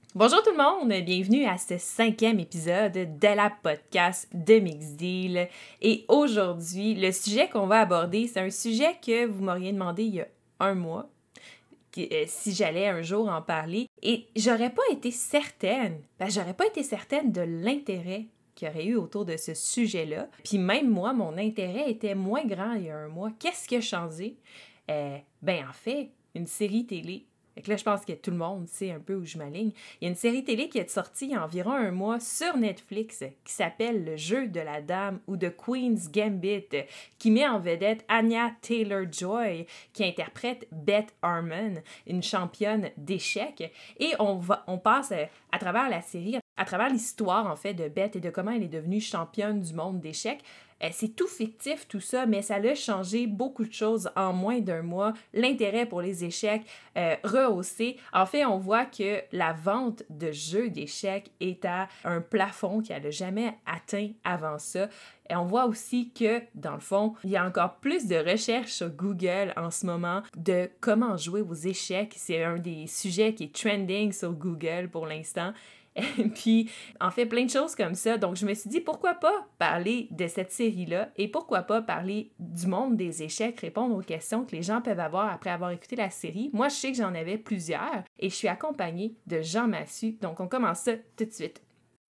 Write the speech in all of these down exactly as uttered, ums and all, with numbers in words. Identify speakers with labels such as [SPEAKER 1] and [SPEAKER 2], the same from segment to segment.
[SPEAKER 1] Bonjour tout le monde, bienvenue à ce cinquième épisode de la podcast de Mixed Deal. Et aujourd'hui, le sujet qu'on va aborder, c'est un sujet que vous m'auriez demandé il y a un mois, euh, si j'allais un jour en parler. Et j'aurais pas été certaine, ben, j'aurais pas été certaine de l'intérêt qu'il y aurait eu autour de ce sujet-là. Puis même moi, mon intérêt était moins grand il y a un mois. Qu'est-ce qui a changé? Euh, ben en fait, une série télé. Fait que là, je pense que tout le monde sait un peu où je m'aligne. Il y a une série télé qui est sortie il y a environ un mois sur Netflix qui s'appelle Le Jeu de la Dame ou The Queen's Gambit, qui met en vedette Anya Taylor-Joy, qui interprète Beth Harmon, une championne d'échecs. Et on, va, on passe à travers la série, à travers l'histoire en fait de Beth et de comment elle est devenue championne du monde d'échecs. Euh, c'est tout fictif, tout ça, mais ça a changé beaucoup de choses en moins d'un mois. L'intérêt pour les échecs euh, rehaussé. En fait, on voit que la vente de jeux d'échecs est à un plafond qu'elle n'a jamais atteint avant ça. Et on voit aussi que, dans le fond, il y a encore plus de recherches sur Google en ce moment de comment jouer aux échecs. C'est un des sujets qui est trending sur Google pour l'instant. Puis, en fait, plein de choses comme ça. Donc, je me suis dit, pourquoi pas parler de cette série-là et pourquoi pas parler du monde des échecs, répondre aux questions que les gens peuvent avoir après avoir écouté la série. Moi, je sais que j'en avais plusieurs et je suis accompagnée de Jean Massu. Donc, on commence ça tout de suite.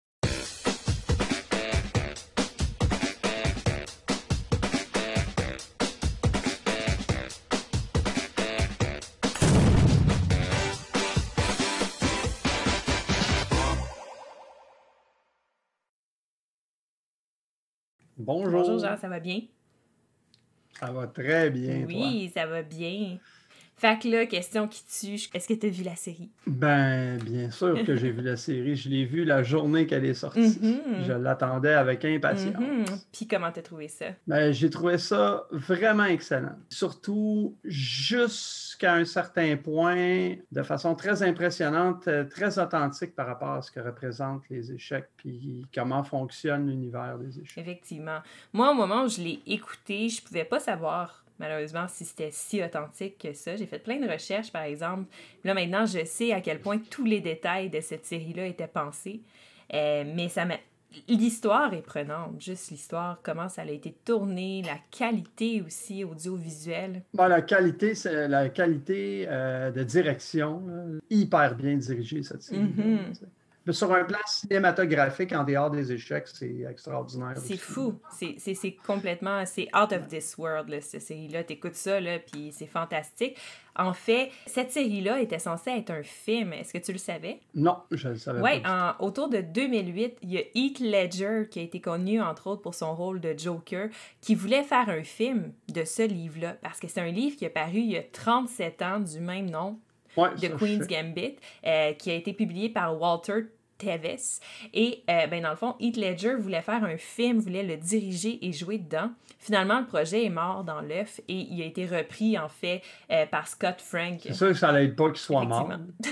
[SPEAKER 2] Bonjour.
[SPEAKER 1] Bonjour Jean, ça va bien?
[SPEAKER 2] Ça va très bien,
[SPEAKER 1] oui,
[SPEAKER 2] toi?
[SPEAKER 1] Oui, ça va bien. Fait que là, question qui tue, est-ce que tu as vu la série?
[SPEAKER 2] Ben, bien sûr que j'ai vu la série. Je l'ai vue la journée qu'elle est sortie.
[SPEAKER 1] Mm-hmm.
[SPEAKER 2] Je l'attendais avec impatience.
[SPEAKER 1] Mm-hmm. Puis comment t'as trouvé ça?
[SPEAKER 2] Ben, j'ai trouvé ça vraiment excellent. Surtout jusqu'à un certain point, de façon très impressionnante, très authentique par rapport à ce que représentent les échecs puis comment fonctionne l'univers des échecs.
[SPEAKER 1] Effectivement. Moi, au moment où je l'ai écouté, je pouvais pas savoir malheureusement si c'était si authentique que ça. J'ai fait plein de recherches, par exemple. Là, maintenant, je sais à quel point tous les détails de cette série-là étaient pensés. Euh, mais ça m'a... L'histoire est prenante, juste l'histoire, comment ça a été tourné, la qualité aussi audiovisuelle.
[SPEAKER 2] Bon, la qualité, c'est la qualité euh, de direction, là, hyper bien dirigée, cette série.
[SPEAKER 1] Mm-hmm.
[SPEAKER 2] Sur un plan cinématographique, en dehors des échecs, c'est extraordinaire.
[SPEAKER 1] C'est
[SPEAKER 2] aussi.
[SPEAKER 1] fou. C'est, c'est, c'est complètement... C'est out of this world, là, cette série-là. T'écoutes ça, là, puis c'est fantastique. En fait, cette série-là était censée être un film. Est-ce que tu le savais?
[SPEAKER 2] Non, je ne le savais
[SPEAKER 1] ouais,
[SPEAKER 2] pas.
[SPEAKER 1] Oui, autour de deux mille huit, il y a Heath Ledger, qui a été connu, entre autres, pour son rôle de Joker, qui voulait faire un film de ce livre-là, parce que c'est un livre qui est paru il y a trente-sept ans, du même nom,
[SPEAKER 2] ouais,
[SPEAKER 1] The Queen's Gambit, euh, qui a été publié par Walter Tevis. Et, euh, ben, dans le fond, Heath Ledger voulait faire un film, voulait le diriger et jouer dedans. Finalement, le projet est mort dans l'œuf et il a été repris, en fait, euh, par Scott Frank.
[SPEAKER 2] C'est sûr que ça n'aide pas qu'il soit mort.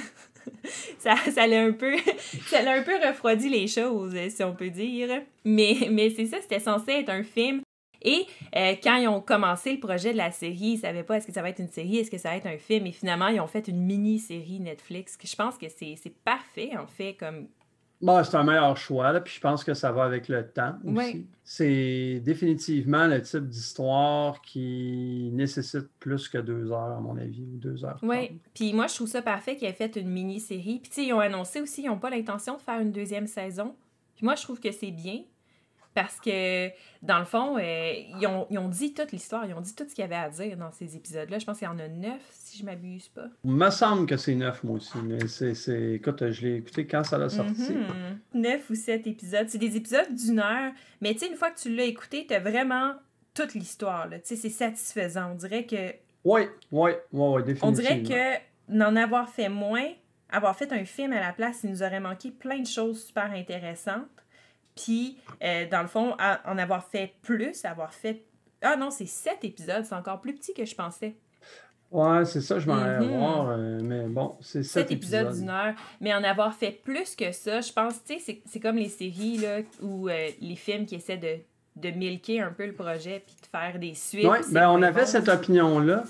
[SPEAKER 1] ça, ça l'a un peu ça l'a un peu refroidi les choses, si on peut dire. Mais, mais c'est ça, c'était censé être un film. Et euh, quand ils ont commencé le projet de la série, ils ne savaient pas est-ce que ça va être une série, est-ce que ça va être un film. Et finalement, ils ont fait une mini-série Netflix. Je pense que c'est, c'est parfait, en fait, comme...
[SPEAKER 2] Bon, c'est un meilleur choix, là, puis je pense que ça va avec le temps aussi.
[SPEAKER 1] Ouais.
[SPEAKER 2] C'est définitivement le type d'histoire qui nécessite plus que deux heures, à mon avis, ou deux heures.
[SPEAKER 1] Oui, puis moi, je trouve ça parfait qu'ils aient fait une mini-série. Puis tu sais, ils ont annoncé aussi qu'ils n'ont pas l'intention de faire une deuxième saison. Puis moi, je trouve que c'est bien. Parce que, dans le fond, euh, ils, ont, ils ont dit toute l'histoire, ils ont dit tout ce qu'il y avait à dire dans ces épisodes-là. Je pense qu'il y en a neuf, si je ne m'abuse pas.
[SPEAKER 2] Il me semble que c'est neuf, moi aussi, mais c'est... c'est... Écoute, je l'ai écouté quand ça l'a sorti.
[SPEAKER 1] Mm-hmm. Neuf ou sept épisodes. C'est des épisodes d'une heure, mais tu sais, une fois que tu l'as écouté, tu as vraiment toute l'histoire. Tu sais, c'est satisfaisant. On dirait que...
[SPEAKER 2] Oui, oui, oui, définitivement.
[SPEAKER 1] On dirait que n'en avoir fait moins, avoir fait un film à la place, il nous aurait manqué plein de choses super intéressantes. Puis, euh, dans le fond, à, en avoir fait plus, avoir fait... Ah non, c'est sept épisodes, c'est encore plus petit que je pensais.
[SPEAKER 2] Ouais, c'est ça, je m'en
[SPEAKER 1] Mm-hmm.
[SPEAKER 2] vais voir, euh, mais bon, c'est sept épisodes.
[SPEAKER 1] épisodes d'une heure, mais en avoir fait plus que ça, je pense, tu sais, c'est, c'est comme les séries, là, ou euh, les films qui essaient de, de milker un peu le projet, puis de faire des suites.
[SPEAKER 2] Oui, ben on avait cette opinion-là.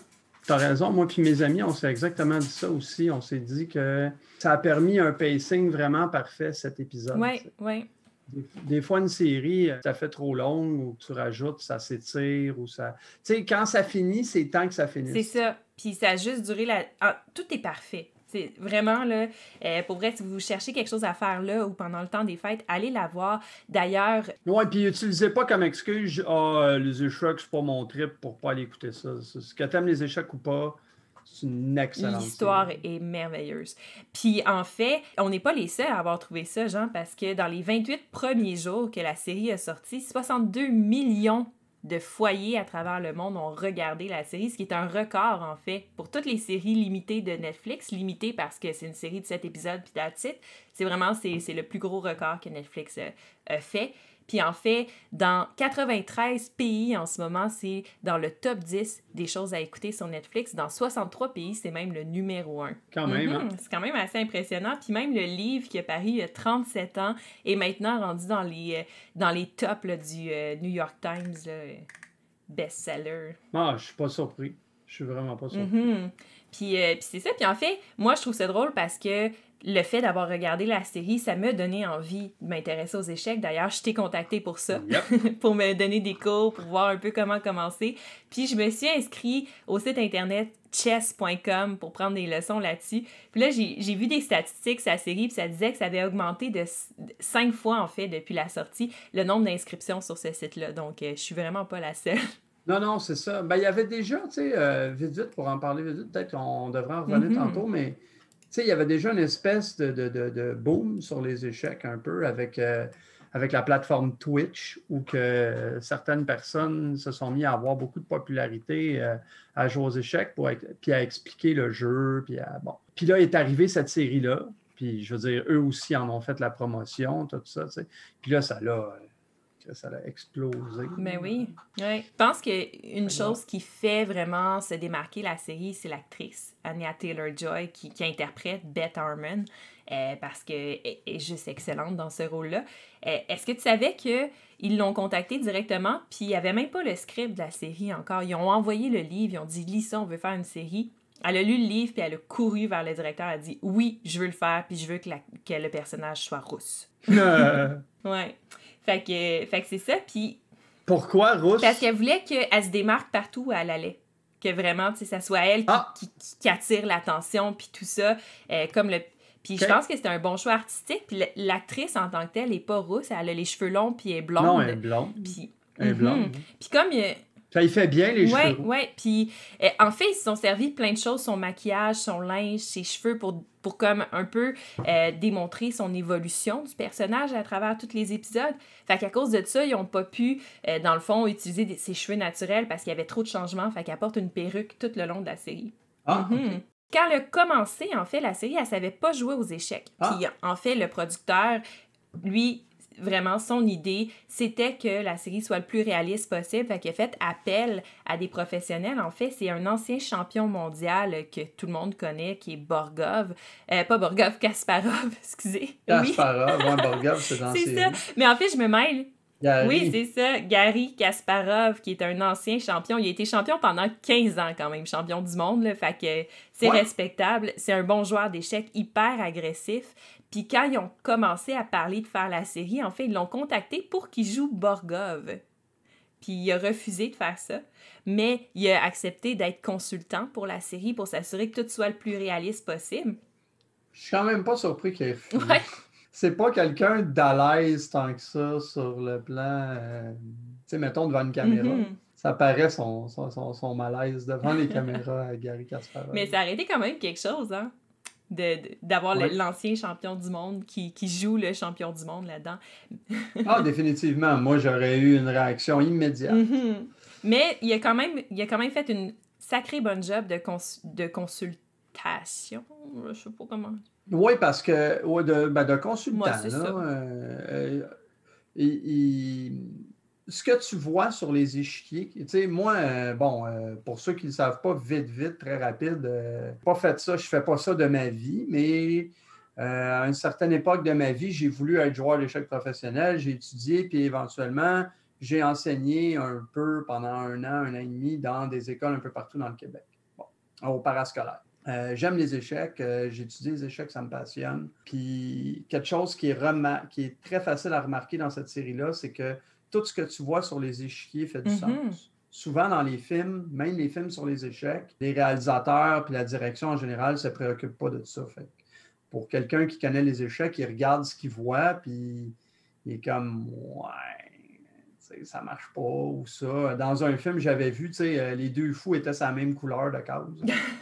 [SPEAKER 2] Tu as raison. Moi puis mes amis, on s'est exactement dit ça aussi. On s'est dit que ça a permis un pacing vraiment parfait, cet épisode.
[SPEAKER 1] Oui, oui.
[SPEAKER 2] Des, des fois, une série, ça fait trop longue ou tu rajoutes, ça s'étire ou ça... Tu sais, quand ça finit, c'est temps que ça finisse.
[SPEAKER 1] C'est ça. Puis ça a juste duré la... Ah, tout est parfait. C'est vraiment, là, euh, pour vrai, si vous cherchez quelque chose à faire là ou pendant le temps des fêtes, allez la voir. D'ailleurs...
[SPEAKER 2] Oui, puis utilisez pas comme excuse « Ah, les échecs, c'est pas mon trip pour pas aller écouter ça. » Ce que t'aimes les échecs ou pas, c'est une excellente
[SPEAKER 1] L'histoire
[SPEAKER 2] série.
[SPEAKER 1] est merveilleuse. Puis en fait, on n'est pas les seuls à avoir trouvé ça, Jean, parce que dans les vingt-huit premiers jours que la série a sorti, soixante-deux millions de foyers à travers le monde ont regardé la série, ce qui est un record, en fait, pour toutes les séries limitées de Netflix. Limitées parce que c'est une série de sept épisodes, puis that's it. C'est vraiment, c'est, c'est le plus gros record que Netflix a, a fait. Puis en fait, dans quatre-vingt-treize pays en ce moment, c'est dans le top dix des choses à écouter sur Netflix. Dans soixante-trois pays, c'est même le numéro un.
[SPEAKER 2] Quand même,
[SPEAKER 1] Mm-hmm.
[SPEAKER 2] hein?
[SPEAKER 1] C'est quand même assez impressionnant. Puis même le livre qui est paru il y a trente-sept ans est maintenant rendu dans les, euh, dans les tops là, du euh, New York Times, là, euh, best-seller.
[SPEAKER 2] Ah, je suis pas surpris. Je suis vraiment pas surpris.
[SPEAKER 1] Mm-hmm. Puis, euh, puis c'est ça. Puis en fait, moi, je trouve ça drôle parce que le fait d'avoir regardé la série, ça m'a donné envie de m'intéresser aux échecs. D'ailleurs, je t'ai contacté pour ça,
[SPEAKER 2] Yep.
[SPEAKER 1] pour me donner des cours, pour voir un peu comment commencer. Puis je me suis inscrite au site internet chess point com pour prendre des leçons là-dessus. Puis là, j'ai, j'ai vu des statistiques sur la série, puis ça disait que ça avait augmenté de cinq fois, en fait, depuis la sortie, le nombre d'inscriptions sur ce site-là. Donc, euh, je suis vraiment pas la seule.
[SPEAKER 2] Non, non, c'est ça. Ben, il y avait déjà, tu sais, euh, vite, vite, pour en parler vite, vite, peut-être qu'on devrait en revenir
[SPEAKER 1] Mm-hmm.
[SPEAKER 2] tantôt, mais tu sais, il y avait déjà une espèce de, de, de, de boom sur les échecs un peu avec, euh, avec la plateforme Twitch, où que certaines personnes se sont mis à avoir beaucoup de popularité euh, à jouer aux échecs, pour, puis à expliquer le jeu, puis à, bon. Puis là est arrivée cette série-là, puis je veux dire, eux aussi en ont fait la promotion, tout ça, tu sais. Puis là, ça l'a... ça a explosé.
[SPEAKER 1] Ben oui. Ouais. Je pense qu'une
[SPEAKER 2] C'est
[SPEAKER 1] chose
[SPEAKER 2] bon.
[SPEAKER 1] qui fait vraiment se démarquer la série, c'est l'actrice Anya Taylor-Joy qui, qui interprète Beth Harmon euh, parce qu'elle est juste excellente dans ce rôle-là. Euh, est-ce que tu savais qu'ils l'ont contactée directement puis il n'y avait même pas le script de la série encore? Ils ont envoyé le livre, ils ont dit « Lis ça, on veut faire une série ». Elle a lu le livre puis elle a couru vers le directeur. Elle a dit « Oui, je veux le faire puis je veux que, la, que le personnage soit rousse. » Ouais. Fait que, fait que c'est ça, puis...
[SPEAKER 2] Pourquoi rousse?
[SPEAKER 1] Parce qu'elle voulait qu'elle se démarque partout où elle allait. Que vraiment, tu sais, ça soit elle qui,
[SPEAKER 2] Ah!
[SPEAKER 1] qui, qui, qui attire l'attention, puis tout ça. Euh, comme le... Puis
[SPEAKER 2] Okay.
[SPEAKER 1] je pense que c'était un bon choix artistique. Puis l'actrice, en tant que telle, n'est pas rousse. Elle a les cheveux longs, puis elle est blonde.
[SPEAKER 2] Non, elle est blonde.
[SPEAKER 1] Puis...
[SPEAKER 2] Elle est blonde.
[SPEAKER 1] Mm-hmm. Puis comme... Euh...
[SPEAKER 2] Ça y fait bien, les
[SPEAKER 1] ouais,
[SPEAKER 2] cheveux roux.
[SPEAKER 1] Ouais, puis euh, en fait, ils se sont servis de plein de choses, son maquillage, son linge, ses cheveux, pour, pour comme un peu euh, démontrer son évolution du personnage à travers tous les épisodes. Fait qu'à cause de ça, ils n'ont pas pu, euh, dans le fond, utiliser des, ses cheveux naturels parce qu'il y avait trop de changements. Fait qu'elle porte une perruque tout le long de la série.
[SPEAKER 2] Ah,
[SPEAKER 1] Mm-hmm.
[SPEAKER 2] okay.
[SPEAKER 1] Quand elle a commencé, en fait, la série, elle savait pas jouer aux échecs.
[SPEAKER 2] Ah.
[SPEAKER 1] Puis en fait, le producteur, lui... Vraiment, son idée, c'était que la série soit le plus réaliste possible. Fait qu'il a fait appel à des professionnels. En fait, c'est un ancien champion mondial que tout le monde connaît, qui est Borgov. Euh, pas Borgov, Kasparov, excusez.
[SPEAKER 2] Kasparov,
[SPEAKER 1] oui.
[SPEAKER 2] ouais, Borgov, c'est dans
[SPEAKER 1] C'est
[SPEAKER 2] série.
[SPEAKER 1] ça. Mais en fait, je me mêle.
[SPEAKER 2] Gary.
[SPEAKER 1] Oui, c'est ça. Gary Kasparov, qui est un ancien champion. Il a été champion pendant quinze ans, quand même, champion du monde. Là, fait que c'est
[SPEAKER 2] ouais.
[SPEAKER 1] respectable. C'est un bon joueur d'échecs, hyper agressif. Puis quand ils ont commencé à parler de faire la série, en fait, ils l'ont contacté pour qu'il joue Borgov. Puis il a refusé de faire ça. Mais il a accepté d'être consultant pour la série pour s'assurer que tout soit le plus réaliste possible.
[SPEAKER 2] Je suis quand même pas surpris qu'il ait refusé.
[SPEAKER 1] Ouais.
[SPEAKER 2] C'est pas quelqu'un d'à l'aise tant que ça sur le plan, euh, tu sais, mettons devant une caméra. Mm-hmm. Ça paraît son, son, son, son malaise devant les caméras à Gary Kasparov.
[SPEAKER 1] Mais ça aurait été quand même quelque chose, hein? De, de, d'avoir ouais. l'ancien champion du monde qui, qui joue le champion du monde là-dedans.
[SPEAKER 2] Ah, définitivement. Moi, j'aurais eu une réaction immédiate.
[SPEAKER 1] Mm-hmm. Mais il a, quand même, il a quand même fait une sacrée bonne job de, cons, de consultation. Je sais pas comment...
[SPEAKER 2] Oui, parce que ouais, de, ben, de consultant,
[SPEAKER 1] ouais, c'est
[SPEAKER 2] là,
[SPEAKER 1] ça.
[SPEAKER 2] Euh, euh, il, il, ce que tu vois sur les échiquiers, tu sais, moi, euh, bon, euh, pour ceux qui ne le savent pas, vite, vite, très rapide, euh, pas fait ça, je fais pas ça de ma vie, mais euh, à une certaine époque de ma vie, j'ai voulu être joueur d'échecs professionnel, j'ai étudié, puis éventuellement, j'ai enseigné un peu pendant un an, un an et demi dans des écoles un peu partout dans le Québec. Bon. au parascolaire. Euh, j'aime les échecs, euh, j'étudie les échecs, ça me passionne. Puis quelque chose qui est, remar- qui est très facile à remarquer dans cette série-là, c'est que tout ce que tu vois sur les échiquiers fait du
[SPEAKER 1] Mm-hmm.
[SPEAKER 2] sens. Souvent dans les films, même les films sur les échecs, les réalisateurs puis la direction en général ne se préoccupent pas de ça. Fait que pour quelqu'un qui connaît les échecs, il regarde ce qu'il voit, puis il est comme « ouais, ça marche pas » ou ça. Dans un film, j'avais vu, les deux fous étaient sa même couleur de cause.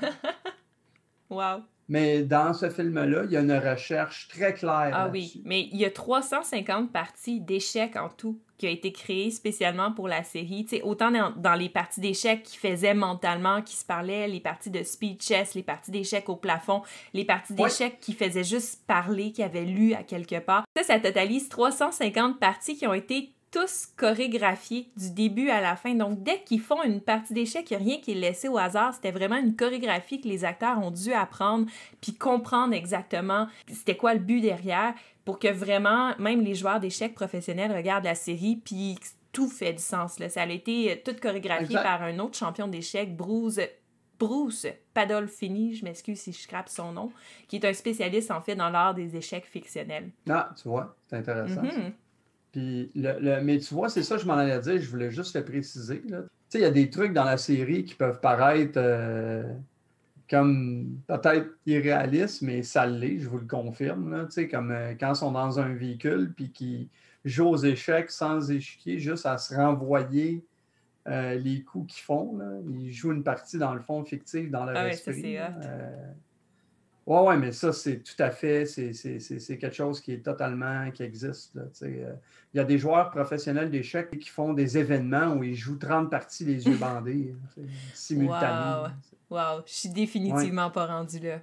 [SPEAKER 1] Wow!
[SPEAKER 2] Mais dans ce film-là, il y a une recherche très claire
[SPEAKER 1] Ah
[SPEAKER 2] là-dessus.
[SPEAKER 1] oui, mais il y a trois cent cinquante parties d'échecs en tout qui ont été créées spécialement pour la série. T'sais, autant dans, dans les parties d'échecs qui faisaient mentalement, qui se parlaient, les parties de speed chess, les parties d'échecs au plafond, les parties d'échecs ouais. qui faisaient juste parler, qui avaient lu à quelque part. Ça, ça totalise trois cent cinquante parties qui ont été tous chorégraphiés du début à la fin. Donc, dès qu'ils font une partie d'échecs, il n'y a rien qui est laissé au hasard. C'était vraiment une chorégraphie que les acteurs ont dû apprendre puis comprendre exactement c'était quoi le but derrière pour que vraiment, même les joueurs d'échecs professionnels regardent la série puis tout fait du sens. Là. Ça a été tout chorégraphié exact. Par un autre champion d'échecs, Bruce... Bruce Padolfini, je m'excuse si je scrape son nom, qui est un spécialiste, en fait, dans l'art des échecs fictionnels.
[SPEAKER 2] Ah, tu vois, c'est intéressant.
[SPEAKER 1] Mm-hmm.
[SPEAKER 2] Puis le, le, mais tu vois, c'est ça que je m'en allais dire, je voulais juste le préciser. Tu sais, il y a des trucs dans la série qui peuvent paraître euh, comme peut-être irréalistes, mais ça l'est, je vous le confirme. Tu sais, comme euh, quand ils sont dans un véhicule puis qu'ils jouent aux échecs sans échiquier, juste à se renvoyer euh, les coups qu'ils font. Là. Ils jouent une partie, dans le fond, fictive dans leur
[SPEAKER 1] ah
[SPEAKER 2] esprit.
[SPEAKER 1] Ouais, ça, c'est
[SPEAKER 2] hot. Euh, Oui, ouais, mais ça, c'est tout à fait, c'est, c'est, c'est, c'est quelque chose qui est totalement, qui existe. Là, euh, il y a des joueurs professionnels d'échecs qui font des événements où ils jouent trente parties les yeux bandés, simultanés.
[SPEAKER 1] Wow, wow, je suis définitivement ouais. pas rendue là.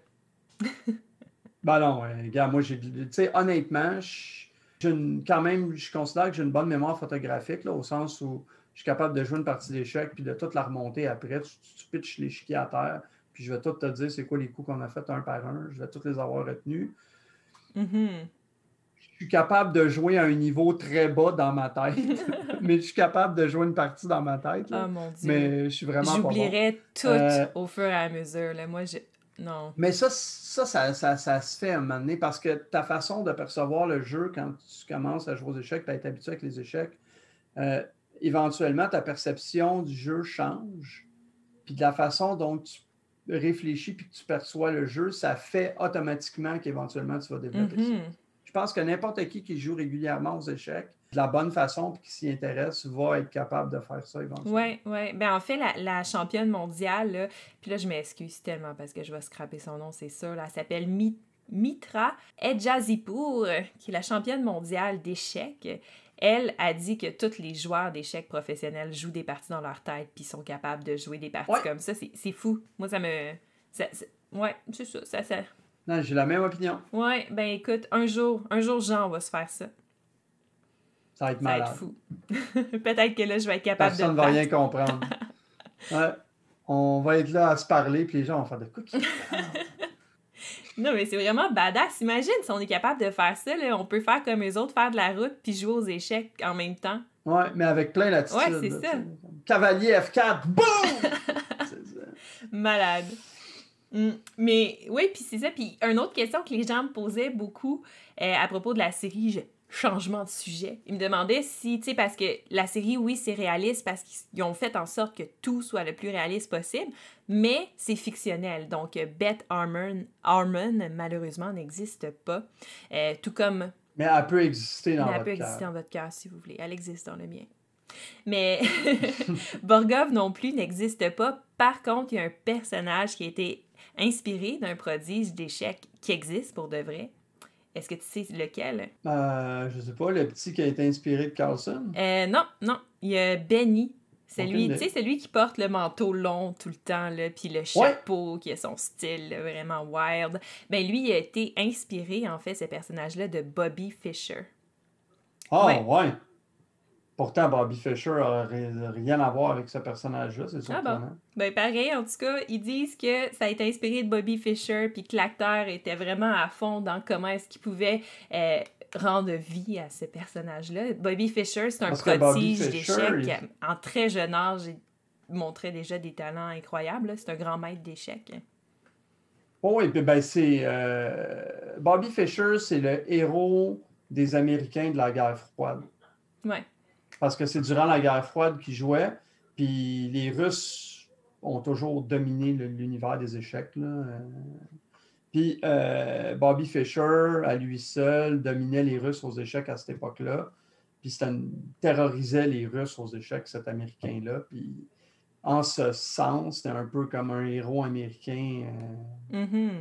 [SPEAKER 2] Ben non, ouais, gars, moi, j'ai, tu sais, honnêtement, j'ai une, quand même, je considère que j'ai une bonne mémoire photographique, là, au sens où je suis capable de jouer une partie d'échecs puis de toute la remonter après. Tu, tu pitches l'échiquier à terre. Puis je vais tout te dire c'est quoi les coups qu'on a fait un par un. Je vais tous les avoir retenus.
[SPEAKER 1] Mm-hmm.
[SPEAKER 2] Je suis capable de jouer à un niveau très bas dans ma tête. Mais je suis capable de jouer une partie dans ma tête. Là.
[SPEAKER 1] Oh mon Dieu.
[SPEAKER 2] Mais je suis vraiment
[SPEAKER 1] J'oublierais
[SPEAKER 2] pas bon.
[SPEAKER 1] tout euh... au fur et à mesure. Là. Moi, je... Non.
[SPEAKER 2] Mais ça, ça, ça, ça, ça se fait à un moment donné parce que ta façon de percevoir le jeu quand tu commences à jouer aux échecs, tu es habitué avec les échecs, euh, éventuellement, ta perception du jeu change. Puis de la façon dont tu réfléchis puis que tu perçois le jeu, ça fait automatiquement qu'éventuellement tu vas développer
[SPEAKER 1] mm-hmm.
[SPEAKER 2] ça. Je pense que n'importe qui qui joue régulièrement aux échecs, de la bonne façon puis qui s'y intéresse, va être capable de faire ça éventuellement.
[SPEAKER 1] Oui, oui. Ben en fait, la, la championne mondiale, là, puis là, je m'excuse tellement parce que je vais scraper son nom, c'est sûr, là, elle s'appelle Mi- Mitra Edjazipour, qui est la championne mondiale d'échecs. Elle a dit que tous les joueurs d'échecs professionnels jouent des parties dans leur tête puis sont capables de jouer des parties ouais. comme ça. C'est, c'est fou. Moi, ça me... Ça, ça... Ouais, c'est ça. ça, ça...
[SPEAKER 2] Non, j'ai la même opinion.
[SPEAKER 1] Ouais, ben écoute, un jour, un jour, Jean va se faire ça.
[SPEAKER 2] Ça va être
[SPEAKER 1] ça
[SPEAKER 2] malade.
[SPEAKER 1] Ça va être fou. Peut-être que là, je vais être capable
[SPEAKER 2] Personne
[SPEAKER 1] de...
[SPEAKER 2] Personne ne va rien comprendre. Ouais. On va être là à se parler puis les gens vont faire de quoi qu'ils parlent.
[SPEAKER 1] Non, mais c'est vraiment badass. Imagine si on est capable de faire ça, là, on peut faire comme eux autres, faire de la route puis jouer aux échecs en même temps.
[SPEAKER 2] Ouais, mais avec plein d'attitude.
[SPEAKER 1] Ouais, c'est
[SPEAKER 2] là,
[SPEAKER 1] ça.
[SPEAKER 2] T'sais. Cavalier F quatre, boum! C'est ça.
[SPEAKER 1] Malade. Mm. Mais oui, puis c'est ça. Puis une autre question que les gens me posaient beaucoup euh, à propos de la série, je... changement de sujet. Ils me demandaient si, tu sais, parce que la série, oui, c'est réaliste parce qu'ils ont fait en sorte que tout soit le plus réaliste possible, mais c'est fictionnel. Donc, Beth Harmon, Harmon malheureusement, n'existe pas. Euh, tout comme...
[SPEAKER 2] Mais elle peut exister dans
[SPEAKER 1] mais
[SPEAKER 2] votre
[SPEAKER 1] elle peut
[SPEAKER 2] cœur.
[SPEAKER 1] exister dans votre cœur, si vous voulez. Elle existe dans le mien. Mais Borgov non plus n'existe pas. Par contre, il y a un personnage qui a été inspiré d'un prodige d'échecs qui existe pour de vrai. Est-ce que tu sais lequel?
[SPEAKER 2] Euh, je sais pas, le petit qui a été inspiré de Carlson?
[SPEAKER 1] Euh, non, non. Il y a Benny. C'est
[SPEAKER 2] Aucune
[SPEAKER 1] lui,
[SPEAKER 2] idée.
[SPEAKER 1] tu sais, c'est lui qui porte le manteau long tout le temps, là, puis le chapeau, ouais. qui a son style là, vraiment wild. Ben lui, il a été inspiré, en fait, ce personnage-là, de Bobby Fischer.
[SPEAKER 2] Ah, ouais. ouais. Pourtant, Bobby Fischer n'a rien à voir avec ce personnage-là, c'est surprenant.
[SPEAKER 1] Ah bon? Ben pareil, en tout cas, ils disent que ça a été inspiré de Bobby Fischer, puis que l'acteur était vraiment à fond dans comment est-ce qu'il pouvait euh, rendre vie à ce personnage-là. Bobby Fischer, c'est un
[SPEAKER 2] Parce prodige
[SPEAKER 1] d'échecs
[SPEAKER 2] il...
[SPEAKER 1] en très jeune âge. montrait déjà des talents incroyables. Là. C'est un grand maître d'échecs.
[SPEAKER 2] Oh, et puis ben, c'est... Euh, Bobby Fischer, c'est le héros des Américains de la guerre froide.
[SPEAKER 1] Ouais.
[SPEAKER 2] Parce que c'est durant la guerre froide qu'il jouait, puis les Russes ont toujours dominé le, l'univers des échecs, là. Euh, Puis euh, Bobby Fischer, à lui seul, dominait les Russes aux échecs à cette époque-là. Puis ça terrorisait les Russes aux échecs, cet Américain-là. Puis en ce sens, c'était un peu comme un héros américain. Euh,
[SPEAKER 1] mm-hmm.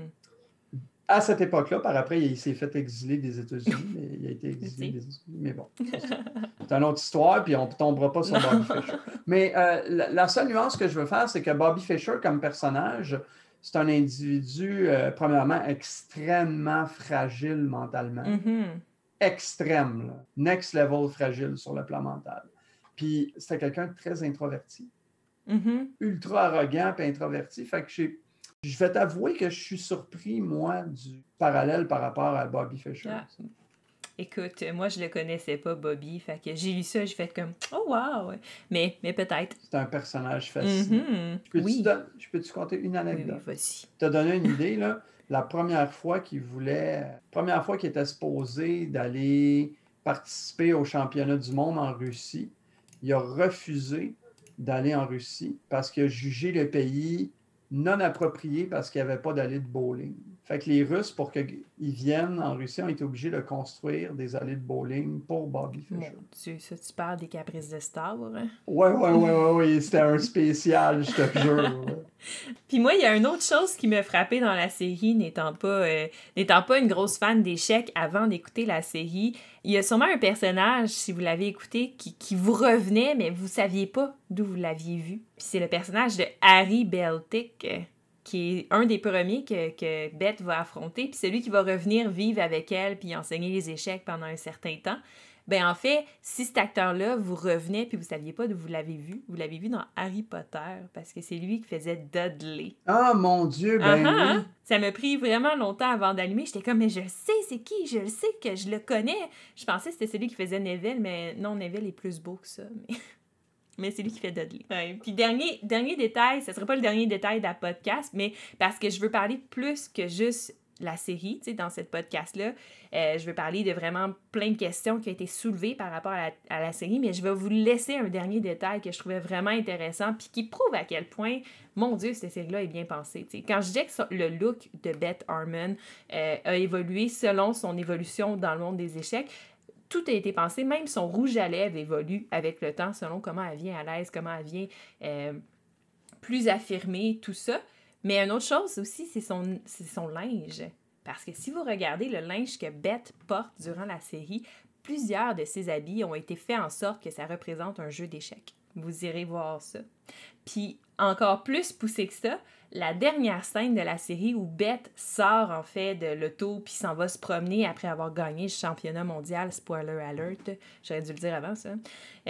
[SPEAKER 2] À cette époque-là, par après, il s'est fait exiler des États-Unis. Mais il a été exilé des États-Unis. Mais bon, c'est une autre histoire, puis on ne tombera pas sur non. Bobby Fischer. Mais euh, la, la seule nuance que je veux faire, c'est que Bobby Fischer, comme personnage, c'est un individu, euh, premièrement, extrêmement fragile mentalement.
[SPEAKER 1] Mm-hmm.
[SPEAKER 2] Extrême, là. Next level fragile sur le plan mental. Puis c'était quelqu'un de très introverti.
[SPEAKER 1] Mm-hmm.
[SPEAKER 2] Ultra arrogant et introverti. Fait que j'ai... je vais t'avouer que je suis surpris, moi, du parallèle par rapport à Bobby Fischer.
[SPEAKER 1] Ah. Écoute, moi, je le connaissais pas, Bobby. Fait que j'ai lu ça, j'ai fait comme « Oh, wow! » Mais, mais peut-être.
[SPEAKER 2] C'est un personnage fascinant.
[SPEAKER 1] Mm-hmm.
[SPEAKER 2] Je peux-tu,
[SPEAKER 1] oui.
[SPEAKER 2] don... je peux-tu compter une anecdote?
[SPEAKER 1] Oui, oui, vas-y.
[SPEAKER 2] Te donner une idée, là. La première fois qu'il voulait... Première fois qu'il était supposé d'aller participer au championnat du monde en Russie, il a refusé d'aller en Russie parce qu'il a jugé le pays non approprié parce qu'il n'y avait pas d'allée de bowling. Fait que les Russes, pour qu'ils viennent en Russie, ont été obligés de construire des allées de bowling pour Bobby Fischer.
[SPEAKER 1] Mon Dieu, ça, tu parles des caprices de Star, hein?
[SPEAKER 2] Ouais, ouais, ouais, ouais, ouais. C'était un spécial, je te jure. Ouais.
[SPEAKER 1] Puis moi, il y a une autre chose qui m'a frappée dans la série, n'étant pas, euh, n'étant pas une grosse fan d'échecs avant d'écouter la série. Il y a sûrement un personnage, si vous l'avez écouté, qui, qui vous revenait, mais vous saviez pas d'où vous l'aviez vu. Puis c'est le personnage de Harry Beltic, euh, qui est un des premiers que, que Beth va affronter, puis celui qui va revenir vivre avec elle puis enseigner les échecs pendant un certain temps. Ben en fait, si cet acteur-là vous revenait puis vous saviez pas d'où vous l'avez vu, vous l'avez vu dans Harry Potter, parce que c'est lui qui faisait Dudley.
[SPEAKER 2] Ah, mon Dieu, ben
[SPEAKER 1] uh-huh.
[SPEAKER 2] oui!
[SPEAKER 1] Ça m'a pris vraiment longtemps avant d'allumer. J'étais comme, mais je sais c'est qui, je le sais que je le connais. Je pensais que c'était celui qui faisait Neville, mais non, Neville est plus beau que ça, mais... mais c'est lui qui fait Dudley. Ouais. Puis dernier, dernier détail, ce serait pas le dernier détail de la podcast, mais parce que je veux parler plus que juste la série, tu sais, dans cette podcast-là. Euh, je veux parler de vraiment plein de questions qui ont été soulevées par rapport à la, à la série, mais je vais vous laisser un dernier détail que je trouvais vraiment intéressant puis qui prouve à quel point, mon Dieu, cette série-là est bien pensée. Tu sais. Quand je disais que le look de Beth Harmon euh, a évolué selon son évolution dans le monde des échecs, tout a été pensé, même son rouge à lèvres évolue avec le temps selon comment elle vient à l'aise, comment elle vient euh, plus affirmée, tout ça. Mais une autre chose aussi, c'est son, c'est son linge. Parce que si vous regardez le linge que Beth porte durant la série, plusieurs de ses habits ont été faits en sorte que ça représente un jeu d'échecs. Vous irez voir ça. Puis, encore plus poussé que ça, la dernière scène de la série où Beth sort en fait de l'auto puis s'en va se promener après avoir gagné le championnat mondial, spoiler alert, j'aurais dû le dire avant ça.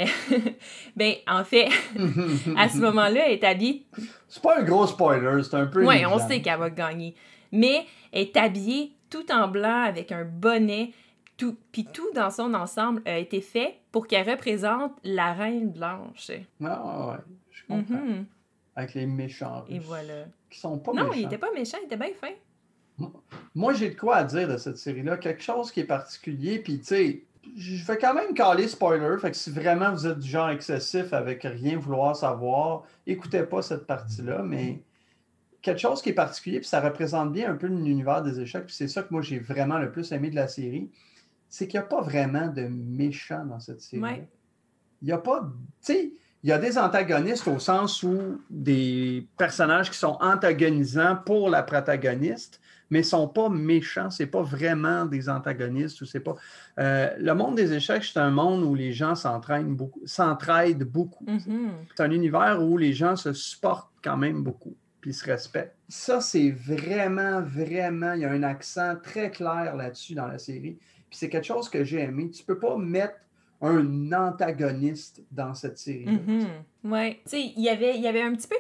[SPEAKER 1] ben en fait, à ce moment-là, elle est habillée...
[SPEAKER 2] C'est pas un gros spoiler, c'est un peu...
[SPEAKER 1] Oui, on sait qu'elle va gagner. Mais elle est habillée tout en blanc avec un bonnet, tout, puis tout dans son ensemble a été fait pour qu'elle représente la Reine Blanche.
[SPEAKER 2] Ah ouais, je comprends. Mm-hmm. Avec les méchants russes.
[SPEAKER 1] Et voilà.
[SPEAKER 2] Qui sont pas
[SPEAKER 1] non,
[SPEAKER 2] méchants.
[SPEAKER 1] il était pas méchant, il était bien fin.
[SPEAKER 2] Moi, j'ai de quoi à dire de cette série-là. Quelque chose qui est particulier, puis tu sais, je vais quand même caler spoiler, fait que si vraiment vous êtes du genre excessif avec rien vouloir savoir, écoutez pas cette partie-là, mais quelque chose qui est particulier, puis ça représente bien un peu l'univers des échecs, puis c'est ça que moi j'ai vraiment le plus aimé de la série, c'est qu'il n'y a pas vraiment de méchants dans cette série-là.
[SPEAKER 1] Ouais.
[SPEAKER 2] Il n'y a pas, tu sais, il y a des antagonistes au sens où des personnages qui sont antagonisants pour la protagoniste, mais ne sont pas méchants, c'est pas vraiment des antagonistes ou c'est pas. Euh, le monde des échecs, c'est un monde où les gens s'entraînent beaucoup, s'entraident beaucoup.
[SPEAKER 1] Mm-hmm.
[SPEAKER 2] C'est un univers où les gens se supportent quand même beaucoup, puis se respectent. Ça, c'est vraiment, vraiment, il y a un accent très clair là-dessus dans la série. Puis c'est quelque chose que j'ai aimé. Tu peux pas mettre un antagoniste dans cette série-là.
[SPEAKER 1] Mm-hmm. Oui. Tu sais, il y avait, il y avait un petit peu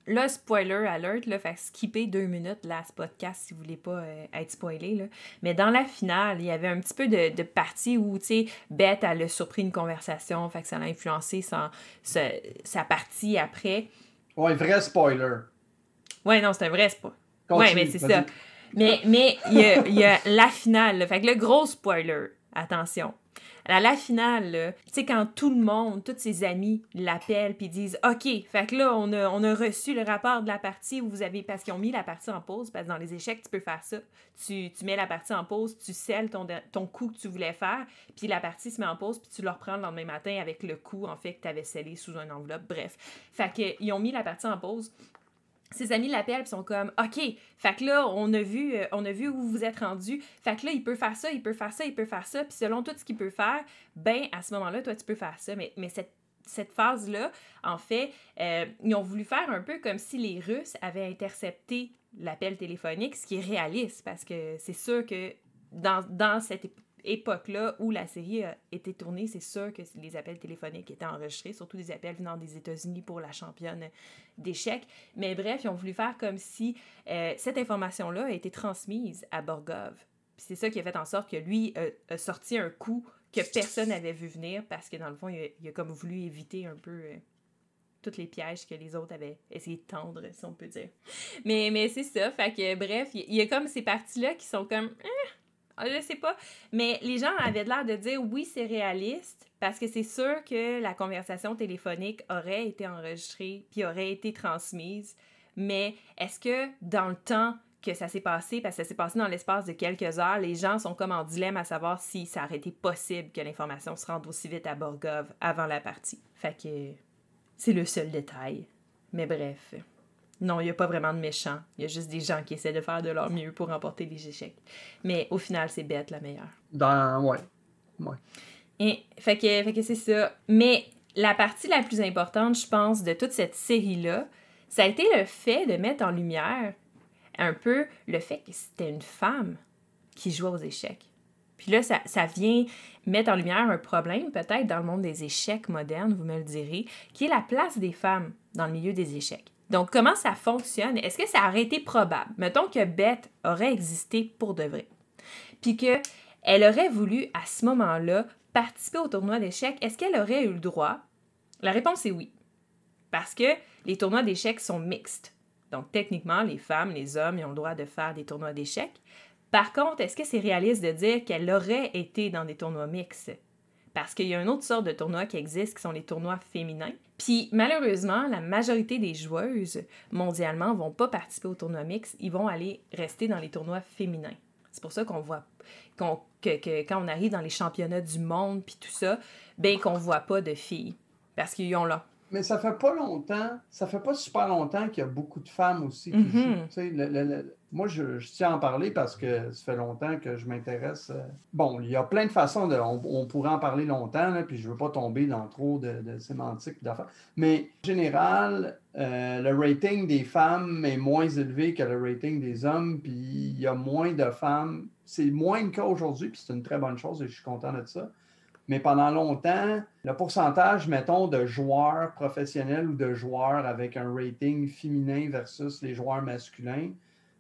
[SPEAKER 1] là, spoiler alert, là, fait que skipper deux minutes, là, ce podcast, si vous voulez pas euh, être spoilé, là. Mais dans la finale, il y avait un petit peu de, de partie où, tu sais, Beth, elle a surpris une conversation, fait que ça l'a influencé son, sa, sa partie après.
[SPEAKER 2] Ouais, vrai spoiler.
[SPEAKER 1] Ouais, non, c'est un vrai spoiler.
[SPEAKER 2] Continue,
[SPEAKER 1] ouais, mais c'est
[SPEAKER 2] vas-y.
[SPEAKER 1] ça. Mais mais il y a, y a la finale, là. Fait que le gros spoiler, attention. À la finale, là, tu sais, quand tout le monde, tous ses amis l'appellent puis disent « OK, fait que là, on a, on a reçu le rapport de la partie où vous avez... » Parce qu'ils ont mis la partie en pause, parce que dans les échecs, tu peux faire ça. Tu, tu mets la partie en pause, tu scelles ton, ton coup que tu voulais faire, puis la partie se met en pause, puis tu le reprends le lendemain matin avec le coup, en fait, que tu avais scellé sous une enveloppe. Bref. Fait qu'ils ont mis la partie en pause. Ses amis l'appellent et sont comme « OK, fait que là, on a vu, euh, on a vu où vous êtes rendu. Fait que là, il peut faire ça, il peut faire ça, il peut faire ça. Puis selon tout ce qu'il peut faire, ben à ce moment-là, toi, tu peux faire ça. » Mais, mais cette, cette phase-là, en fait, euh, ils ont voulu faire un peu comme si les Russes avaient intercepté l'appel téléphonique, ce qui est réaliste, parce que c'est sûr que dans, dans cette époque, époque-là où la série a été tournée, c'est sûr que les appels téléphoniques étaient enregistrés, surtout des appels venant des États-Unis pour la championne d'échecs. Mais bref, ils ont voulu faire comme si euh, cette information-là a été transmise à Borgov. Puis c'est ça qui a fait en sorte que lui euh, a sorti un coup que personne n'avait vu venir parce que dans le fond, il a, il a comme voulu éviter un peu... Euh, tous les pièges que les autres avaient essayé de tendre, si on peut dire. Mais, mais c'est ça, fait que bref, il y a comme ces parties-là qui sont comme... Eh, je sais pas, mais les gens avaient l'air de dire oui, c'est réaliste, parce que c'est sûr que la conversation téléphonique aurait été enregistrée puis aurait été transmise, mais est-ce que dans le temps que ça s'est passé, parce que ça s'est passé dans l'espace de quelques heures, les gens sont comme en dilemme à savoir si ça aurait été possible que l'information se rende aussi vite à Borgov avant la partie. Fait que c'est le seul détail. Mais bref... Non, il n'y a pas vraiment de méchants. Il y a juste des gens qui essaient de faire de leur mieux pour remporter les échecs. Mais au final, c'est Beth la meilleure.
[SPEAKER 2] Dans... Ouais. Ouais.
[SPEAKER 1] Et, fait que, fait que c'est ça. Mais la partie la plus importante, je pense, de toute cette série-là, ça a été le fait de mettre en lumière un peu le fait que c'était une femme qui jouait aux échecs. Puis là, ça, ça vient mettre en lumière un problème, peut-être, dans le monde des échecs modernes, vous me le direz, qui est la place des femmes dans le milieu des échecs. Donc, comment ça fonctionne? Est-ce que ça aurait été probable? Mettons que Beth aurait existé pour de vrai. Puis qu'elle aurait voulu, à ce moment-là, participer au tournoi d'échecs. Est-ce qu'elle aurait eu le droit? La réponse est oui. Parce que les tournois d'échecs sont mixtes. Donc, techniquement, les femmes, les hommes, ils ont le droit de faire des tournois d'échecs. Par contre, est-ce que c'est réaliste de dire qu'elle aurait été dans des tournois mixtes? Parce qu'il y a une autre sorte de tournois qui existe, qui sont les tournois féminins. Puis, malheureusement, la majorité des joueuses, mondialement, vont pas participer aux tournois mixtes. Ils vont aller rester dans les tournois féminins. C'est pour ça qu'on voit qu'on, que, que quand on arrive dans les championnats du monde puis tout ça, ben qu'on voit pas de filles. Parce qu'ils ont là.
[SPEAKER 2] Mais ça fait pas longtemps, ça fait pas super longtemps qu'il y a beaucoup de femmes aussi qui
[SPEAKER 1] Mm-hmm.
[SPEAKER 2] jouent. Tu sais, le, le, le, moi, je, je tiens à en parler parce que ça fait longtemps que je m'intéresse. Euh, bon, il y a plein de façons, de, on, on pourrait en parler longtemps, là, puis je veux pas tomber dans trop de, de sémantique d'affaires. Mais en général, euh, le rating des femmes est moins élevé que le rating des hommes, puis il y a moins de femmes. C'est moins le cas aujourd'hui, puis c'est une très bonne chose et je suis content de ça. Mais pendant longtemps, le pourcentage, mettons, de joueurs professionnels ou de joueurs avec un rating féminin versus les joueurs masculins,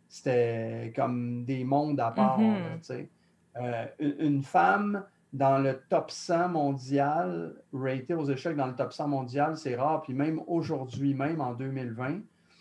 [SPEAKER 2] c'était comme des mondes à part.
[SPEAKER 1] Mm-hmm.
[SPEAKER 2] Là, tu sais. Euh, une femme dans le top cent mondial, ratée aux échecs dans le top cent mondial, c'est rare. Puis même aujourd'hui, même en deux mille vingt,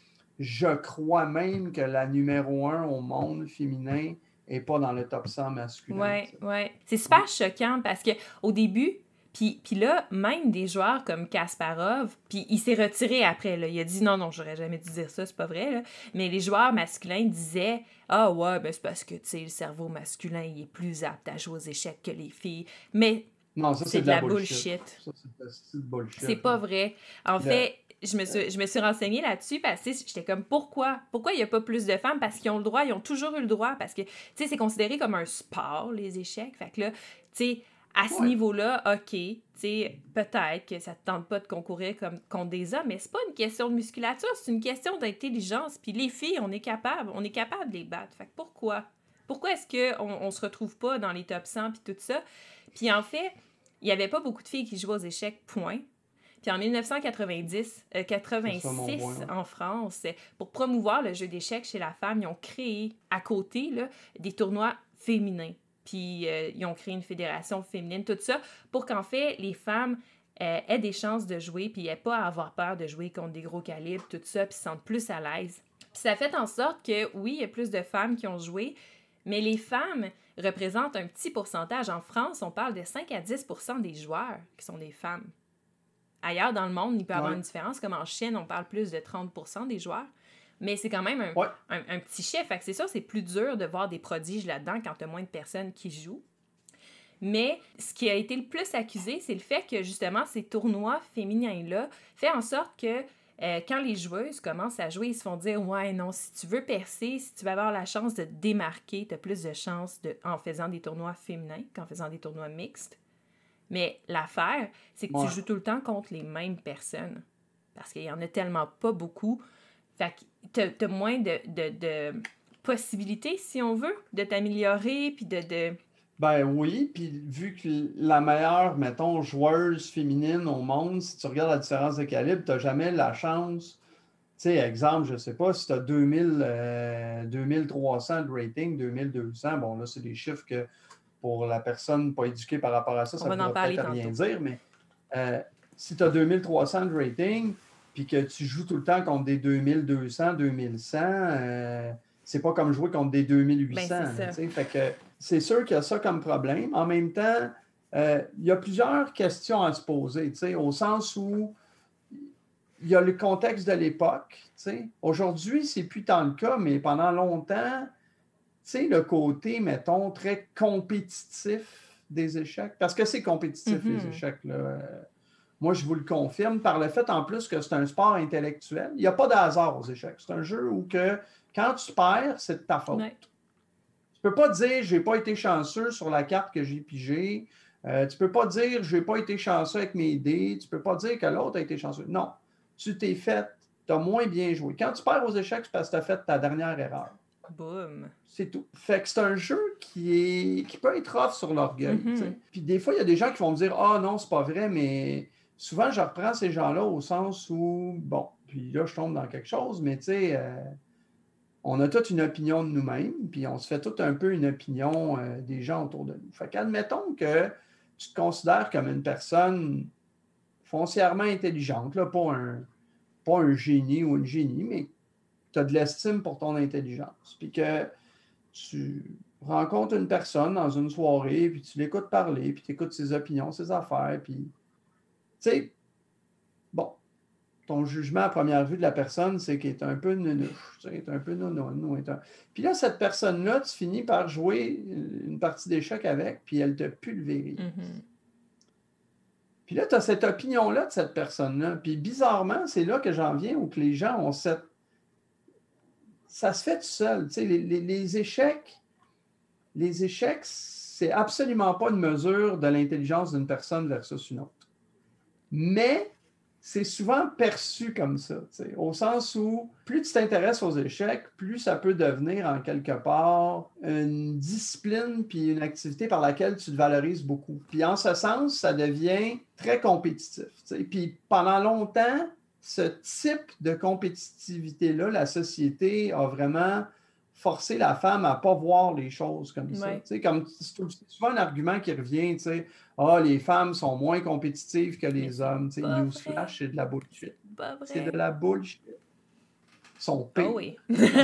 [SPEAKER 2] je crois même que la numéro un au monde féminin et pas dans le top cent masculin.
[SPEAKER 1] Ouais, ouais. C'est super choquant parce que au début, puis, puis là, même des joueurs comme Kasparov, puis il s'est retiré après, là. Il a dit non, non, j'aurais jamais dû dire ça, c'est pas vrai, là. Mais les joueurs masculins disaient ah ouais, ben c'est parce que, tu sais, le cerveau masculin, il est plus apte à jouer aux échecs que les filles. Mais
[SPEAKER 2] non, ça, c'est, c'est de la, la bullshit. bullshit. Ça, c'est de bullshit.
[SPEAKER 1] C'est pas vrai. En yeah. fait, je me suis, je me suis renseignée là-dessus parce que j'étais comme, pourquoi? Pourquoi il n'y a pas plus de femmes? Parce qu'ils ont le droit, ils ont toujours eu le droit, parce que, tu sais, c'est considéré comme un sport, les échecs. Fait que là, tu sais, à ce ouais. niveau-là, OK, tu sais, peut-être que ça te tente pas de concourir comme, contre des hommes, mais c'est pas une question de musculature, c'est une question d'intelligence. Puis les filles, on est capable, on est capable de les battre. Fait que pourquoi? Pourquoi est-ce qu'on on se retrouve pas dans les top cent puis tout ça? Puis en fait, il y avait pas beaucoup de filles qui jouaient aux échecs, point. Puis en dix-neuf cent quatre-vingt-dix, euh, quatre-vingt-six
[SPEAKER 2] point, ouais.
[SPEAKER 1] en France, pour promouvoir le jeu d'échecs chez la femme, ils ont créé à côté là, des tournois féminins. Puis euh, ils ont créé une fédération féminine, tout ça, pour qu'en fait, les femmes euh, aient des chances de jouer, puis n'aient pas à avoir peur de jouer contre des gros calibres, tout ça, puis se sentent plus à l'aise. Puis ça a fait en sorte que, oui, il y a plus de femmes qui ont joué, mais les femmes représentent un petit pourcentage. En France, on parle de cinq à dix pour cent des joueurs qui sont des femmes. Ailleurs dans le monde, il peut y avoir
[SPEAKER 2] Ouais.
[SPEAKER 1] une différence, comme en Chine, on parle plus de trente pour cent des joueurs. Mais c'est quand même un,
[SPEAKER 2] Ouais.
[SPEAKER 1] un, un petit chiffre. Fait que c'est sûr, c'est plus dur de voir des prodiges là-dedans quand tu as moins de personnes qui jouent. Mais ce qui a été le plus accusé, c'est le fait que, justement, ces tournois féminins-là fait en sorte que euh, quand les joueuses commencent à jouer, ils se font dire « Ouais, non, si tu veux percer, si tu veux avoir la chance de te démarquer, tu as plus de chances de, en faisant des tournois féminins qu'en faisant des tournois mixtes. » Mais l'affaire, c'est que
[SPEAKER 2] Ouais.
[SPEAKER 1] tu joues tout le temps contre les mêmes personnes. Parce qu'il y en a tellement pas beaucoup. Fait que t'as, t'as moins de, de, de possibilités, si on veut, de t'améliorer, puis de... de...
[SPEAKER 2] Ben oui, puis vu que la meilleure, mettons, joueuse féminine au monde, si tu regardes la différence de calibre, tu n'as jamais la chance. Tu sais, exemple, je ne sais pas, si tu as deux mille, euh, deux mille trois cents de rating, deux mille deux cents, bon là, c'est des chiffres que pour la personne pas éduquée par rapport à ça,
[SPEAKER 1] On
[SPEAKER 2] ça
[SPEAKER 1] va
[SPEAKER 2] ne
[SPEAKER 1] en
[SPEAKER 2] pourrait
[SPEAKER 1] parler
[SPEAKER 2] peut-être rien
[SPEAKER 1] tantôt.
[SPEAKER 2] dire, mais euh, si tu as deux mille trois cents de rating, puis que tu joues tout le temps contre des deux mille deux cents, deux mille cent, euh, c'est pas comme jouer contre des deux mille huit cents.
[SPEAKER 1] Ben, c'est
[SPEAKER 2] là,
[SPEAKER 1] ça.
[SPEAKER 2] tu sais. Fait que c'est sûr qu'il y a ça comme problème. En même temps, euh, il y a plusieurs questions à se poser, tu sais, au sens où il y a le contexte de l'époque. Tu sais. Aujourd'hui, c'est plus tant le cas, mais pendant longtemps, tu sais, le côté, mettons, très compétitif des échecs, parce que c'est compétitif,
[SPEAKER 1] Mhm.
[SPEAKER 2] les échecs, là. Euh, Moi, je vous le confirme par le fait en plus que c'est un sport intellectuel. Il n'y a pas de hasard aux échecs. C'est un jeu où que quand tu perds, c'est de ta faute.
[SPEAKER 1] Ouais.
[SPEAKER 2] Tu ne peux pas dire je n'ai pas été chanceux sur la carte que j'ai pigée. Euh, tu ne peux pas dire je n'ai pas été chanceux avec mes dés. Tu ne peux pas dire que l'autre a été chanceux. Non. Tu t'es fait, tu as moins bien joué. Quand tu perds aux échecs, c'est parce que tu as fait ta dernière erreur.
[SPEAKER 1] Boum.
[SPEAKER 2] C'est tout. Fait que c'est un jeu qui est qui peut être off sur l'orgueil.
[SPEAKER 1] Mhm.
[SPEAKER 2] tu sais. Puis des fois, il y a des gens qui vont me dire ah non, c'est pas vrai, mais souvent, je reprends ces gens-là au sens où, bon, puis là, je tombe dans quelque chose, mais tu sais, euh, on a toute une opinion de nous-mêmes, puis on se fait tout un peu une opinion euh, des gens autour de nous. Fait qu'admettons que tu te considères comme une personne foncièrement intelligente, là, pas un, pas un génie ou une génie, mais tu as de l'estime pour ton intelligence. Puis que tu rencontres une personne dans une soirée, puis tu l'écoutes parler, puis tu écoutes ses opinions, ses affaires, puis, tu sais, bon, ton jugement à première vue de la personne, c'est qu'elle est un peu nounouche, tu sais, elle est un peu nounoune. Ou est un... Puis là, cette personne-là, tu finis par jouer une partie d'échecs avec, puis elle te pulvérise.
[SPEAKER 1] Mhm.
[SPEAKER 2] Puis là, tu as cette opinion-là de cette personne-là. Puis bizarrement, c'est là que j'en viens où que les gens ont cette... Ça se fait tout seul. Tu sais, les, les, les échecs, les échecs, c'est absolument pas une mesure de l'intelligence d'une personne versus une autre. Mais c'est souvent perçu comme ça, tu sais, au sens où plus tu t'intéresses aux échecs, plus ça peut devenir en quelque part une discipline puis une activité par laquelle tu te valorises beaucoup. Puis en ce sens, ça devient très compétitif. Tu sais. Puis pendant longtemps, ce type de compétitivité-là, la société a vraiment forcé la femme à ne pas voir les choses comme ça.
[SPEAKER 1] Ouais.
[SPEAKER 2] Tu sais, comme, c'est souvent un argument qui revient, tu sais, ah, les femmes sont moins compétitives que les
[SPEAKER 1] Mais c'est
[SPEAKER 2] hommes. Tu sais,
[SPEAKER 1] pas
[SPEAKER 2] newsflash,
[SPEAKER 1] vrai.
[SPEAKER 2] c'est de la bullshit.
[SPEAKER 1] C'est pas vrai.
[SPEAKER 2] C'est de la bullshit. Ils sont pires.
[SPEAKER 1] Oh oui.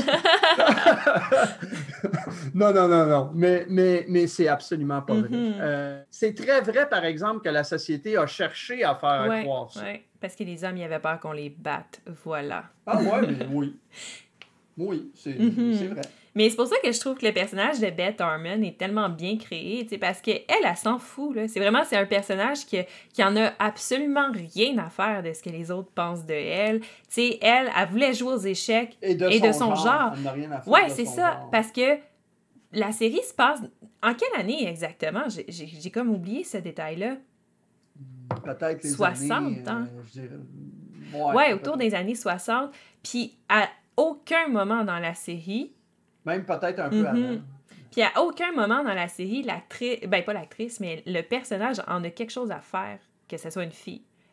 [SPEAKER 2] non, non, non, non. Mais, mais, mais c'est absolument pas vrai.
[SPEAKER 1] Mhm.
[SPEAKER 2] Euh, c'est très vrai, par exemple, que la société a cherché à faire
[SPEAKER 1] Ouais,
[SPEAKER 2] croire ça.
[SPEAKER 1] ouais. Parce que les hommes, ils avaient peur qu'on les batte. Voilà.
[SPEAKER 2] Ah ouais, mais oui. Oui, c'est
[SPEAKER 1] Mhm.
[SPEAKER 2] c'est vrai.
[SPEAKER 1] Mais c'est pour ça que je trouve que le personnage de Beth Harmon est tellement bien créé, tu sais, parce qu'elle, elle, elle s'en fout, là. C'est vraiment, c'est un personnage qui, qui en a absolument rien à faire de ce que les autres pensent de elle. Tu sais, elle, elle voulait jouer aux échecs
[SPEAKER 2] Et de
[SPEAKER 1] et
[SPEAKER 2] son,
[SPEAKER 1] de son
[SPEAKER 2] genre.
[SPEAKER 1] genre.
[SPEAKER 2] Elle n'a rien à faire
[SPEAKER 1] Ouais,
[SPEAKER 2] de
[SPEAKER 1] c'est
[SPEAKER 2] son
[SPEAKER 1] ça,
[SPEAKER 2] genre.
[SPEAKER 1] parce que la série se passe... En quelle année exactement? J'ai, j'ai, j'ai comme oublié ce détail-là.
[SPEAKER 2] Peut-être les
[SPEAKER 1] soixante,
[SPEAKER 2] années,
[SPEAKER 1] hein?
[SPEAKER 2] euh, je dirais...
[SPEAKER 1] Ouais,
[SPEAKER 2] Ouais,
[SPEAKER 1] autour
[SPEAKER 2] peut-être.
[SPEAKER 1] des années soixante. Puis à aucun moment dans la série...
[SPEAKER 2] Même peut-être un peu
[SPEAKER 1] Mhm.
[SPEAKER 2] avant.
[SPEAKER 1] Puis à aucun moment dans la série, l'actrice, ben pas l'actrice, mais le personnage en a quelque chose à faire, que ce soit une fille.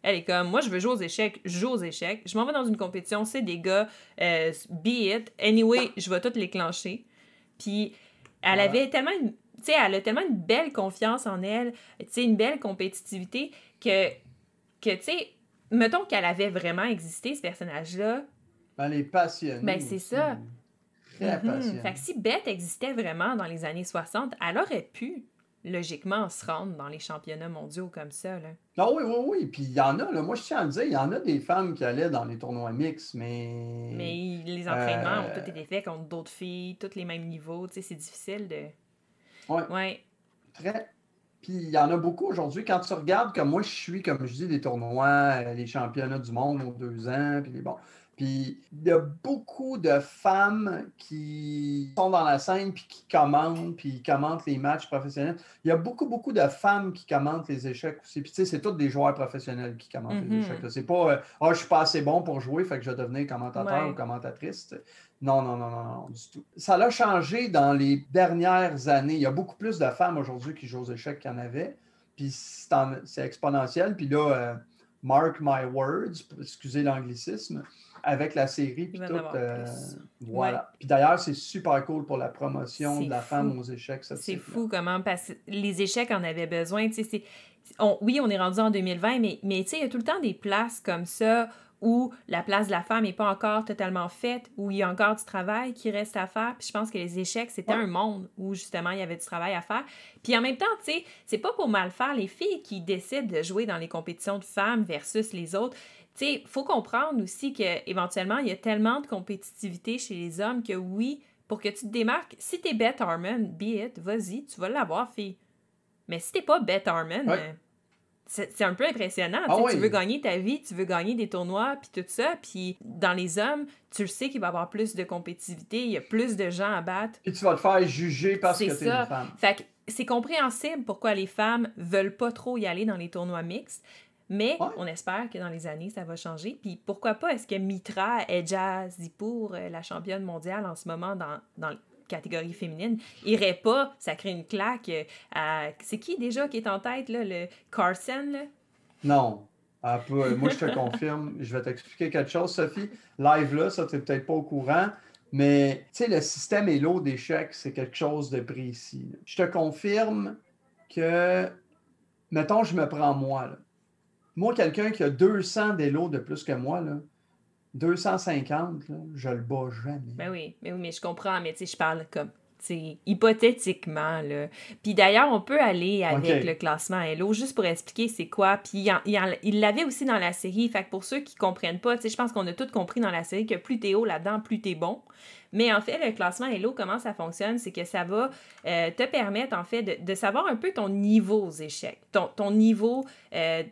[SPEAKER 1] Elle est comme, moi, je veux jouer aux échecs, je joue aux échecs. Je m'en vais dans une compétition, c'est des gars, euh, be it. Anyway, je vais toutes les clencher. Puis, elle
[SPEAKER 2] Voilà.
[SPEAKER 1] avait tellement une... Tu sais, elle a tellement une belle confiance en elle, tu sais, une belle compétitivité que, que tu sais, mettons qu'elle avait vraiment existé, ce personnage-là.
[SPEAKER 2] Elle est passionnée.
[SPEAKER 1] Ben, c'est
[SPEAKER 2] aussi.
[SPEAKER 1] ça.
[SPEAKER 2] Très
[SPEAKER 1] Mm-hmm.
[SPEAKER 2] passionnée.
[SPEAKER 1] Fait que si Beth existait vraiment dans les années soixante, elle aurait pu, logiquement, se rendre dans les championnats mondiaux comme ça, là.
[SPEAKER 2] Ah oui, oui, oui. Puis il y en a, là, moi je tiens à le dire, il y en a des femmes qui allaient dans les tournois mixtes, mais.
[SPEAKER 1] Mais les entraînements
[SPEAKER 2] Euh,
[SPEAKER 1] ont tous été faits contre d'autres filles, tous les mêmes niveaux, tu sais, c'est difficile de...
[SPEAKER 2] Ouais.
[SPEAKER 1] Ouais.
[SPEAKER 2] Très. Puis il y en a beaucoup aujourd'hui. Quand tu regardes, comme moi, je suis, comme je dis, des tournois, euh, les championnats du monde aux deux ans, puis les bon. Puis il y a beaucoup de femmes qui sont dans la scène, puis qui commentent, puis qui commentent les matchs professionnels. Il y a beaucoup, beaucoup de femmes qui commentent les échecs aussi. Puis tu sais, c'est tous des joueurs professionnels qui commentent
[SPEAKER 1] Mm-hmm.
[SPEAKER 2] les échecs. Là. C'est pas, euh, ah, je suis pas assez bon pour jouer, fait que je vais devenir commentateur
[SPEAKER 1] Ouais.
[SPEAKER 2] ou commentatrice. Non, non, non, non, non, du tout. Ça l'a changé dans les dernières années. Il y a beaucoup plus de femmes aujourd'hui qui jouent aux échecs qu'il y en avait. Puis c'est, en, c'est exponentiel. Puis là, euh, mark my words, excusez l'anglicisme, avec la série, puis tout. Euh, voilà. Ouais. Puis d'ailleurs, c'est super cool pour la promotion
[SPEAKER 1] c'est
[SPEAKER 2] de la
[SPEAKER 1] fou.
[SPEAKER 2] femme aux échecs. Cette
[SPEAKER 1] c'est
[SPEAKER 2] série-là.
[SPEAKER 1] fou comment, parce que les échecs en avaient besoin. Tu sais, c'est, on, oui, on est rendu en deux mille vingt, mais, mais tu sais, il y a tout le temps des places comme ça où la place de la femme n'est pas encore totalement faite, où il y a encore du travail qui reste à faire. Puis je pense que les échecs, c'était ouais. un monde où, justement, il y avait du travail à faire. Puis en même temps, tu sais, c'est pas pour mal faire. Les filles qui décident de jouer dans les compétitions de femmes versus les autres, tu sais, il faut comprendre aussi qu'éventuellement, il y a tellement de compétitivité chez les hommes que oui, pour que tu te démarques, si t'es Beth Harmon, be it, vas-y, tu vas l'avoir, fille. Mais si t'es pas Beth Harmon... Ouais. Euh, C'est, c'est un peu impressionnant. Ah oui. Tu veux gagner ta vie, tu veux gagner des tournois, puis tout ça. Puis dans les hommes, tu le sais qu'il va y avoir plus de compétitivité, il y a plus de gens à battre.
[SPEAKER 2] Et tu vas te faire juger parce
[SPEAKER 1] c'est
[SPEAKER 2] que tu es une femme.
[SPEAKER 1] Fait que c'est compréhensible pourquoi les femmes veulent pas trop y aller dans les tournois mixtes. Mais ouais. on espère que dans les années, ça va changer. Puis pourquoi pas, est-ce que Mitra Edja Zipour, la championne mondiale en ce moment dans, dans le catégorie féminine, irait pas, ça crée une claque à... C'est qui déjà qui est en tête, là, le Carson, là?
[SPEAKER 2] Non. Un peu, moi, je te confirme. Je vais t'expliquer quelque chose, Sophie. Live là, ça, tu n'es peut-être pas au courant, mais tu sais, le système Elo d'échecs, c'est quelque chose de précis. Là. Je te confirme que, mettons, je me prends moi, là. Moi, quelqu'un qui a deux cents d'Elo de plus que moi, là, deux cent cinquante, là, je le bats jamais.
[SPEAKER 1] Ben oui, mais oui, mais je comprends, mais tu sais, je parle comme, tu sais, hypothétiquement, là. Puis d'ailleurs, on peut aller avec okay. le classement Elo, juste pour expliquer c'est quoi. Puis il, en, il, en, il l'avait aussi dans la série, fait que pour ceux qui comprennent pas, tu sais, je pense qu'on a tous compris dans la série que plus t'es haut là-dedans, plus t'es bon. Mais en fait, le classement Elo, comment ça fonctionne, c'est que ça va euh, te permettre, en fait, de, de savoir un peu ton niveau aux échecs, ton, ton niveau, euh,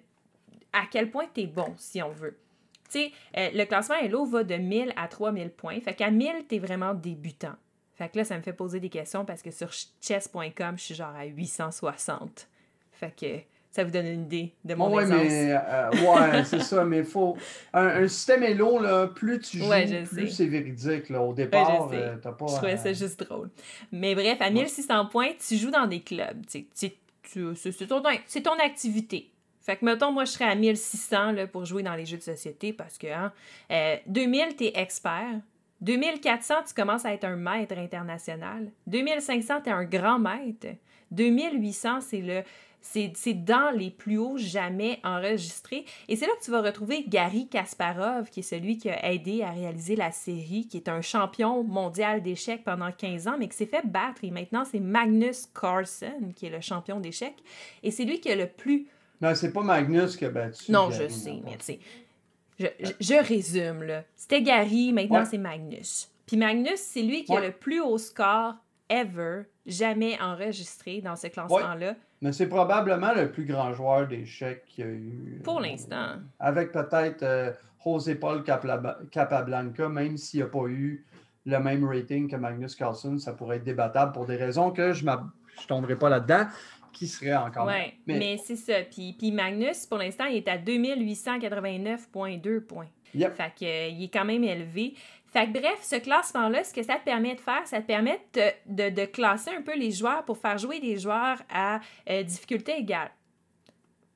[SPEAKER 1] à quel point t'es bon, si on veut. Tu sais, euh, le classement Elo va de mille à trois mille points. Fait qu'à mille, t'es vraiment débutant. Fait que là, ça me fait poser des questions parce que sur chess point com, je suis genre à huit cent soixante. Fait que ça vous donne une idée de mon
[SPEAKER 2] oh, ouais,
[SPEAKER 1] aisance.
[SPEAKER 2] Mais, euh, ouais, c'est ça, mais il faut... Un, un système Elo, là, plus tu joues,
[SPEAKER 1] ouais,
[SPEAKER 2] plus sais. C'est véridique. Là. Au
[SPEAKER 1] ouais,
[SPEAKER 2] départ,
[SPEAKER 1] je,
[SPEAKER 2] euh, t'as pas...
[SPEAKER 1] je trouvais
[SPEAKER 2] euh...
[SPEAKER 1] ça juste drôle. Mais bref, à mille six cents ouais. points, tu joues dans des clubs. Tu, tu, tu, c'est, ton, c'est ton activité. Fait que, mettons, moi, je serais à mille six cents là, pour jouer dans les jeux de société parce que, hein, euh, deux mille, t'es expert. deux mille quatre cents, tu commences à être un maître international. deux mille cinq cents, t'es un grand maître. deux mille huit cents, c'est le... C'est, c'est dans les plus hauts jamais enregistrés. Et c'est là que tu vas retrouver Garry Kasparov, qui est celui qui a aidé à réaliser la série, qui est un champion mondial d'échecs pendant quinze ans, mais qui s'est fait battre. Et maintenant, c'est Magnus Carlsen, qui est le champion d'échecs. Et c'est lui qui a le plus...
[SPEAKER 2] Non, c'est pas Magnus qui a battu.
[SPEAKER 1] Non, Garry, je sais, non. mais tu sais, je, je, je résume, là. C'était Garry, maintenant ouais. c'est Magnus. Puis Magnus, c'est lui qui ouais. a le plus haut score ever, jamais enregistré dans ce classement-là.
[SPEAKER 2] Ouais. Mais c'est probablement le plus grand joueur d'échecs qu'il y a eu.
[SPEAKER 1] Pour euh, l'instant.
[SPEAKER 2] Avec peut-être euh, José Paul Capablanca, même s'il n'a pas eu le même rating que Magnus Carlsen, ça pourrait être débattable pour des raisons que je ne tomberai pas là-dedans. Qui serait encore
[SPEAKER 1] Oui, mais... mais c'est ça. Puis, puis Magnus, pour l'instant, il est à deux mille huit cent quatre-vingt-neuf virgule deux points.
[SPEAKER 2] Yep.
[SPEAKER 1] Fait qu'il euh, est quand même élevé. Fait que bref, ce classement-là, ce que ça te permet de faire, ça te permet de, de, de classer un peu les joueurs pour faire jouer des joueurs à euh, difficulté égale.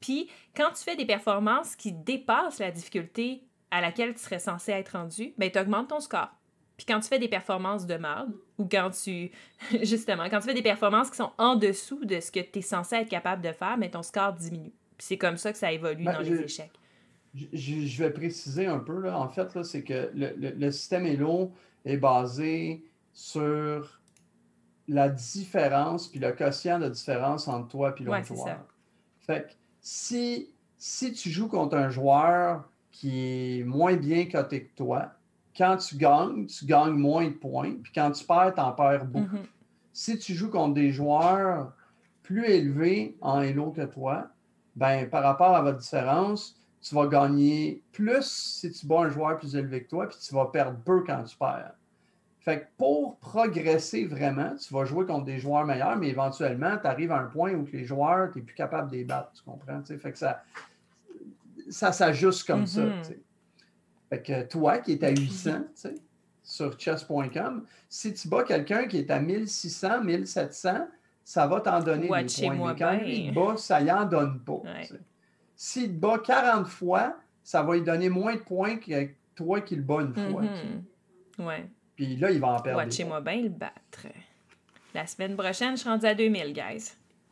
[SPEAKER 1] Puis, quand tu fais des performances qui dépassent la difficulté à laquelle tu serais censé être rendu, bien, tu augmentes ton score. Puis quand tu fais des performances de merde, ou quand tu... Justement, quand tu fais des performances qui sont en dessous de ce que tu es censé être capable de faire, bien, ton score diminue. Puis c'est comme ça que ça évolue
[SPEAKER 2] Ben,
[SPEAKER 1] dans
[SPEAKER 2] je,
[SPEAKER 1] les échecs.
[SPEAKER 2] je, je vais préciser un peu, là. En fait, là, c'est que le, le, le système Elo est basé sur la différence, puis le quotient de différence entre toi et l'autre
[SPEAKER 1] Ouais, c'est
[SPEAKER 2] joueur.
[SPEAKER 1] ça.
[SPEAKER 2] Fait que si, si tu joues contre un joueur qui est moins bien coté que toi, quand tu gagnes, tu gagnes moins de points, puis quand tu perds, tu en perds beaucoup.
[SPEAKER 1] Mm-hmm.
[SPEAKER 2] Si tu joues contre des joueurs plus élevés en Elo que toi, ben par rapport à votre différence, tu vas gagner plus si tu bats un joueur plus élevé que toi, puis tu vas perdre peu quand tu perds. Fait que pour progresser vraiment, tu vas jouer contre des joueurs meilleurs, mais éventuellement, tu arrives à un point où les joueurs, tu n'es plus capable de les battre, tu comprends? T'sais? Fait que ça, ça s'ajuste comme
[SPEAKER 1] mm-hmm.
[SPEAKER 2] ça. T'sais. Fait que toi, qui es à huit cents, sur chess point com, si tu bats quelqu'un qui est à mille six cents, mille sept cents, ça va t'en donner
[SPEAKER 1] Watchez
[SPEAKER 2] des points.
[SPEAKER 1] moi
[SPEAKER 2] Mais quand
[SPEAKER 1] ben.
[SPEAKER 2] lui il bat, ça y en donne pas.
[SPEAKER 1] Ouais.
[SPEAKER 2] S'il te bat quarante fois, ça va lui donner moins de points que toi qui le bats une fois.
[SPEAKER 1] Mm-hmm. Ouais.
[SPEAKER 2] Puis là, il va en perdre.
[SPEAKER 1] Watchez-moi bien le battre. La semaine prochaine, je suis rendue à deux mille, guys.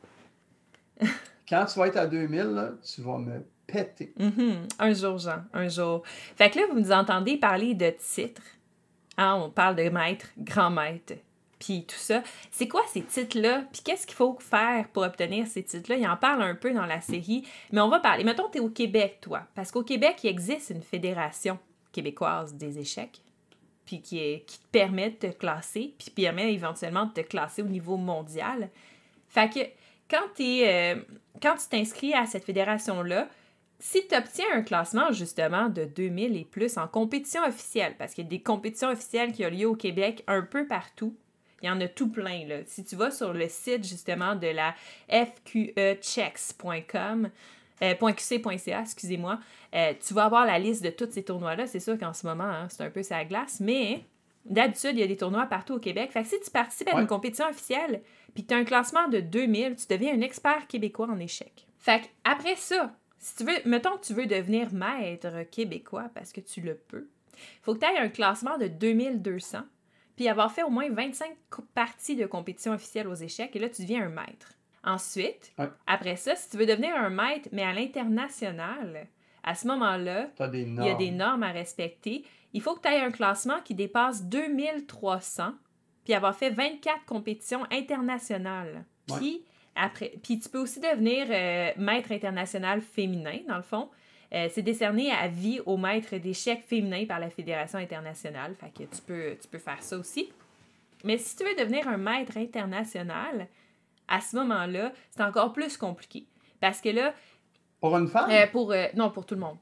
[SPEAKER 2] Quand tu vas être à deux mille, là, tu vas me péter.
[SPEAKER 1] Mm-hmm. Un jour, Jean, un jour. Fait que là, vous nous entendez parler de titres. Hein, on parle de maître, grand maître, puis tout ça. C'est quoi ces titres-là? Puis qu'est-ce qu'il faut faire pour obtenir ces titres-là? Il en parle un peu dans la série, mais on va parler. Mettons, tu es au Québec, toi. Parce qu'au Québec, il existe une fédération québécoise des échecs, puis qui, est, qui te permet de te classer, puis permet éventuellement de te classer au niveau mondial. Fait que quand, t'es, euh, quand tu t'inscris à cette fédération-là, si tu obtiens un classement, justement, de deux mille et plus en compétition officielle, parce qu'il y a des compétitions officielles qui ont lieu au Québec un peu partout, il y en a tout plein, là. Si tu vas sur le site, justement, de la f q e checks point com, euh, .qc.ca, excusez-moi, euh, tu vas avoir la liste de tous ces tournois-là. C'est sûr qu'en ce moment, hein, c'est un peu sa glace, mais d'habitude, il y a des tournois partout au Québec. Fait que si tu participes à
[SPEAKER 2] Ouais.
[SPEAKER 1] une compétition officielle, puis que tu as un classement de deux mille, tu deviens un expert québécois en échecs. Fait que après ça, si tu veux, mettons que tu veux devenir maître québécois, parce que tu le peux, il faut que tu aies un classement de deux mille deux cents, puis avoir fait au moins vingt-cinq parties de compétition officielle aux échecs, et là, tu deviens un maître. Ensuite,
[SPEAKER 2] ouais.
[SPEAKER 1] après ça, si tu veux devenir un maître, mais à l'international, à ce moment-là, il y a des normes à respecter. Il faut que tu aies un classement qui dépasse deux mille trois cents, puis avoir fait vingt-quatre compétitions internationales.
[SPEAKER 2] Ouais.
[SPEAKER 1] Puis, après, puis tu peux aussi devenir euh, maître international féminin, dans le fond. Euh, c'est décerné à vie aux maîtres d'échecs féminins par la Fédération internationale. Fait que tu peux, tu peux faire ça aussi. Mais si tu veux devenir un maître international, à ce moment-là, c'est encore plus compliqué. Parce que là...
[SPEAKER 2] Pour une femme?
[SPEAKER 1] Euh, pour, euh, non, pour tout le monde.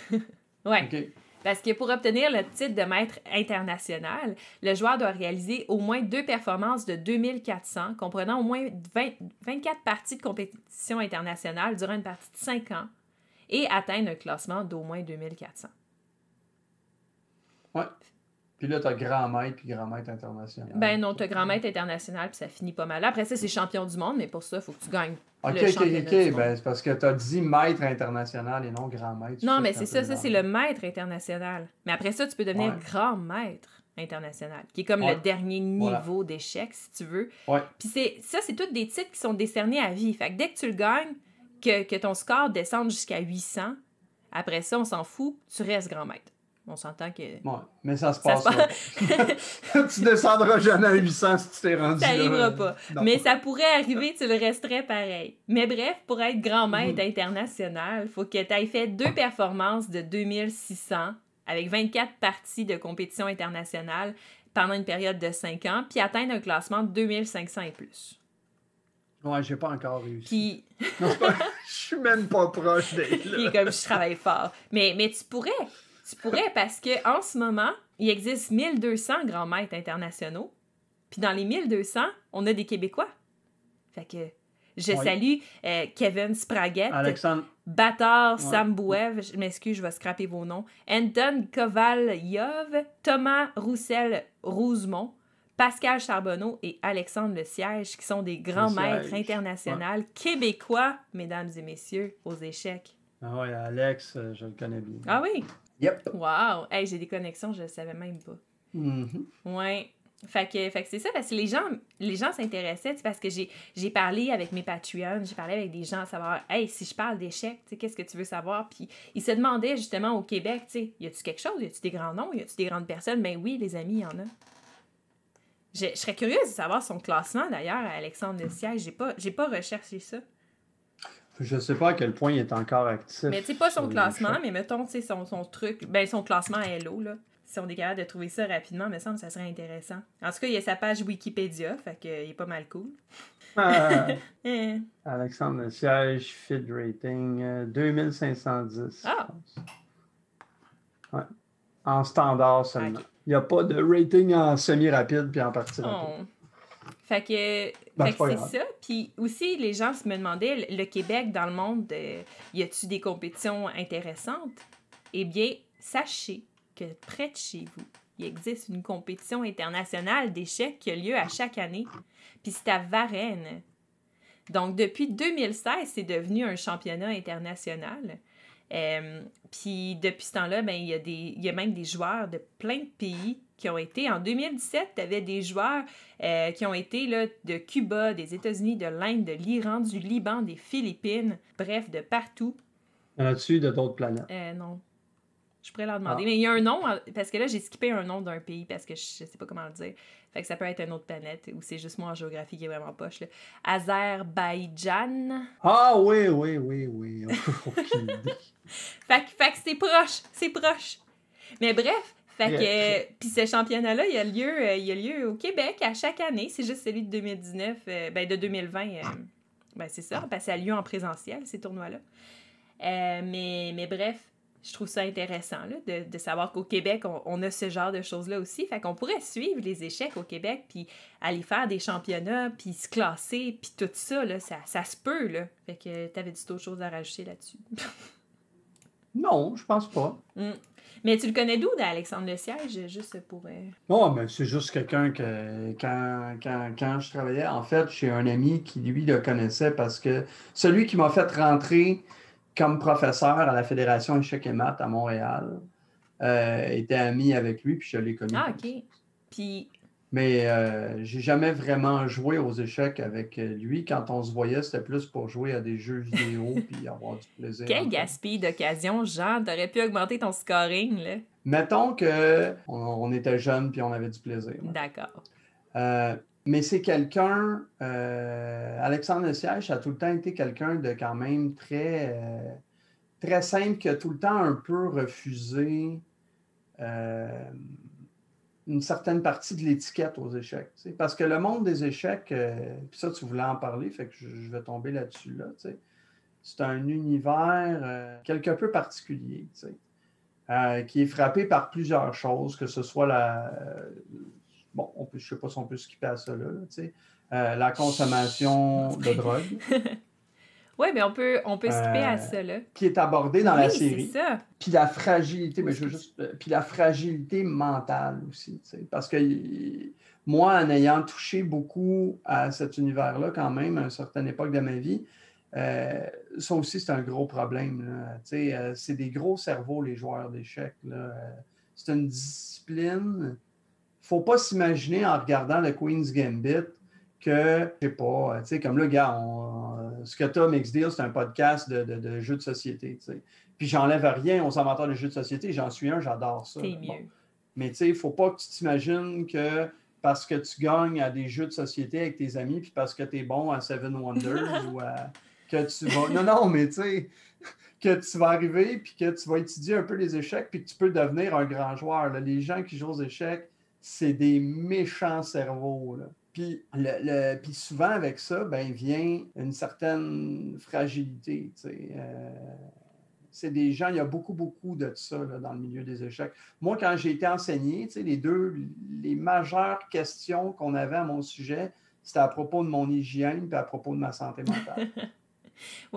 [SPEAKER 1] Ouais.
[SPEAKER 2] Okay.
[SPEAKER 1] Parce que pour obtenir le titre de maître international, le joueur doit réaliser au moins deux performances de deux mille quatre cents, comprenant au moins vingt, vingt-quatre parties de compétition internationale durant une partie de cinq ans, et atteindre un classement d'au moins deux mille quatre cents.
[SPEAKER 2] Ouais. Puis là, tu as grand maître puis grand maître international.
[SPEAKER 1] Ben non, tu as grand maître international, puis ça finit pas mal. Après ça, c'est champion du monde, mais pour ça, il faut que tu gagnes
[SPEAKER 2] OK,
[SPEAKER 1] le
[SPEAKER 2] OK,
[SPEAKER 1] championnat
[SPEAKER 2] OK.
[SPEAKER 1] du monde.
[SPEAKER 2] Ben, c'est parce que tu as dit maître international et non grand maître.
[SPEAKER 1] Non, mais c'est ça, ça, c'est le maître international. Mais après ça, tu peux devenir
[SPEAKER 2] ouais.
[SPEAKER 1] grand maître international, qui est comme
[SPEAKER 2] ouais.
[SPEAKER 1] le dernier niveau
[SPEAKER 2] voilà.
[SPEAKER 1] d'échecs, si tu veux.
[SPEAKER 2] Ouais.
[SPEAKER 1] Puis c'est, ça, c'est tous des titres qui sont décernés à vie. Fait que dès que tu le gagnes, que, que ton score descende jusqu'à huit cents, après ça, on s'en fout, tu restes grand maître. On s'entend que...
[SPEAKER 2] Ouais, mais ça se
[SPEAKER 1] ça
[SPEAKER 2] passe
[SPEAKER 1] se
[SPEAKER 2] pas. Tu descendras jamais à huit cents si tu t'es rendu
[SPEAKER 1] ça
[SPEAKER 2] là.
[SPEAKER 1] Ça n'arrivera pas. Non. Mais ça pourrait arriver, tu le resterais pareil. Mais bref, pour être grand maître mmh. international, il faut que tu aies fait deux performances de deux mille six cents avec vingt-quatre parties de compétition internationale pendant une période de cinq ans, puis atteindre un classement de deux mille cinq cents et plus.
[SPEAKER 2] Ouais, j'ai pas encore réussi.
[SPEAKER 1] Puis...
[SPEAKER 2] non, pas... je suis même pas proche d'être là.
[SPEAKER 1] Il est comme, je travaille fort. Mais, mais tu pourrais... Tu pourrais, parce qu'en ce moment, il existe mille deux cents grands maîtres internationaux. Puis dans les mille deux cents, on a des Québécois. Fait que je oui. salue euh, Kevin Spraguette,
[SPEAKER 2] Alexandre...
[SPEAKER 1] Bâtard
[SPEAKER 2] ouais.
[SPEAKER 1] Sambouev, je m'excuse, je vais scraper vos noms, Anton Kovalyov, Thomas Roussel-Rouzemont, Pascal Charbonneau et Alexandre Lesiège, qui sont des grands maîtres internationaux ouais. québécois, mesdames et messieurs, aux échecs.
[SPEAKER 2] Ah oui, Alex, je le connais bien.
[SPEAKER 1] Ah oui?
[SPEAKER 2] Yep.
[SPEAKER 1] Wow! Hey, j'ai des connexions, je ne le savais même pas.
[SPEAKER 2] Mm-hmm.
[SPEAKER 1] Ouais. Fait que, fait que c'est ça, parce que les gens, les gens s'intéressaient, parce que j'ai, j'ai parlé avec mes Patreons, j'ai parlé avec des gens à savoir, hey, si je parle d'échecs, qu'est-ce que tu veux savoir? Puis ils se demandaient justement au Québec, tu sais, y a-tu quelque chose? Y a-tu des grands noms? Y a-tu des grandes personnes? Ben oui, les amis, il y en a. Je, je serais curieuse de savoir son classement, d'ailleurs, à Alexandre Lesiège. J'ai pas, j'ai pas recherché ça.
[SPEAKER 2] Je sais pas à quel point il est encore actif.
[SPEAKER 1] Mais tu sais, pas son classement, mais mettons, tu sais, son, son truc, ben son classement Hello, là. Si on est capable de trouver ça rapidement, me semble que ça serait intéressant. En tout cas, il y a sa page Wikipédia, fait qu'il est pas mal cool.
[SPEAKER 2] Ah, Alexandre Lesiège, feed rating, euh, deux mille cinq cent dix.
[SPEAKER 1] Ah!
[SPEAKER 2] Ouais. En standard seulement.
[SPEAKER 1] Okay.
[SPEAKER 2] Il n'y a pas de rating en semi-rapide puis en partie rapide.
[SPEAKER 1] Oh. Fait que,
[SPEAKER 2] ben,
[SPEAKER 1] fait que c'est grave. Ça. Puis aussi, les gens se me demandaient, le Québec, dans le monde, euh, y a-tu des compétitions intéressantes? Eh bien, sachez que près de chez vous, il existe une compétition internationale d'échecs qui a lieu à chaque année. Puis c'est à Varennes. Donc, depuis deux mille seize, c'est devenu un championnat international. Euh, puis depuis ce temps-là, ben, il y a des, il y a même des joueurs de plein de pays qui ont été. En deux mille dix-sept, tu avais des joueurs euh, qui ont été là, de Cuba, des États-Unis, de l'Inde, de l'Iran, du Liban, des Philippines, bref, de partout.
[SPEAKER 2] Y en a-tu de d'autres planètes?
[SPEAKER 1] Euh, non. Je pourrais leur demander. Ah. Mais il y a un nom, parce que là, j'ai skippé un nom d'un pays parce que je sais pas comment le dire. Fait que ça peut être une autre planète ou c'est juste moi en géographie qui est vraiment poche. Là. Azerbaïdjan.
[SPEAKER 2] Ah oui, oui, oui, oui. Aucune idée.
[SPEAKER 1] fait, fait que c'est proche, c'est proche. Mais bref, fait que yeah. Puis ce championnat-là, il a lieu, euh, il a lieu au Québec à chaque année. C'est juste celui de deux mille dix-neuf, euh, ben de deux mille vingt. Euh, ben c'est ça, parce que ça a lieu en présentiel, ces tournois-là. Euh, mais, mais bref. Je trouve ça intéressant là, de, de savoir qu'au Québec, on, on a ce genre de choses-là aussi. Fait qu'on pourrait suivre les échecs au Québec, puis aller faire des championnats, puis se classer, puis tout ça, là, ça, ça se peut. Là. Fait que t'avais-tu d'autres choses à rajouter là-dessus?
[SPEAKER 2] Non, je pense pas.
[SPEAKER 1] Mm. Mais tu le connais d'où, d'Alexandre Lesiège, juste pour... Euh...
[SPEAKER 2] Non, mais c'est juste quelqu'un que, quand, quand, quand je travaillais, en fait, chez un ami qui, lui, le connaissait parce que celui qui m'a fait rentrer comme professeur à la Fédération Échecs et Maths à Montréal, euh, était ami avec lui, puis je l'ai connu.
[SPEAKER 1] Ah, OK. Puis...
[SPEAKER 2] Mais euh, j'ai jamais vraiment joué aux échecs avec lui. Quand on se voyait, c'était plus pour jouer à des jeux vidéo puis avoir du plaisir.
[SPEAKER 1] Quel gaspille d'occasion, Jean! T'aurais pu augmenter ton scoring, là.
[SPEAKER 2] Mettons que on, on était jeunes puis on avait du plaisir. Là.
[SPEAKER 1] D'accord.
[SPEAKER 2] Euh, mais c'est quelqu'un... Euh, Alexandre Lesiège a tout le temps été quelqu'un de quand même très... Euh, très simple, qui a tout le temps un peu refusé... Euh, une certaine partie de l'étiquette aux échecs. T'sais. Parce que le monde des échecs, euh, puis ça, tu voulais en parler, fait que je, je vais tomber là-dessus. Là, c'est un univers euh, quelque peu particulier, euh, qui est frappé par plusieurs choses, que ce soit la... Euh, bon, on peut, je ne sais pas si on peut skipper à ça là, là euh, la consommation de drogue.
[SPEAKER 1] Oui, mais on peut, on peut skipper
[SPEAKER 2] euh,
[SPEAKER 1] à ça, là.
[SPEAKER 2] Qui est abordé dans
[SPEAKER 1] oui,
[SPEAKER 2] la série.
[SPEAKER 1] c'est ça.
[SPEAKER 2] Puis la fragilité, mais je veux juste... Puis la fragilité mentale aussi, tu sais. Parce que moi, en ayant touché beaucoup à cet univers-là, quand même, à une certaine époque de ma vie, euh, ça aussi, c'est un gros problème, là. Tu sais, euh, c'est des gros cerveaux, les joueurs d'échecs, là. Euh, c'est une discipline... Il ne faut pas s'imaginer en regardant le Queen's Gambit que, je sais pas, tu sais, comme là, gars, on, ce que tu as, Mixed Deal, c'est un podcast de, de, de jeux de société, tu sais. Puis j'enlève rien aux amateurs de jeux de société, j'en suis un, j'adore ça.
[SPEAKER 1] C'est mieux.
[SPEAKER 2] Bon. Mais tu sais, il ne faut pas que tu t'imagines que parce que tu gagnes à des jeux de société avec tes amis, puis parce que tu es bon à Seven Wonders ou à, que tu vas... Non, non, mais tu sais, que tu vas arriver, puis que tu vas étudier un peu les échecs, puis que tu peux devenir un grand joueur. Là. Les gens qui jouent aux échecs, c'est des méchants cerveaux, là. Puis, le, le, puis souvent, avec ça, ben, vient une certaine fragilité. Tu sais. Euh, c'est des gens, il y a beaucoup, beaucoup de ça là, dans le milieu des échecs. Moi, quand j'ai été enseigné, tu sais, les deux, les majeures questions qu'on avait à mon sujet, c'était à propos de mon hygiène et à propos de ma santé mentale.
[SPEAKER 1] Ouais.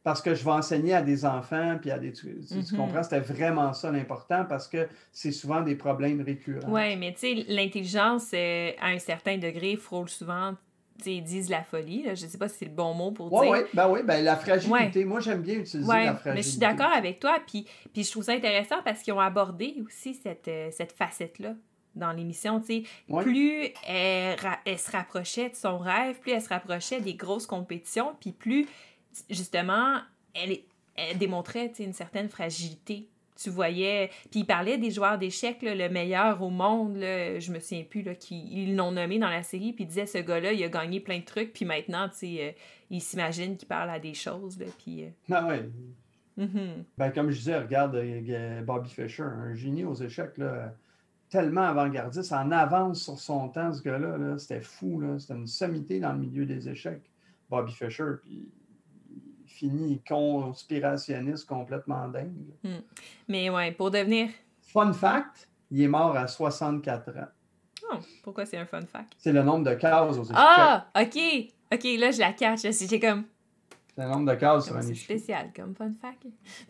[SPEAKER 2] parce que je vais enseigner à des enfants, puis à des... Tu, mm-hmm. tu comprends? C'était vraiment ça l'important, parce que c'est souvent des problèmes récurrents.
[SPEAKER 1] Oui, mais tu sais, l'intelligence, euh, à un certain degré, frôle souvent, tu sais, ils disent la folie, là. Je sais pas si c'est le bon mot pour
[SPEAKER 2] ouais,
[SPEAKER 1] dire.
[SPEAKER 2] Oui, ben oui, ben la fragilité.
[SPEAKER 1] Ouais.
[SPEAKER 2] Moi, j'aime bien utiliser
[SPEAKER 1] ouais,
[SPEAKER 2] la fragilité.
[SPEAKER 1] Mais je suis d'accord avec toi, puis, puis je trouve ça intéressant parce qu'ils ont abordé aussi cette, euh, cette facette-là dans l'émission, tu sais. Ouais. Plus elle, elle se rapprochait de son rêve, plus elle se rapprochait des grosses compétitions, puis plus, justement, elle, elle démontrait, tu sais, une certaine fragilité. Tu voyais... Puis il parlait des joueurs d'échecs, là, le meilleur au monde, là, je me souviens plus, là, qui, ils l'ont nommé dans la série, puis il disait, ce gars-là, il a gagné plein de trucs, puis maintenant, tu sais, euh, il s'imagine qu'il parle à des choses, là, puis... Euh...
[SPEAKER 2] Ah oui.
[SPEAKER 1] Mm-hmm.
[SPEAKER 2] Ben, comme je disais, regarde euh, Bobby Fischer, un génie aux échecs, là, tellement avant-gardiste, en avance sur son temps, ce gars-là, là, c'était fou, là, c'était une sommité dans le milieu des échecs, Bobby Fischer, puis... fini conspirationniste complètement dingue.
[SPEAKER 1] Mm. Mais ouais, pour devenir...
[SPEAKER 2] Fun fact, il est mort à soixante-quatre ans.
[SPEAKER 1] Oh, pourquoi c'est un fun fact?
[SPEAKER 2] C'est le nombre de cases aux échecs.
[SPEAKER 1] Ah, OK! OK, là, je la catch. J'ai comme...
[SPEAKER 2] C'est le nombre de cases sur un échec.
[SPEAKER 1] C'est spécial comme fun fact.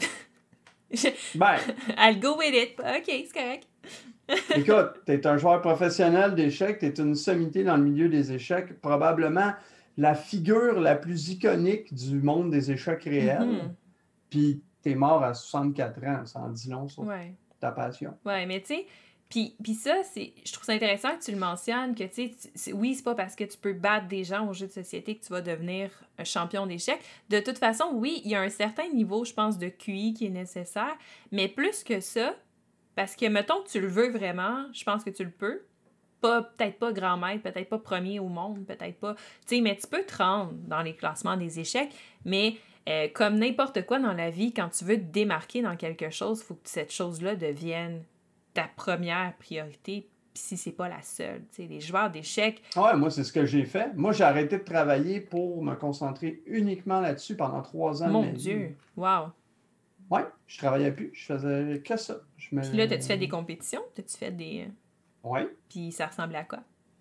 [SPEAKER 2] Ben...
[SPEAKER 1] I'll go with it. OK, c'est correct.
[SPEAKER 2] Écoute, t'es un joueur professionnel d'échecs, t'es une sommité dans le milieu des échecs, probablement... la figure la plus iconique du monde des échecs réels, mm-hmm. puis t'es mort à soixante-quatre ans, ça en dit long sur ouais. ta passion.
[SPEAKER 1] Oui, mais tu sais, puis, puis ça, c'est, je trouve ça intéressant que tu le mentionnes, que tu sais, oui, c'est pas parce que tu peux battre des gens au jeu de société que tu vas devenir un champion d'échecs. De toute façon, oui, il y a un certain niveau, je pense, de Q I qui est nécessaire, mais plus que ça, parce que, mettons que tu le veux vraiment, je pense que tu le peux. Pas, peut-être pas grand maître, peut-être pas premier au monde, peut-être pas... Tu sais, mais tu peux te rendre dans les classements des échecs, mais euh, comme n'importe quoi dans la vie, quand tu veux te démarquer dans quelque chose, il faut que cette chose-là devienne ta première priorité, puis si c'est pas la seule. Tu sais, les joueurs d'échecs...
[SPEAKER 2] Ouais, moi, c'est ce que j'ai fait. Moi, j'ai arrêté de travailler pour me concentrer uniquement là-dessus pendant trois ans.
[SPEAKER 1] Mon
[SPEAKER 2] de ma
[SPEAKER 1] Dieu!
[SPEAKER 2] vie.
[SPEAKER 1] Wow!
[SPEAKER 2] Ouais, je travaillais plus, je faisais que ça. Je me...
[SPEAKER 1] Puis là, t'as-tu fait des compétitions? T'as-tu fait des...
[SPEAKER 2] Oui.
[SPEAKER 1] Puis ça ressemblait à quoi?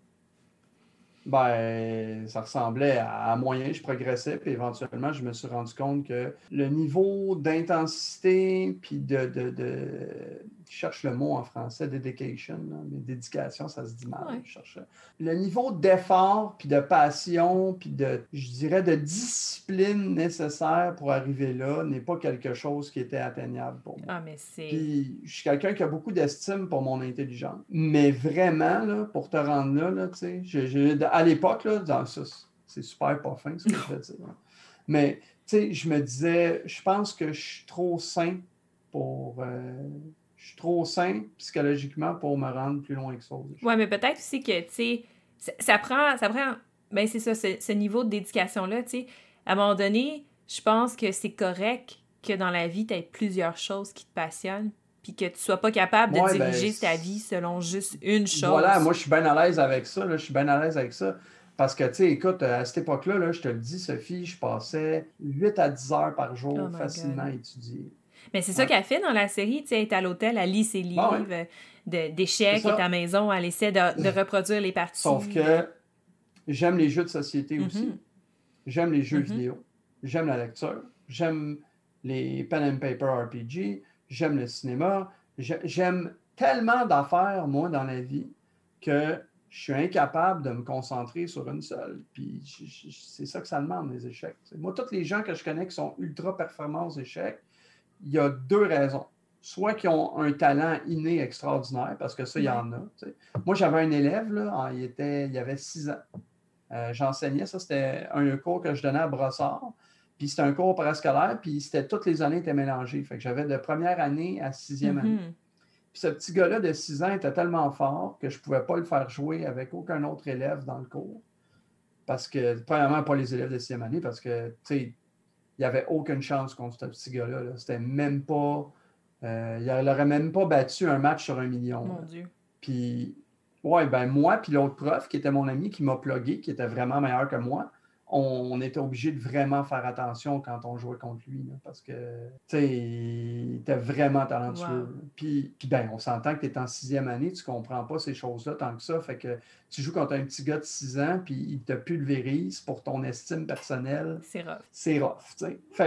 [SPEAKER 2] Ben, ça ressemblait à, à moyen, je progressais, puis éventuellement, je me suis rendu compte que le niveau d'intensité, puis de, de, de... Je cherche le mot en français, dedication, là, mais dédication, ça se dit mal, ouais. Je cherche... Le niveau d'effort, puis de passion, puis de, je dirais, de discipline nécessaire pour arriver là n'est pas quelque chose qui était atteignable pour moi.
[SPEAKER 1] Ah, mais c'est...
[SPEAKER 2] Puis, je suis quelqu'un qui a beaucoup d'estime pour mon intelligence. Mais vraiment, là, pour te rendre là, là tu sais, j'ai, j'ai, à l'époque, là, dans ça, c'est super pas fin, ce que je veux dire. Mais, tu sais, je me disais, je pense que je suis trop sain pour... Euh, je suis trop sain psychologiquement pour me rendre plus loin que ça.
[SPEAKER 1] Oui, mais peut-être aussi que, tu sais, ça, ça prend... Ça prend ben, c'est ça, ce, ce niveau de dédication-là, tu sais. À un moment donné, je pense que c'est correct que dans la vie, tu aies plusieurs choses qui te passionnent, puis que tu sois pas capable de ouais, diriger ben, ta vie selon juste une chose.
[SPEAKER 2] Voilà, moi, je suis bien à l'aise avec ça. Là, je suis bien à l'aise avec ça. Parce que, tu sais, écoute, à cette époque-là, là, je te le dis, Sophie, je passais huit à dix heures par jour oh facilement à étudier.
[SPEAKER 1] Mais c'est ouais. ça qu'elle fait dans la série. Tu sais, elle est à l'hôtel, elle lit ses livres ah ouais. de, d'échecs, elle est à la maison, elle essaie de, de reproduire les parties.
[SPEAKER 2] Sauf que j'aime les jeux de société mm-hmm. aussi. J'aime les jeux mm-hmm. vidéo. J'aime la lecture. J'aime les pen and paper R P G. J'aime le cinéma. J'aime tellement d'affaires, moi, dans la vie, que je suis incapable de me concentrer sur une seule. Puis c'est ça que ça demande, les échecs. Moi, tous les gens que je connais qui sont ultra performants aux échecs, il y a deux raisons. Soit qu'ils ont un talent inné extraordinaire, parce que ça, il y en a. T'sais. Moi, j'avais un élève, là, il, était, il avait six ans. Euh, j'enseignais, ça, c'était un cours que je donnais à Brossard. Puis c'était un cours parascolaire, puis c'était toutes les années étaient mélangées. Fait que j'avais de première année à sixième mm-hmm. année. Puis ce petit gars-là de six ans était tellement fort que je ne pouvais pas le faire jouer avec aucun autre élève dans le cours. Parce que, premièrement, pas les élèves de sixième année, parce que, tu sais, il n'y avait aucune chance contre ce petit gars-là. Là. C'était même pas... Euh, il n'aurait même pas battu un match sur un million.
[SPEAKER 1] Mon
[SPEAKER 2] là.
[SPEAKER 1] Dieu.
[SPEAKER 2] Puis, ouais, ben moi, puis l'autre prof, qui était mon ami, qui m'a plugué, qui était vraiment meilleur que moi, on, on était obligé de vraiment faire attention quand on jouait contre lui, là, parce que, tu sais, il était vraiment talentueux. Wow. Puis, puis, ben, on s'entend que tu es en sixième année, tu comprends pas ces choses-là tant que ça, fait que tu joues contre un petit gars de six ans, puis il te pulvérise pour ton estime personnelle.
[SPEAKER 1] C'est rough.
[SPEAKER 2] C'est rough, tu sais. Fait que,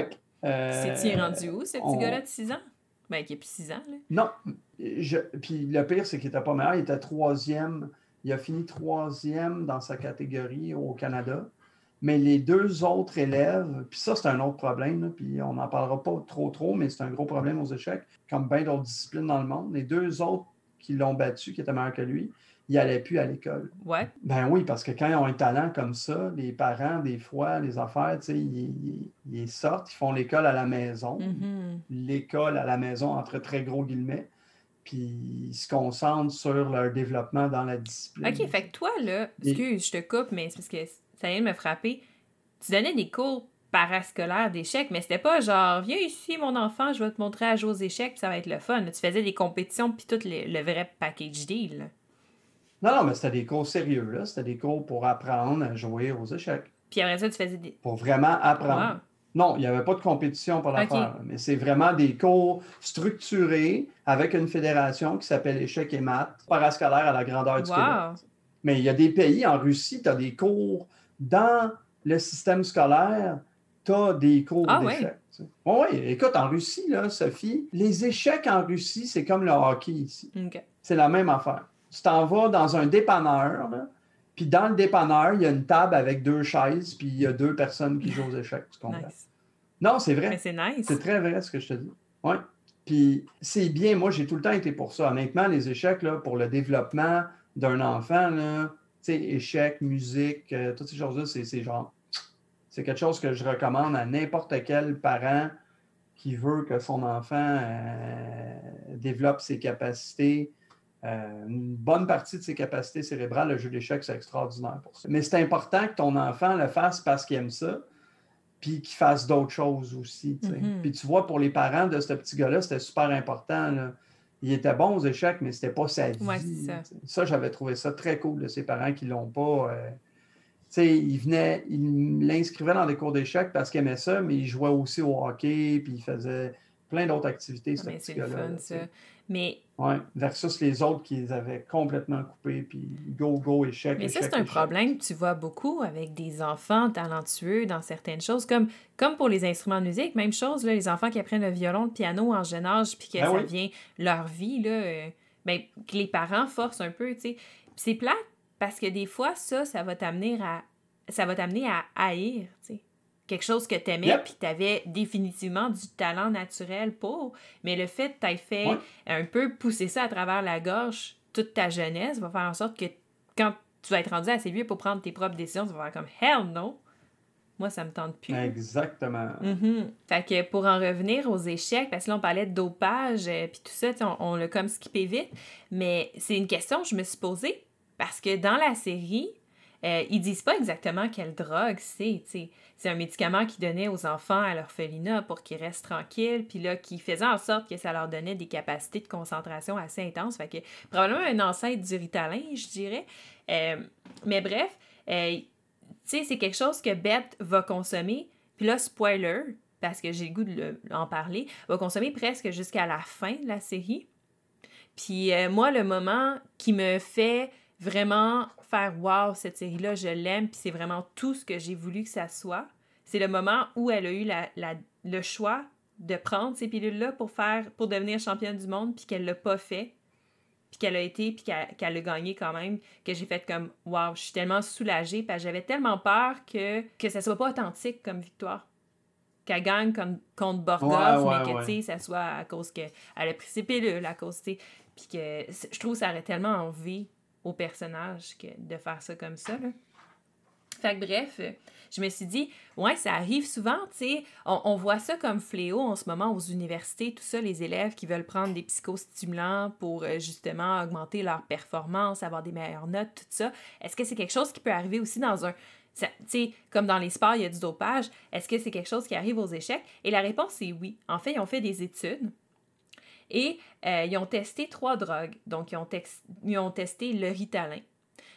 [SPEAKER 2] Euh,
[SPEAKER 1] C'est-tu rendu où, ce petit
[SPEAKER 2] on...
[SPEAKER 1] gars-là de six ans? Ben, qui a plus six ans, là.
[SPEAKER 2] Non. Je... Puis le pire, c'est qu'il n'était pas meilleur. Il était troisième. Il a fini troisième dans sa catégorie au Canada. Mais les deux autres élèves, puis ça, c'est un autre problème, là, puis on n'en parlera pas trop, trop, mais c'est un gros problème aux échecs, comme bien d'autres disciplines dans le monde. Les deux autres qui l'ont battu, qui étaient meilleurs que lui, ils n'allaient plus à l'école.
[SPEAKER 1] Ouais.
[SPEAKER 2] Ben oui, parce que quand ils ont un talent comme ça, les parents, des fois, les affaires, tu sais, ils, ils, ils sortent, ils font l'école à la maison.
[SPEAKER 1] Mm-hmm.
[SPEAKER 2] L'école à la maison, entre très gros guillemets, puis ils se concentrent sur leur développement dans la discipline.
[SPEAKER 1] OK, fait que toi, là, excuse, je te coupe, mais c'est parce que ça vient de me frapper. Tu donnais des cours parascolaires d'échecs, mais c'était pas genre, viens ici, mon enfant, je vais te montrer à jouer aux échecs, puis ça va être le fun. Tu faisais des compétitions, puis tout le, le vrai package deal. Là.
[SPEAKER 2] Non, non, mais c'était des cours sérieux, là. C'était des cours pour apprendre à jouer aux échecs.
[SPEAKER 1] Puis après ça, tu faisais des...
[SPEAKER 2] Pour vraiment apprendre.
[SPEAKER 1] Wow.
[SPEAKER 2] Non, il n'y avait pas de compétition pour la
[SPEAKER 1] OK.
[SPEAKER 2] faire, mais c'est vraiment des cours structurés avec une fédération qui s'appelle Échecs et Maths, parascolaire à la grandeur du
[SPEAKER 1] Wow.
[SPEAKER 2] Québec. Mais il y a des pays, en Russie, tu as des cours dans le système scolaire, tu as des cours
[SPEAKER 1] Ah,
[SPEAKER 2] d'échecs. Oui, ouais. Écoute, en Russie, là, Sophie, les échecs en Russie, c'est comme le hockey ici.
[SPEAKER 1] OK.
[SPEAKER 2] C'est la même affaire. Tu t'en vas dans un dépanneur, là, puis dans le dépanneur, il y a une table avec deux chaises, puis il y a deux personnes qui jouent aux échecs. Tu comprends?
[SPEAKER 1] Nice.
[SPEAKER 2] Non, c'est vrai.
[SPEAKER 1] Mais c'est nice.
[SPEAKER 2] C'est très vrai ce que je te dis. Oui. Puis c'est bien. Moi, j'ai tout le temps été pour ça. Honnêtement, les échecs, là, pour le développement d'un enfant, là, tu sais, échecs, musique, euh, toutes ces choses-là, c'est, c'est genre... C'est quelque chose que je recommande à n'importe quel parent qui veut que son enfant euh, développe ses capacités. Euh, une bonne partie de ses capacités cérébrales, le jeu d'échecs, c'est extraordinaire pour ça. Mais c'est important que ton enfant le fasse parce qu'il aime ça, puis qu'il fasse d'autres choses aussi. Mm-hmm. Puis tu vois, pour les parents de ce petit gars-là, c'était super important. Là. Il était bon aux échecs, mais c'était pas sa vie.
[SPEAKER 1] Ouais, c'est ça.
[SPEAKER 2] Ça, j'avais trouvé ça très cool de ses parents qui l'ont pas... Euh... Tu sais, il venait, il l'inscrivait dans des cours d'échecs parce qu'il aimait ça, mais il jouait aussi au hockey, puis il faisait plein d'autres activités, ce
[SPEAKER 1] mais
[SPEAKER 2] petit
[SPEAKER 1] c'est
[SPEAKER 2] gars-là.
[SPEAKER 1] le fun,
[SPEAKER 2] là,
[SPEAKER 1] ça. Mais...
[SPEAKER 2] Ouais, versus les autres qui les avaient complètement coupés, puis go, go, échec,
[SPEAKER 1] Mais
[SPEAKER 2] échec,
[SPEAKER 1] ça, c'est un
[SPEAKER 2] échec.
[SPEAKER 1] problème que tu vois beaucoup avec des enfants talentueux dans certaines choses, comme, comme pour les instruments de musique, même chose, là, les enfants qui apprennent le violon, le piano en jeune âge, puis que
[SPEAKER 2] Ben
[SPEAKER 1] ça
[SPEAKER 2] oui.
[SPEAKER 1] vient leur vie, là, euh, ben, que les parents forcent un peu, tu sais. C'est plate, parce que des fois, ça, ça va t'amener à ça va t'amener à haïr, tu sais. Quelque chose que t'aimais,
[SPEAKER 2] Yep.
[SPEAKER 1] puis t'avais définitivement du talent naturel pour, mais le fait que t'aies fait
[SPEAKER 2] Ouais.
[SPEAKER 1] un peu pousser ça à travers la gorge toute ta jeunesse va faire en sorte que quand tu vas être rendu assez vieux pour prendre tes propres décisions, tu vas faire comme « hell no ». Moi, ça me tente plus.
[SPEAKER 2] Exactement.
[SPEAKER 1] Mm-hmm. Fait que pour en revenir aux échecs, parce que là, on parlait de dopage, euh, puis tout ça, on, on l'a comme skippé vite, mais c'est une question que je me suis posée, parce que dans la série, euh, ils disent pas exactement quelle drogue c'est, t'sais. C'est un médicament qu'ils donnaient aux enfants à l'orphelinat pour qu'ils restent tranquilles, puis là, qui faisait en sorte que ça leur donnait des capacités de concentration assez intenses. Fait que probablement un ancêtre du Ritalin, je dirais. Euh, mais bref, euh, tu sais, c'est quelque chose que Beth va consommer, puis là, spoiler, parce que j'ai le goût de le, en parler, va consommer presque jusqu'à la fin de la série. Puis euh, moi, le moment qui me fait vraiment faire « wow, cette série-là, je l'aime, puis c'est vraiment tout ce que j'ai voulu que ça soit », c'est le moment où elle a eu la, la, le choix de prendre ces pilules-là pour faire pour devenir championne du monde, puis qu'elle l'a pas fait, puis qu'elle a été, puis qu'elle, qu'elle a gagné quand même, que j'ai fait comme « wow, je suis tellement soulagée », parce que j'avais tellement peur que, que ça soit pas authentique comme victoire. Qu'elle gagne comme, contre Borgov,
[SPEAKER 2] Ouais, ouais,
[SPEAKER 1] mais que,
[SPEAKER 2] ouais.
[SPEAKER 1] tu sais, ça soit à cause qu'elle a pris ses pilules, à cause, tu sais, puis que je trouve que ça aurait tellement envie au personnage que de faire ça comme ça, là. Fait que bref, je me suis dit, ouais, ça arrive souvent, tu sais, on, on voit ça comme fléau en ce moment aux universités, tout ça, les élèves qui veulent prendre des psychostimulants pour euh, justement augmenter leur performance, avoir des meilleures notes, tout ça. Est-ce que c'est quelque chose qui peut arriver aussi dans un... Tu sais, comme dans les sports, il y a du dopage. Est-ce que c'est quelque chose qui arrive aux échecs? Et la réponse est oui. En fait, ils ont fait des études et euh, ils ont testé trois drogues. Donc, ils ont, tex- ils ont testé le Ritalin,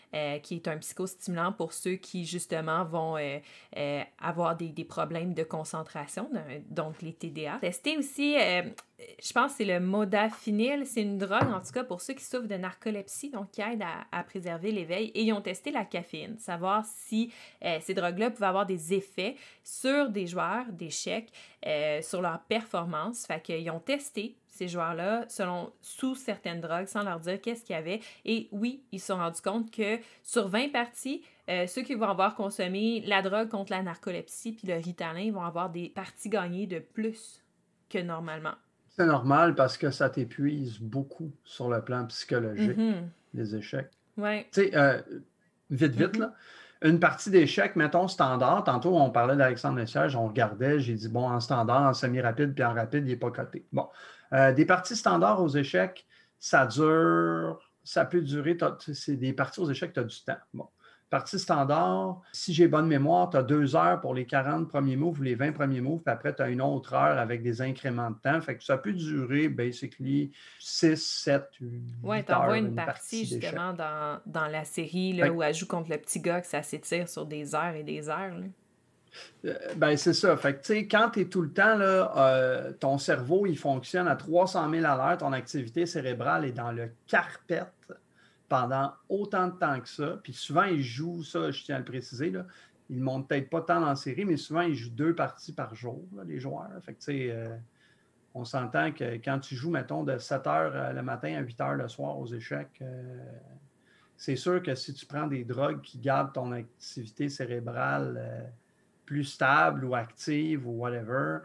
[SPEAKER 1] euh, qui est un psychostimulant pour ceux qui, justement, vont euh, euh, avoir des, des problèmes de concentration, donc les T D A. Testé aussi, euh, je pense que c'est le modafinil, c'est une drogue, en tout cas, pour ceux qui souffrent de narcolepsie, donc qui aide à, à préserver l'éveil, et ils ont testé la caféine, savoir si euh, ces drogues-là pouvaient avoir des effets sur des joueurs d'échecs, euh, sur leur performance. Fait qu'ils ont testé ces joueurs-là selon, sous certaines drogues, sans leur dire qu'est-ce qu'il y avait. Et oui, ils se sont rendus compte que sur vingt parties, euh, ceux qui vont avoir consommé la drogue contre la narcolepsie puis le Ritalin vont avoir des parties gagnées de plus que normalement.
[SPEAKER 2] C'est normal parce que ça t'épuise beaucoup sur le plan psychologique,
[SPEAKER 1] mm-hmm.
[SPEAKER 2] les échecs.
[SPEAKER 1] Ouais.
[SPEAKER 2] Tu sais, euh, vite, vite, mm-hmm. là, une partie d'échecs, mettons standard, tantôt on parlait d'Alexandre Lesiège, on regardait, j'ai dit, bon, en standard, en semi-rapide, puis en rapide, il n'est pas coté. Bon, euh, des parties standards aux échecs, ça dure, ça peut durer, c'est des parties aux échecs, tu as du temps. Bon. Partie standard, si j'ai bonne mémoire, tu as deux heures pour les quarante premiers moves ou les vingt premiers moves, puis après, tu as une autre heure avec des incréments de temps. Fait que ça peut durer, basically, six, sept, huit
[SPEAKER 1] ouais,
[SPEAKER 2] heures.
[SPEAKER 1] t'envoies une,
[SPEAKER 2] une
[SPEAKER 1] partie,
[SPEAKER 2] partie
[SPEAKER 1] justement, dans, dans la série là,
[SPEAKER 2] ben,
[SPEAKER 1] où elle joue contre le petit gars, que ça s'étire sur des heures et des heures. Là.
[SPEAKER 2] Euh, ben, c'est ça. Fait que, tu sais, quand tu es tout le temps, là, euh, ton cerveau, il fonctionne à trois cent mille à l'heure, ton activité cérébrale est dans le carpette pendant autant de temps que ça. Puis souvent, ils jouent ça, je tiens à le préciser, là, ils ne montent peut-être pas tant dans la série, mais souvent, ils jouent deux parties par jour, là, les joueurs. Fait que, tu sais, euh, on s'entend que quand tu joues, mettons, de sept heures le matin à huit heures le soir aux échecs, euh, c'est sûr que si tu prends des drogues qui gardent ton activité cérébrale euh, plus stable ou active ou whatever,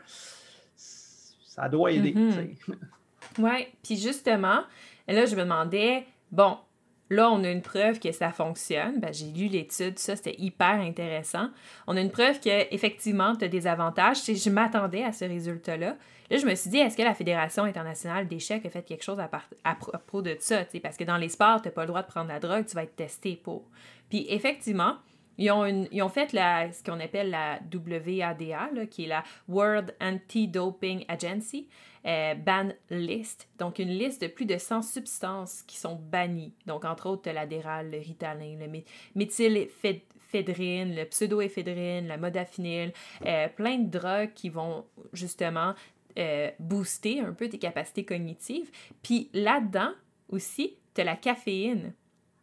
[SPEAKER 2] ça doit aider.
[SPEAKER 1] Mm-hmm. Oui, puis justement, là, je me demandais, bon, là, on a une preuve que ça fonctionne. Ben, j'ai lu l'étude, ça, c'était hyper intéressant. On a une preuve qu'effectivement, tu as des avantages. Je m'attendais à ce résultat-là. Là, je me suis dit, est-ce que la Fédération internationale d'échecs a fait quelque chose à, part... à propos de ça? T'sais? Parce que dans les sports, tu n'as pas le droit de prendre la drogue, tu vas être testé pour. Puis effectivement, ils ont, une... ils ont fait la... ce qu'on appelle la W A D A, là, qui est la World Anti-Doping Agency. Euh, ban list, donc une liste de plus de cent substances qui sont bannies. Donc, entre autres, l'adéral, le Ritalin, le mé- méthyléphédrine, le pseudoéphédrine, la modafinil, euh, plein de drogues qui vont justement euh, booster un peu tes capacités cognitives. Puis là-dedans aussi, tu as la caféine,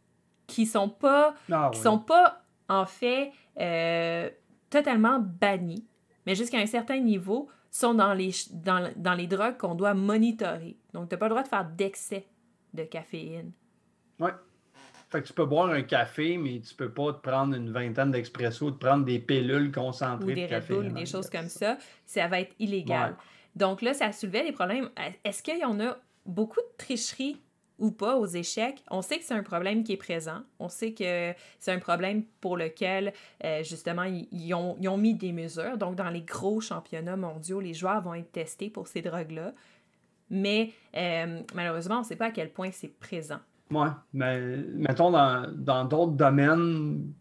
[SPEAKER 1] qui sont pas,
[SPEAKER 2] ah,
[SPEAKER 1] qui
[SPEAKER 2] oui.
[SPEAKER 1] sont pas en fait euh, totalement bannies, mais jusqu'à un certain niveau, sont dans les, dans, dans les drogues qu'on doit monitorer. Donc, tu n'as pas le droit de faire d'excès de caféine.
[SPEAKER 2] Oui. Fait que tu peux boire un café, mais tu ne peux pas te prendre une vingtaine d'expresso, te prendre des pilules concentrées
[SPEAKER 1] ou des
[SPEAKER 2] de café.
[SPEAKER 1] Red Bull, ou des choses comme ça. Ça va être illégal. Ouais. Donc là, ça soulevait des problèmes. Est-ce qu'il y en a beaucoup de tricheries ou pas aux échecs? On sait que c'est un problème qui est présent. On sait que c'est un problème pour lequel, euh, justement, ils, ils, ont, ils ont mis des mesures. Donc, dans les gros championnats mondiaux, les joueurs vont être testés pour ces drogues-là. Mais euh, malheureusement, on ne sait pas à quel point c'est présent.
[SPEAKER 2] Oui, mais mettons dans, dans d'autres domaines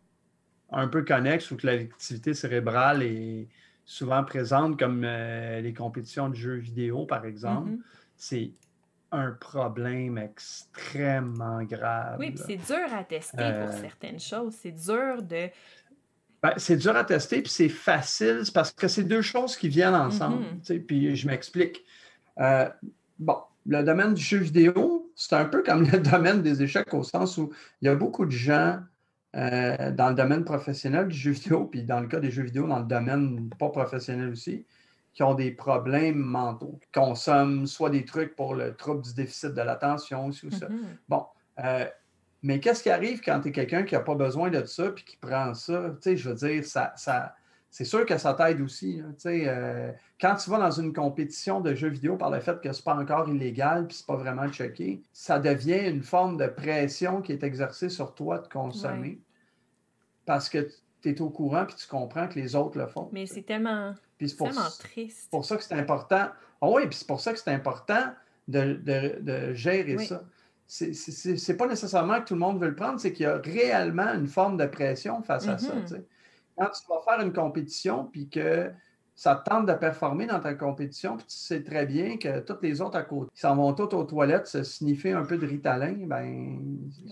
[SPEAKER 2] un peu connexes où que l'activité cérébrale est souvent présente, comme euh, les compétitions de jeux vidéo, par exemple, mm-hmm. c'est un problème extrêmement grave.
[SPEAKER 1] Oui, puis c'est dur à tester euh, pour certaines choses. C'est dur de...
[SPEAKER 2] Ben, c'est dur à tester, puis c'est facile, c'est parce que c'est deux choses qui viennent ensemble. Mm-hmm. Puis je m'explique. Euh, bon, le domaine du jeu vidéo, c'est un peu comme le domaine des échecs au sens où il y a beaucoup de gens euh, dans le domaine professionnel du jeu vidéo, puis dans le cas des jeux vidéo, dans le domaine pas professionnel aussi, qui ont des problèmes mentaux, qui consomment soit des trucs pour le trouble du déficit de l'attention, aussi ou ça. Mm-hmm. Bon, euh, mais qu'est-ce qui arrive quand tu es quelqu'un qui n'a pas besoin de ça puis qui prend ça? Tu sais, je veux dire, ça, ça, c'est sûr que ça t'aide aussi. Tu sais, euh, quand tu vas dans une compétition de jeux vidéo par le fait que ce n'est pas encore illégal puis c'est pas vraiment checké, ça devient une forme de pression qui est exercée sur toi de consommer ouais. parce que tu es au courant puis tu comprends que les autres le font.
[SPEAKER 1] Mais c'est tellement,
[SPEAKER 2] puis c'est pour,
[SPEAKER 1] tellement triste.
[SPEAKER 2] C'est pour ça que c'est important. Ah oui, puis c'est pour ça que c'est important de, de, de gérer oui. ça. C'est, c'est, c'est pas nécessairement que tout le monde veut le prendre, c'est qu'il y a réellement une forme de pression face mm-hmm. à ça. T'sais. Quand tu vas faire une compétition puis que ça te tente de performer dans ta compétition, puis tu sais très bien que tous les autres à côté, ils s'en vont tous aux toilettes se sniffer un peu de Ritalin, ben
[SPEAKER 1] ouais.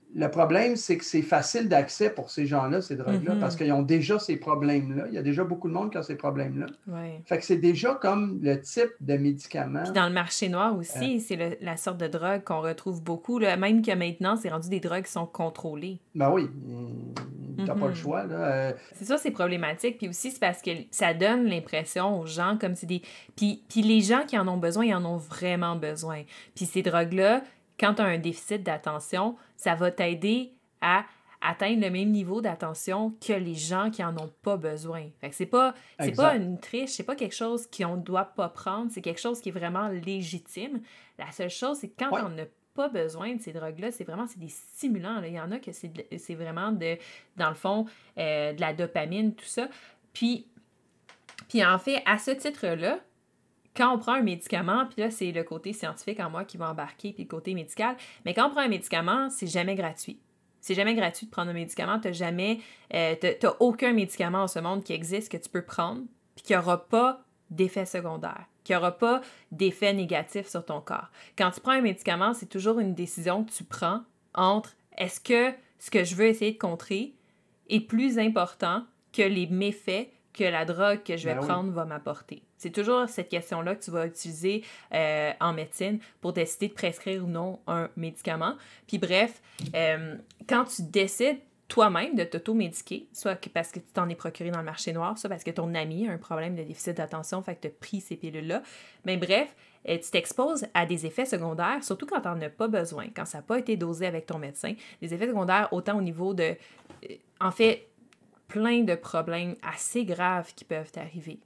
[SPEAKER 2] le problème, c'est que c'est facile d'accès pour ces gens-là, ces drogues-là,
[SPEAKER 1] Mhm.
[SPEAKER 2] parce qu'ils ont déjà ces problèmes-là. Il y a déjà beaucoup de monde qui a ces problèmes-là.
[SPEAKER 1] Ouais.
[SPEAKER 2] Fait que c'est déjà comme le type de médicament.
[SPEAKER 1] Puis dans le marché noir aussi,
[SPEAKER 2] Euh,
[SPEAKER 1] c'est le- la sorte de drogue qu'on retrouve beaucoup. Là. Même que maintenant, c'est rendu des drogues qui sont contrôlées.
[SPEAKER 2] Ben oui, t'as pas le
[SPEAKER 1] Mhm.
[SPEAKER 2] choix, là. Euh,
[SPEAKER 1] C'est ça, c'est problématique. Puis aussi, c'est parce que ça donne l'impression aux gens comme c'est des... Puis, puis les gens qui en ont besoin, ils en ont vraiment besoin. Puis ces drogues-là, quand tu as un déficit d'attention, ça va t'aider à atteindre le même niveau d'attention que les gens qui en ont pas besoin. Fait que c'est pas, c'est pas
[SPEAKER 2] exact.
[SPEAKER 1] une triche, c'est pas quelque chose qu'on ne doit pas prendre, c'est quelque chose qui est vraiment légitime. La seule chose, c'est que quand
[SPEAKER 2] Ouais.
[SPEAKER 1] on n'a pas besoin de ces drogues-là, c'est vraiment c'est des stimulants. Là. Il y en a que c'est, de- c'est vraiment de, dans le fond, euh, de la dopamine, tout ça. Puis, puis en fait, à ce titre-là, quand on prend un médicament, puis là, c'est le côté scientifique en moi qui va embarquer, puis le côté médical, mais quand on prend un médicament, c'est jamais gratuit. C'est jamais gratuit de prendre un médicament. T'as jamais... Euh, t'as, t'as aucun médicament en ce monde qui existe que tu peux prendre, puis qui n'aura pas d'effet secondaire, qui n'aura pas d'effet négatif sur ton corps. Quand tu prends un médicament, c'est toujours une décision que tu prends entre est-ce que ce que je veux essayer de contrer est plus important que les méfaits que la drogue que je vais
[SPEAKER 2] Ben oui.
[SPEAKER 1] prendre va m'apporter. C'est toujours cette question-là que tu vas utiliser euh, en médecine pour décider de prescrire ou non un médicament. Puis bref, euh, quand tu décides toi-même de t'auto-médiquer, soit que parce que tu t'en es procuré dans le marché noir, soit parce que ton ami a un problème de déficit d'attention, fait que tu as pris ces pilules-là, mais bref, euh, tu t'exposes à des effets secondaires, surtout quand tu n'en as pas besoin, quand ça n'a pas été dosé avec ton médecin, des effets secondaires autant au niveau de... euh, en fait, plein de problèmes assez graves qui peuvent t'arriver.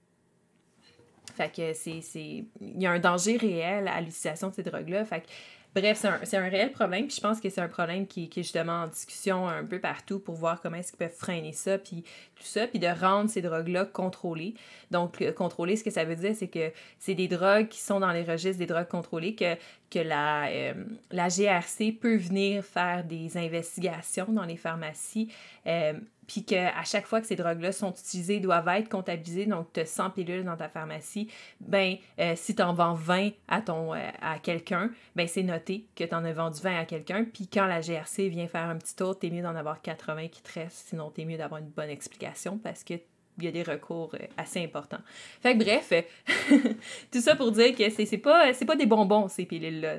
[SPEAKER 1] Fait que c'est, c'est... Il y a un danger réel à l'utilisation de ces drogues-là. Fait que, bref, c'est un, c'est un réel problème. Puis je pense que c'est un problème qui, qui est justement en discussion un peu partout pour voir comment est-ce qu'ils peuvent freiner ça, puis tout ça, puis de rendre ces drogues-là contrôlées. Donc, euh, contrôler, ce que ça veut dire, c'est que c'est des drogues qui sont dans les registres des drogues contrôlées, que, que la, euh, la G R C peut venir faire des investigations dans les pharmacies, euh, puis qu'à chaque fois que ces drogues-là sont utilisées, doivent être comptabilisées, donc tu as cent pilules dans ta pharmacie, ben euh, si tu en vends vingt à, ton, euh, à quelqu'un, ben c'est noté que tu en as vendu vingt à quelqu'un, puis quand la G R C vient faire un petit tour, t'es mieux d'en avoir quatre-vingts qui te restent, sinon t'es mieux d'avoir une bonne explication, parce que il y a des recours euh, assez importants. Fait que bref, tout ça pour dire que c'est, c'est, pas, c'est pas des bonbons, ces pilules-là.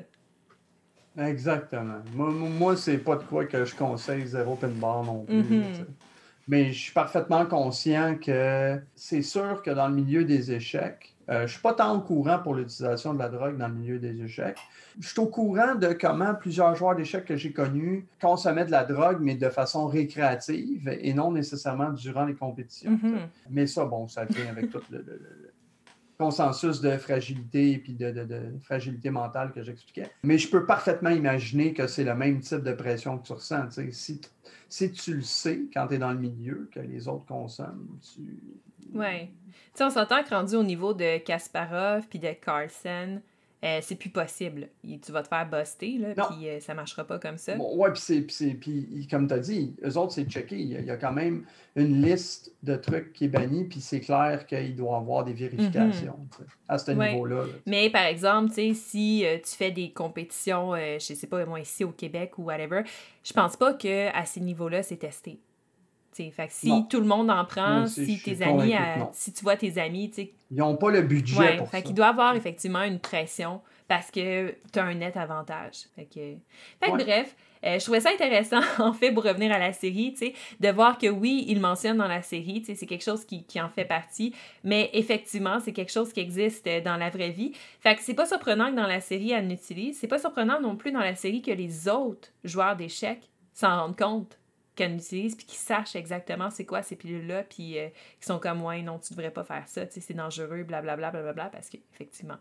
[SPEAKER 2] Exactement. Moi, moi c'est pas de quoi que je conseille zéro pin bar non plus.
[SPEAKER 1] Mm-hmm.
[SPEAKER 2] Là, mais je suis parfaitement conscient que c'est sûr que dans le milieu des échecs, euh, je ne suis pas tant au courant pour l'utilisation de la drogue dans le milieu des échecs. Je suis au courant de comment plusieurs joueurs d'échecs que j'ai connus consommaient de la drogue, mais de façon récréative et non nécessairement durant les compétitions.
[SPEAKER 1] Mm-hmm.
[SPEAKER 2] Mais ça, bon, ça vient avec tout le, le, le consensus de fragilité et puis de, de, de fragilité mentale que j'expliquais. Mais je peux parfaitement imaginer que c'est le même type de pression que tu ressens. Tu sais, si, si tu le sais quand tu es dans le milieu, que les autres consomment, tu...
[SPEAKER 1] Ouais. Tu sais, on s'entend que rendu au niveau de Kasparov puis de Carlsen, euh, c'est plus possible. Et tu vas te faire buster, là, puis euh, ça marchera pas comme ça.
[SPEAKER 2] Bon, ouais, puis c'est, puis c'est, puis comme tu as dit, eux autres, c'est checké. Il y, a, il y a quand même une liste de trucs qui est bannie, puis c'est clair qu'il doit y avoir des vérifications mm-hmm. à ce ouais. niveau-là. Là,
[SPEAKER 1] mais par exemple, tu sais, si euh, tu fais des compétitions, euh, je sais pas, moi ici au Québec ou whatever, je pense pas qu'à ces niveaux-là, c'est testé. T'sais, fait que si non. Tout le monde en prend, aussi, si tes amis, à, si tu vois tes amis, tu sais...
[SPEAKER 2] Ils n'ont pas le budget
[SPEAKER 1] ouais,
[SPEAKER 2] pour
[SPEAKER 1] fait
[SPEAKER 2] ça.
[SPEAKER 1] Qu'il doit avoir effectivement une pression parce que tu as un net avantage. Fait que, fait que ouais. bref, euh, je trouvais ça intéressant, en fait, pour revenir à la série, tu sais, de voir que oui, il mentionne dans la série, tu sais, c'est quelque chose qui, qui en fait partie, mais effectivement, c'est quelque chose qui existe dans la vraie vie. Fait que c'est pas surprenant que dans la série, elle l'utilise. C'est pas surprenant non plus dans la série que les autres joueurs d'échecs s'en rendent compte qu'elle utilise, puis qu'ils sachent exactement c'est quoi ces pilules-là, puis euh, qu'ils sont comme, ouais, non, tu devrais pas faire ça, tu sais, c'est dangereux, blablabla, blablabla, parce qu'effectivement.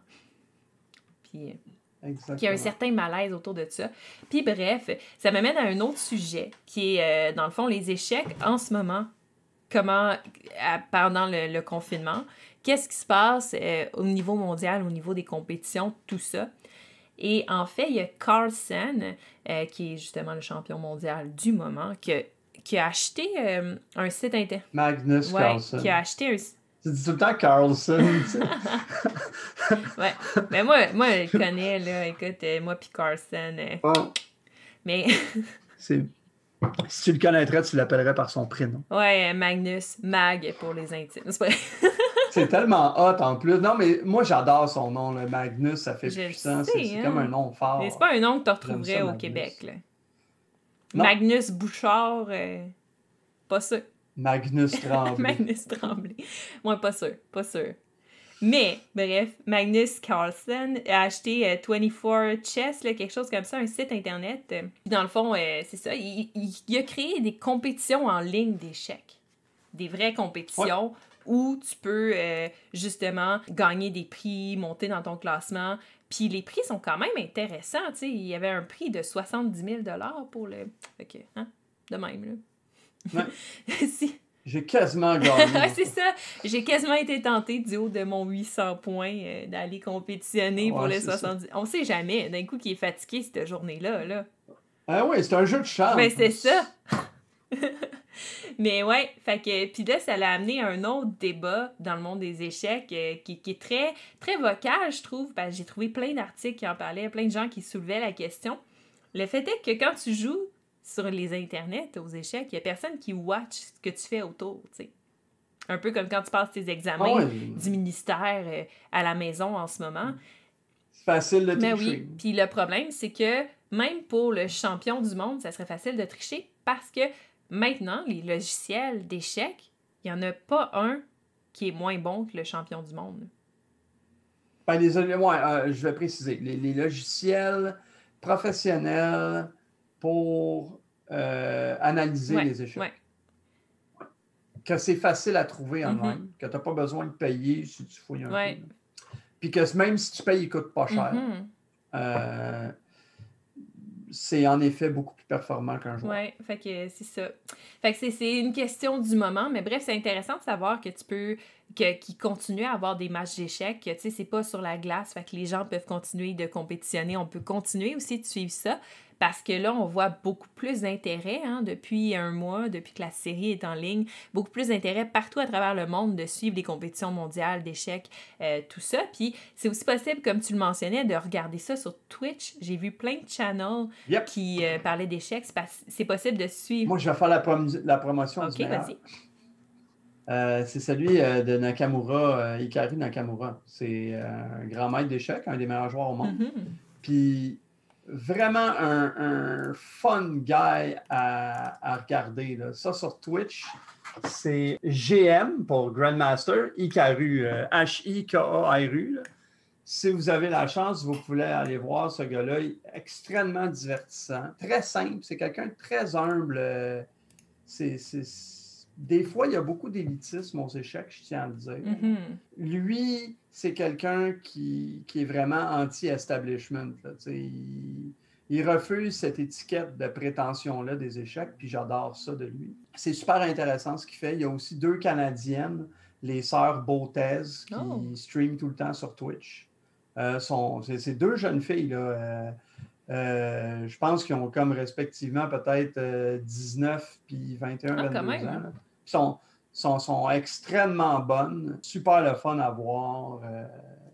[SPEAKER 1] Puis, euh, il y a un certain malaise autour de ça. Puis bref, ça m'amène à un autre sujet, qui est, euh, dans le fond, les échecs en ce moment. Comment, à, pendant le, le confinement, qu'est-ce qui se passe euh, au niveau mondial, au niveau des compétitions, tout ça. Et en fait, il y a Carlsen, euh, qui est justement le champion mondial du moment, qui a, qui a acheté euh, un site internet.
[SPEAKER 2] Magnus ouais, Carlsen.
[SPEAKER 1] Qui a acheté un...
[SPEAKER 2] Tu dis tout le temps Carlsen.
[SPEAKER 1] ouais. Mais moi, moi, je connais, là, écoute, euh, moi puis Carlsen. Euh...
[SPEAKER 2] Oh.
[SPEAKER 1] Mais...
[SPEAKER 2] C'est... Si tu le connaîtrais, tu l'appellerais par son prénom.
[SPEAKER 1] Ouais, Magnus, Mag pour les intimes. C'est pas...
[SPEAKER 2] C'est tellement hot en plus. Non, mais moi, j'adore son nom, là. Magnus, ça fait
[SPEAKER 1] Je
[SPEAKER 2] puissant.
[SPEAKER 1] sais,
[SPEAKER 2] C'est, c'est
[SPEAKER 1] hein.
[SPEAKER 2] comme un nom fort.
[SPEAKER 1] Mais c'est pas un nom que tu retrouverais
[SPEAKER 2] ça,
[SPEAKER 1] au
[SPEAKER 2] Magnus.
[SPEAKER 1] Québec, là.
[SPEAKER 2] Non.
[SPEAKER 1] Magnus Bouchard, euh, pas sûr.
[SPEAKER 2] Magnus Tremblay.
[SPEAKER 1] Magnus Tremblay. Moi, pas sûr, pas sûr. Mais, bref, Magnus Carlsen a acheté euh, vingt-quatre Chess, là, quelque chose comme ça, un site internet. Euh, dans le fond, euh, c'est ça, il, il, il a créé des compétitions en ligne d'échecs. Des vraies compétitions ouais. où tu peux euh, justement gagner des prix, monter dans ton classement. Puis les prix sont quand même intéressants, tu sais. Il y avait un prix de soixante-dix mille dollars pour le... OK, hein? De même, là.
[SPEAKER 2] Ouais.
[SPEAKER 1] si...
[SPEAKER 2] J'ai quasiment gagné.
[SPEAKER 1] C'est ça. J'ai quasiment été tentée du haut de mon huit cents points euh, d'aller compétitionner ouais, pour les soixante-dix. Ça. On sait jamais. D'un coup, qui est fatigué cette journée-là. Là.
[SPEAKER 2] Ah oui, c'est un jeu de chance.
[SPEAKER 1] Ben, c'est ça. Mais ouais, fait que... Puis là, ça l'a amené à un autre débat dans le monde des échecs euh, qui, qui est très, très vocal, je trouve. Parce que j'ai trouvé plein d'articles qui en parlaient, plein de gens qui soulevaient la question. Le fait est que quand tu joues sur les internets, aux échecs, il n'y a personne qui watch ce que tu fais autour, tu sais. Un peu comme quand tu passes tes examens oh, ouais. du ministère euh, à la maison en ce moment.
[SPEAKER 2] C'est facile de tricher.
[SPEAKER 1] Mais oui, puis le problème, c'est que même pour le champion du monde, ça serait facile de tricher parce que maintenant, les logiciels d'échecs, il n'y en a pas un qui est moins bon que le champion du monde.
[SPEAKER 2] Ben, les, ouais, euh, je vais préciser. Les, les logiciels professionnels pour euh, analyser
[SPEAKER 1] ouais,
[SPEAKER 2] les échecs.
[SPEAKER 1] Ouais.
[SPEAKER 2] Que c'est facile à trouver en ligne,
[SPEAKER 1] mm-hmm.
[SPEAKER 2] que tu n'as pas besoin de payer si tu fouilles un
[SPEAKER 1] ouais.
[SPEAKER 2] peu. Puis que même si tu payes, il ne coûte pas cher.
[SPEAKER 1] Mm-hmm.
[SPEAKER 2] Euh, c'est en effet beaucoup plus performant qu'un joueur.
[SPEAKER 1] Oui, fait que c'est ça. Fait que c'est, c'est une question du moment, mais bref, c'est intéressant de savoir que tu peux, que, qu'ils continuent à avoir des matchs d'échecs, que tu sais, c'est pas sur la glace, fait que les gens peuvent continuer de compétitionner, on peut continuer aussi de suivre ça, parce que là, on voit beaucoup plus d'intérêt, hein, depuis un mois, depuis que la série est en ligne, beaucoup plus d'intérêt partout à travers le monde de suivre les compétitions mondiales d'échecs, euh, tout ça. Puis c'est aussi possible, comme tu le mentionnais, de regarder ça sur Twitch. J'ai vu plein de channels
[SPEAKER 2] yep.
[SPEAKER 1] qui euh, parlaient d'échecs. C'est, pas, c'est possible de suivre.
[SPEAKER 2] Moi, je vais faire la, prom- la promotion
[SPEAKER 1] okay,
[SPEAKER 2] du meilleur.
[SPEAKER 1] vas-y.
[SPEAKER 2] Euh, c'est celui euh, de Nakamura, euh, Hikari Nakamura. C'est euh, un grand maître d'échecs, un des meilleurs joueurs au monde.
[SPEAKER 1] Mm-hmm.
[SPEAKER 2] Puis vraiment un, un fun guy à, à regarder. Là. Ça, sur Twitch, c'est G M pour Grandmaster, Hikaru, euh, H I K A R U. Là. Si vous avez la chance, vous pouvez aller voir ce gars-là. Il est extrêmement divertissant, très simple. C'est quelqu'un de très humble. C'est, c'est, c'est... Des fois, il y a beaucoup d'élitisme aux échecs, je tiens à le dire.
[SPEAKER 1] Mm-hmm.
[SPEAKER 2] Lui, c'est quelqu'un qui, qui est vraiment anti-establishment. Là, il, il refuse cette étiquette de prétention-là des échecs, puis j'adore ça de lui. C'est super intéressant ce qu'il fait. Il y a aussi deux Canadiennes, les sœurs Beautez, qui oh. streament tout le temps sur Twitch. Euh, sont, c'est, c'est deux jeunes filles, là. Euh, euh, je pense qu'ils ont comme respectivement peut-être euh, dix-neuf puis vingt et un,
[SPEAKER 1] ah,
[SPEAKER 2] vingt-deux ans. Là. Ils sont, sont, sont extrêmement bonnes, super le fun à voir. Euh,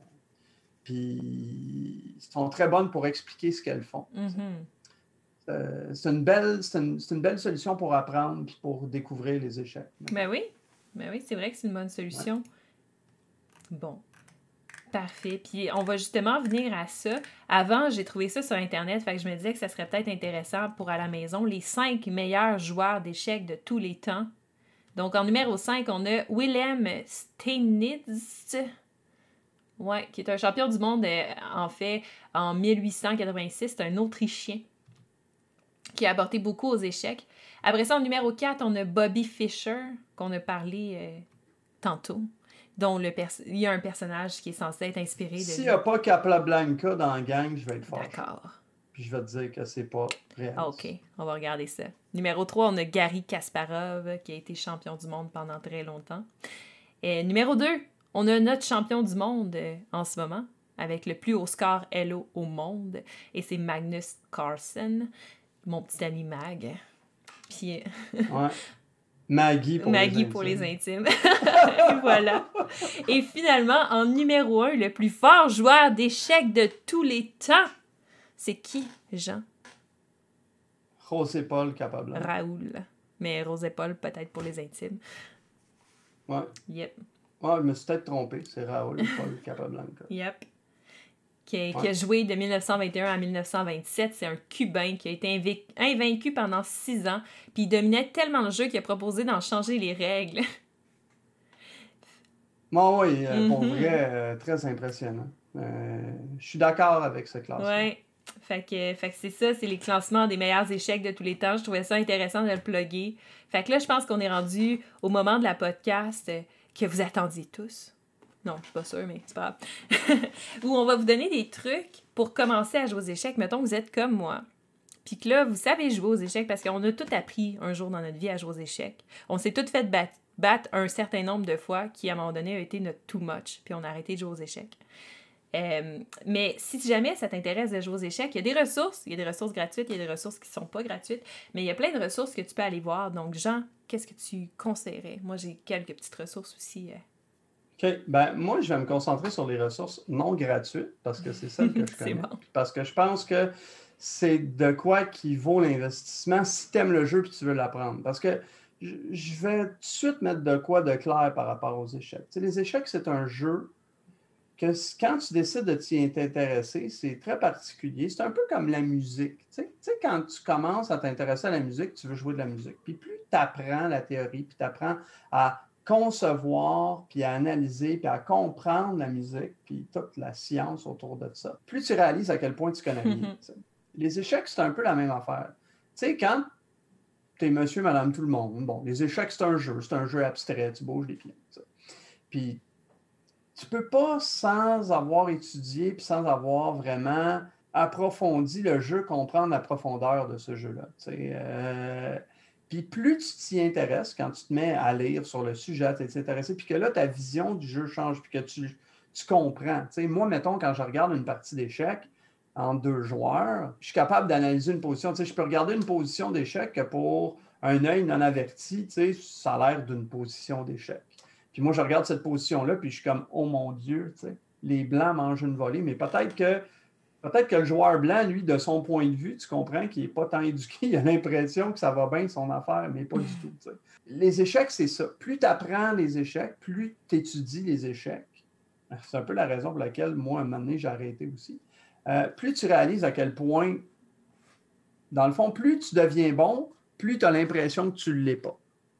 [SPEAKER 2] puis ils sont très bonnes pour expliquer ce qu'elles font.
[SPEAKER 1] Mm-hmm.
[SPEAKER 2] Euh, c'est, une belle, c'est, une, c'est une belle solution pour apprendre puis pour découvrir les échecs.
[SPEAKER 1] Ben oui, ben oui, c'est vrai que c'est une bonne solution. Ouais. Bon. Parfait. Puis on va justement venir à ça. Avant, j'ai trouvé ça sur Internet, fait que je me disais que ça serait peut-être intéressant pour à la maison, les cinq meilleurs joueurs d'échecs de tous les temps. Donc en numéro cinq, on a Wilhelm Steinitz, ouais, qui est un champion du monde, euh, en fait, en mille huit cent quatre-vingt-six. C'est un Autrichien qui a apporté beaucoup aux échecs. Après ça, en numéro quatre, on a Bobby Fischer, qu'on a parlé euh, tantôt. Dont le pers- il y a un personnage qui est censé être inspiré de
[SPEAKER 2] S'il n'y a pas Capablanca dans la gang, je vais être fort.
[SPEAKER 1] D'accord.
[SPEAKER 2] Puis je vais te dire que c'est pas réel.
[SPEAKER 1] Ah, OK, on va regarder ça. Numéro trois, on a Garry Kasparov, qui a été champion du monde pendant très longtemps. Et numéro deux, on a notre champion du monde euh, en ce moment, avec le plus haut score L O au monde, et c'est Magnus Carlsen, mon petit ami Mag. Puis...
[SPEAKER 2] ouais. Maggie pour
[SPEAKER 1] Maggie
[SPEAKER 2] les
[SPEAKER 1] pour les intimes. Et voilà. Et finalement, en numéro un, le plus fort joueur d'échecs de tous les temps. C'est qui, Jean?
[SPEAKER 2] José Paul Capablanca.
[SPEAKER 1] Raoul. Mais Rose et Paul, peut-être pour les intimes.
[SPEAKER 2] Ouais.
[SPEAKER 1] Yep.
[SPEAKER 2] Ouais, je me suis peut-être trompé. C'est Raoul Paul Capablanca.
[SPEAKER 1] Yep. Qui a,
[SPEAKER 2] Ouais.
[SPEAKER 1] qui a joué de dix-neuf cent vingt et un à dix-neuf cent vingt-sept. C'est un Cubain qui a été invi- invaincu pendant six ans. Puis il dominait tellement le jeu qu'il a proposé d'en changer les règles.
[SPEAKER 2] Bon, oui, euh, pour
[SPEAKER 1] Mhm.
[SPEAKER 2] vrai, euh, très impressionnant. Euh, je suis d'accord avec ce classement.
[SPEAKER 1] Ouais. Fait que, fait que c'est ça, c'est les classements des meilleurs échecs de tous les temps. Je trouvais ça intéressant de le plugger. Fait que là, je pense qu'on est rendu au moment de la podcast euh, que vous attendiez tous. Non, je suis pas sûre, mais c'est pas grave. Où on va vous donner des trucs pour commencer à jouer aux échecs. Mettons que vous êtes comme moi. Puis que là, vous savez jouer aux échecs parce qu'on a tout appris un jour dans notre vie à jouer aux échecs. On s'est toutes fait battre, battre un certain nombre de fois qui, à un moment donné, a été notre too much. Puis on a arrêté de jouer aux échecs. Euh, mais si jamais ça t'intéresse de jouer aux échecs, il y a des ressources. Il y a des ressources gratuites, il y a des ressources qui sont pas gratuites. Mais il y a plein de ressources que tu peux aller voir. Donc, Jean, qu'est-ce que tu conseillerais? Moi, j'ai quelques petites ressources aussi. euh.
[SPEAKER 2] OK. Ben, moi, je vais me concentrer sur les ressources non gratuites parce que c'est celles que je
[SPEAKER 1] C'est
[SPEAKER 2] connais.
[SPEAKER 1] bon.
[SPEAKER 2] Parce que je pense que c'est de quoi qui vaut l'investissement si tu aimes le jeu et tu veux l'apprendre. Parce que je je vais tout de suite mettre de quoi de clair par rapport aux échecs. Tu sais, les échecs, c'est un jeu que c- quand tu décides de t'y intéresser, c'est très particulier. C'est un peu comme la musique. Tu sais, Tu sais, quand tu commences à t'intéresser à la musique, tu veux jouer de la musique. Puis plus tu apprends la théorie, puis tu apprends à concevoir, puis à analyser, puis à comprendre la musique, puis toute la science autour de ça, plus tu réalises à quel point tu connais rien. tu sais. Les échecs, c'est un peu la même affaire. Tu sais, quand tu es monsieur, madame, tout le monde, bon, les échecs, c'est un jeu, c'est un jeu abstrait, tu bouges des pions. tu sais. Puis tu peux pas, sans avoir étudié puis sans avoir vraiment approfondi le jeu, comprendre la profondeur de ce jeu-là. tu sais. Euh, Puis plus tu t'y intéresses, quand tu te mets à lire sur le sujet, tu es intéressé, puis que là, ta vision du jeu change, puis que tu, tu comprends. Tu sais, moi, mettons, quand je regarde une partie d'échecs entre deux joueurs, je suis capable d'analyser une position. Tu sais, je peux regarder une position d'échec que pour un œil non averti, tu sais, ça a l'air d'une position d'échec. Puis moi, je regarde cette position-là, puis je suis comme, oh mon Dieu, tu sais, les Blancs mangent une volée, mais peut-être que, peut-être que le joueur blanc, lui, de son point de vue, tu comprends qu'il n'est pas tant éduqué, il a l'impression que ça va bien son affaire, mais pas du tout. tu sais. Les échecs, c'est ça. Plus tu apprends les échecs, plus tu étudies les échecs. C'est un peu la raison pour laquelle, moi, à un moment donné, j'ai arrêté aussi. Euh, plus tu réalises à quel point, dans le fond, plus tu deviens bon, plus tu as l'impression que tu ne l'es pas.